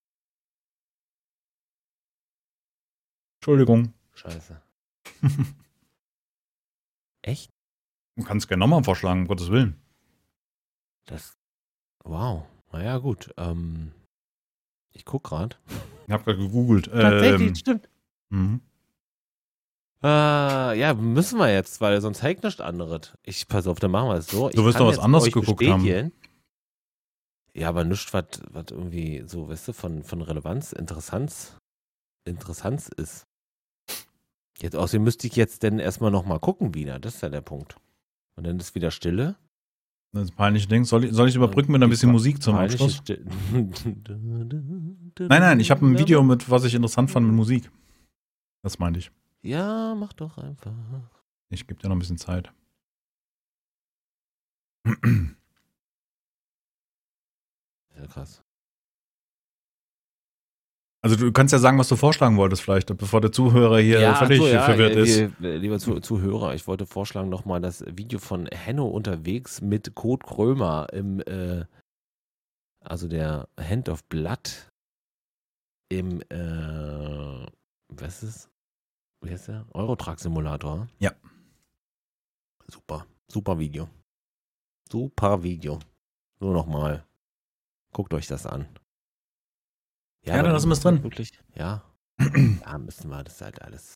[SPEAKER 1] Entschuldigung.
[SPEAKER 2] Scheiße. Echt?
[SPEAKER 1] Du kannst gerne nochmal vorschlagen, um Gottes Willen.
[SPEAKER 2] Das. Wow. Naja, gut. Ähm, ich guck gerade.
[SPEAKER 1] Ich habe gerade gegoogelt.
[SPEAKER 2] Tatsächlich,
[SPEAKER 1] Ähm,
[SPEAKER 2] stimmt.
[SPEAKER 1] mhm.
[SPEAKER 2] Äh, ja, müssen wir jetzt, weil sonst zeigt nichts anderes. Ich, pass auf, dann machen wir es so. Ich
[SPEAKER 1] Du wirst
[SPEAKER 2] kann
[SPEAKER 1] doch was
[SPEAKER 2] jetzt
[SPEAKER 1] anderes
[SPEAKER 2] euch
[SPEAKER 1] geguckt
[SPEAKER 2] bestätigen. Ja, aber nichts, was was irgendwie so, weißt du, von, von Relevanz, Interessanz interessant ist. Jetzt außerdem müsste ich jetzt denn erstmal nochmal gucken wieder. Das ist ja der Punkt. Und dann ist wieder Stille.
[SPEAKER 1] Das peinliche Ding. Soll ich, soll ich überbrücken mit ein bisschen Musik zum
[SPEAKER 2] Peinliche
[SPEAKER 1] Abschluss?
[SPEAKER 2] Sti-
[SPEAKER 1] Nein, nein, ich habe ein Video mit, was ich interessant fand mit Musik. Das meinte ich.
[SPEAKER 2] Ja, mach doch einfach.
[SPEAKER 1] Ich gebe dir noch ein bisschen Zeit.
[SPEAKER 2] Ja, krass.
[SPEAKER 1] Also du kannst ja sagen, was du vorschlagen wolltest vielleicht, bevor der Zuhörer hier
[SPEAKER 2] Ja,
[SPEAKER 1] völlig
[SPEAKER 2] ach so, ja,
[SPEAKER 1] verwirrt
[SPEAKER 2] äh,
[SPEAKER 1] ist.
[SPEAKER 2] die- Lieber Zu- Zuhörer, ich wollte vorschlagen nochmal das Video von Henno unterwegs mit Kurt Krömer im, äh, also der Hand of Blood im, äh, was ist, wie heißt der? Eurotruck-Simulator.
[SPEAKER 1] Ja.
[SPEAKER 2] Super, super Video. Super Video. Nur nochmal. Guckt euch das an.
[SPEAKER 1] Ja, dann
[SPEAKER 2] aber
[SPEAKER 1] lassen wir es
[SPEAKER 2] das ist
[SPEAKER 1] drin.
[SPEAKER 2] Wirklich, ja. Ja, müssen wir, das ist halt alles.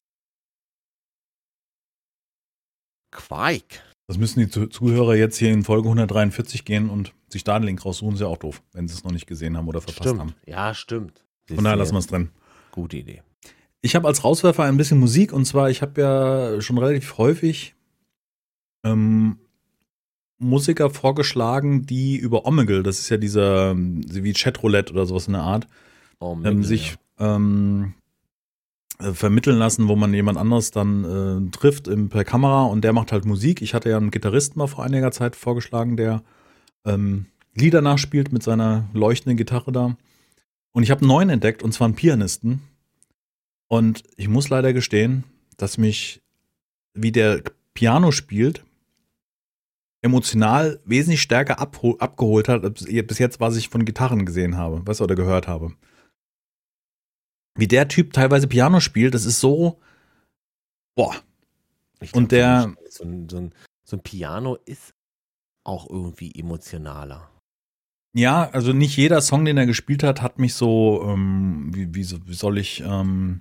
[SPEAKER 2] Quake.
[SPEAKER 1] Das müssen die Zu- Zuhörer jetzt hier in Folge hundertdreiundvierzig gehen und sich da einen Link raussuchen. Ist ja auch doof, wenn sie es noch nicht gesehen haben oder verpasst
[SPEAKER 2] Stimmt.
[SPEAKER 1] haben.
[SPEAKER 2] Ja, stimmt.
[SPEAKER 1] Von daher lassen wir es drin.
[SPEAKER 2] Gute Idee.
[SPEAKER 1] Ich habe als Rauswerfer ein bisschen Musik und zwar, ich habe ja schon relativ häufig ähm, Musiker vorgeschlagen, die über Omegle, das ist ja dieser, ähm, wie Chatroulette oder sowas in der Art,
[SPEAKER 2] Oh,
[SPEAKER 1] ähm,
[SPEAKER 2] Miguel,
[SPEAKER 1] sich ähm, äh, vermitteln lassen, wo man jemand anderes dann äh, trifft im, per Kamera und der macht halt Musik. Ich hatte ja einen Gitarristen mal vor einiger Zeit vorgeschlagen, der ähm, Lieder nachspielt mit seiner leuchtenden Gitarre da. Und ich habe einen neuen entdeckt und zwar einen Pianisten. Und ich muss leider gestehen, dass mich, wie der Piano spielt, emotional wesentlich stärker abho- abgeholt hat, als bis jetzt, was ich von Gitarren gesehen habe, was oder gehört habe. Wie der Typ teilweise Piano spielt, das ist so, boah.
[SPEAKER 2] Ich
[SPEAKER 1] Und
[SPEAKER 2] glaub,
[SPEAKER 1] der,
[SPEAKER 2] so ein, so, ein, so ein Piano ist auch irgendwie emotionaler.
[SPEAKER 1] ja, also nicht jeder Song, den er gespielt hat, hat mich so, ähm, wie, wie, so- wie soll ich, ähm,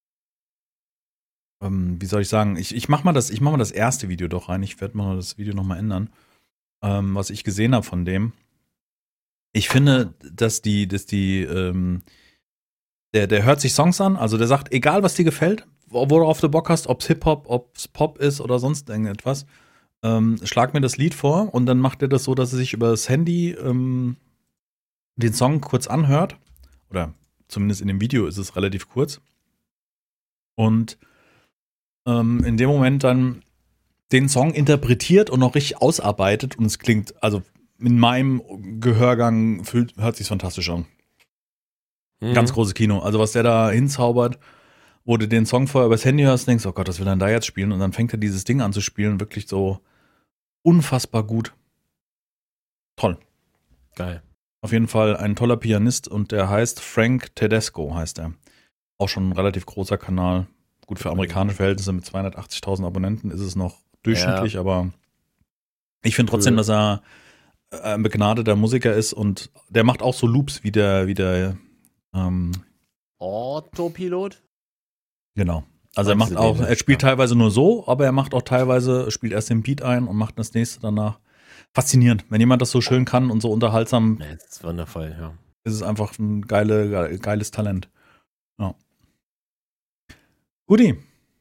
[SPEAKER 1] ähm, wie soll ich sagen, ich, ich mach mal das, ich mach mal das erste Video doch rein, ich werde mal das Video nochmal ändern, ähm, was ich gesehen habe von dem. Ich finde, dass die, dass die, ähm, der, der hört sich Songs an, also der sagt, egal was dir gefällt, wo- worauf du Bock hast, ob's Hip-Hop, ob's Pop ist oder sonst irgendetwas, ähm, schlag mir das Lied vor und dann macht er das so, dass er sich über das Handy ähm, den Song kurz anhört, oder zumindest in dem Video ist es relativ kurz, und ähm, in dem Moment dann den Song interpretiert und noch richtig ausarbeitet und es klingt, also in meinem Gehörgang fühlt, hört sich's fantastisch an.
[SPEAKER 2] Mhm.
[SPEAKER 1] Ganz großes Kino. Also was der da hinzaubert, wo du den Song vorher übers Handy hörst, denkst, oh Gott, was will er denn da jetzt spielen? Und dann fängt er dieses Ding an zu spielen, wirklich so unfassbar gut. Toll.
[SPEAKER 2] Geil.
[SPEAKER 1] Auf jeden Fall ein toller Pianist und der heißt Frank Tedesco, heißt er. Auch schon ein relativ großer Kanal. Gut, für amerikanische Verhältnisse mit zweihundertachtzigtausend Abonnenten ist es noch durchschnittlich,
[SPEAKER 2] Ja.
[SPEAKER 1] aber ich finde trotzdem,
[SPEAKER 2] Cool.
[SPEAKER 1] dass er ein begnadeter Musiker ist und der macht auch so Loops wie der, wie der, ähm,
[SPEAKER 2] Autopilot?
[SPEAKER 1] genau. Also er
[SPEAKER 2] Meinst
[SPEAKER 1] macht
[SPEAKER 2] du
[SPEAKER 1] auch,
[SPEAKER 2] den?
[SPEAKER 1] er spielt
[SPEAKER 2] Ja.
[SPEAKER 1] teilweise nur so, aber er macht auch teilweise, spielt erst den Beat ein und macht das nächste danach. Faszinierend. Wenn jemand das so schön kann und so unterhaltsam,
[SPEAKER 2] Ja, das ist wundervoll, ja.
[SPEAKER 1] ist es einfach ein geile, ge- geiles Talent. Ja. Guti.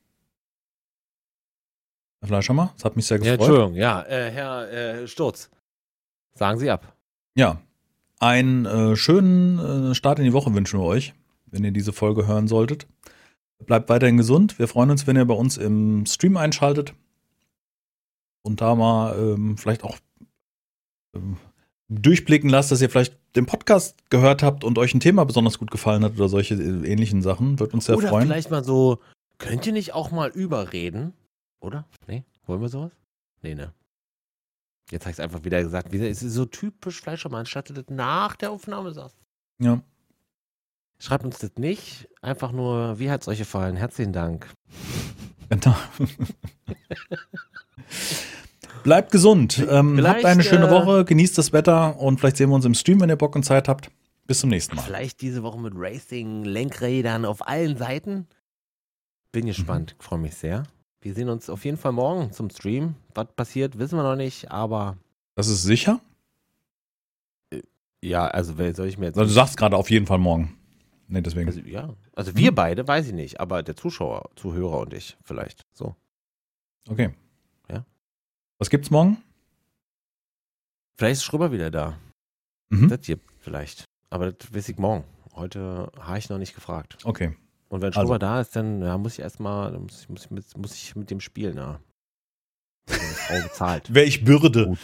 [SPEAKER 1] Herr Fleischhammer, das hat mich sehr
[SPEAKER 2] Ja,
[SPEAKER 1] gefreut.
[SPEAKER 2] Entschuldigung, ja, äh, Herr äh, Sturz, sagen Sie ab.
[SPEAKER 1] Ja, einen äh, schönen äh, Start in die Woche wünschen wir euch, wenn ihr diese Folge hören solltet. Bleibt weiterhin gesund. Wir freuen uns, wenn ihr bei uns im Stream einschaltet und da mal ähm, vielleicht auch ähm, durchblicken lasst, dass ihr vielleicht den Podcast gehört habt und euch ein Thema besonders gut gefallen hat oder solche äh, ähnlichen Sachen. Wird uns sehr
[SPEAKER 2] Oder
[SPEAKER 1] freuen.
[SPEAKER 2] vielleicht mal so, könnt ihr nicht auch mal überreden? Oder? Nee? Wollen wir sowas? Nee, ne? Jetzt habe ich es einfach wieder gesagt. Wieder, es ist so typisch Fleischermann, anstatt du das nach der Aufnahme sagst.
[SPEAKER 1] Ja.
[SPEAKER 2] Schreibt uns das nicht. Einfach nur, wie hat es euch gefallen? Herzlichen Dank.
[SPEAKER 1] Genau. Bleibt gesund. Ähm,
[SPEAKER 2] Vielleicht,
[SPEAKER 1] habt eine schöne
[SPEAKER 2] äh,
[SPEAKER 1] Woche, genießt das Wetter und vielleicht sehen wir uns im Stream, wenn ihr Bock und Zeit habt. Bis zum nächsten Mal.
[SPEAKER 2] Vielleicht diese Woche mit Racing, Lenkrädern auf allen Seiten. Bin gespannt, freue mich sehr. Wir sehen uns auf jeden Fall morgen zum Stream. Was passiert, wissen wir noch nicht, aber
[SPEAKER 1] Das ist sicher?
[SPEAKER 2] ja, also wer soll ich mir jetzt.
[SPEAKER 1] Also, du sagst gerade auf jeden Fall morgen. Nee, deswegen.
[SPEAKER 2] Also, ja. Also wir
[SPEAKER 1] Hm.
[SPEAKER 2] beide, weiß ich nicht, aber der Zuschauer, Zuhörer und ich vielleicht. So.
[SPEAKER 1] Okay.
[SPEAKER 2] Ja.
[SPEAKER 1] Was gibt's morgen?
[SPEAKER 2] Vielleicht ist Schröber wieder da.
[SPEAKER 1] Mhm.
[SPEAKER 2] Das gibt vielleicht. Aber das weiß ich morgen. Heute habe ich noch nicht gefragt.
[SPEAKER 1] Okay.
[SPEAKER 2] Und wenn Schröber
[SPEAKER 1] Also.
[SPEAKER 2] da ist, dann ja, muss ich erstmal, muss ich, muss, ich mit, muss ich mit dem spielen, ja. Wenn die Frau bezahlt.
[SPEAKER 1] Welch Bürde.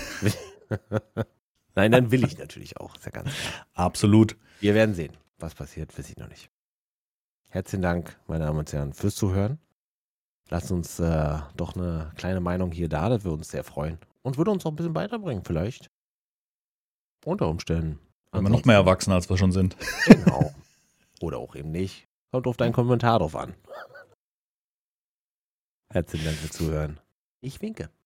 [SPEAKER 2] Nein, dann will ich natürlich auch. Ist ja ganz klar.
[SPEAKER 1] Absolut.
[SPEAKER 2] Wir werden sehen. Was passiert, weiß ich noch nicht. Herzlichen Dank, meine Damen und Herren, fürs Zuhören. Lasst uns äh, doch eine kleine Meinung hier da, das würde uns sehr freuen. Und würde uns auch ein bisschen weiterbringen, vielleicht. Unter Umständen.
[SPEAKER 1] Wenn wir noch mehr erwachsen, als wir schon sind.
[SPEAKER 2] Genau. Oder auch eben nicht. Kommt auf deinen Kommentar drauf an. Herzlichen Dank fürs Zuhören. Ich winke.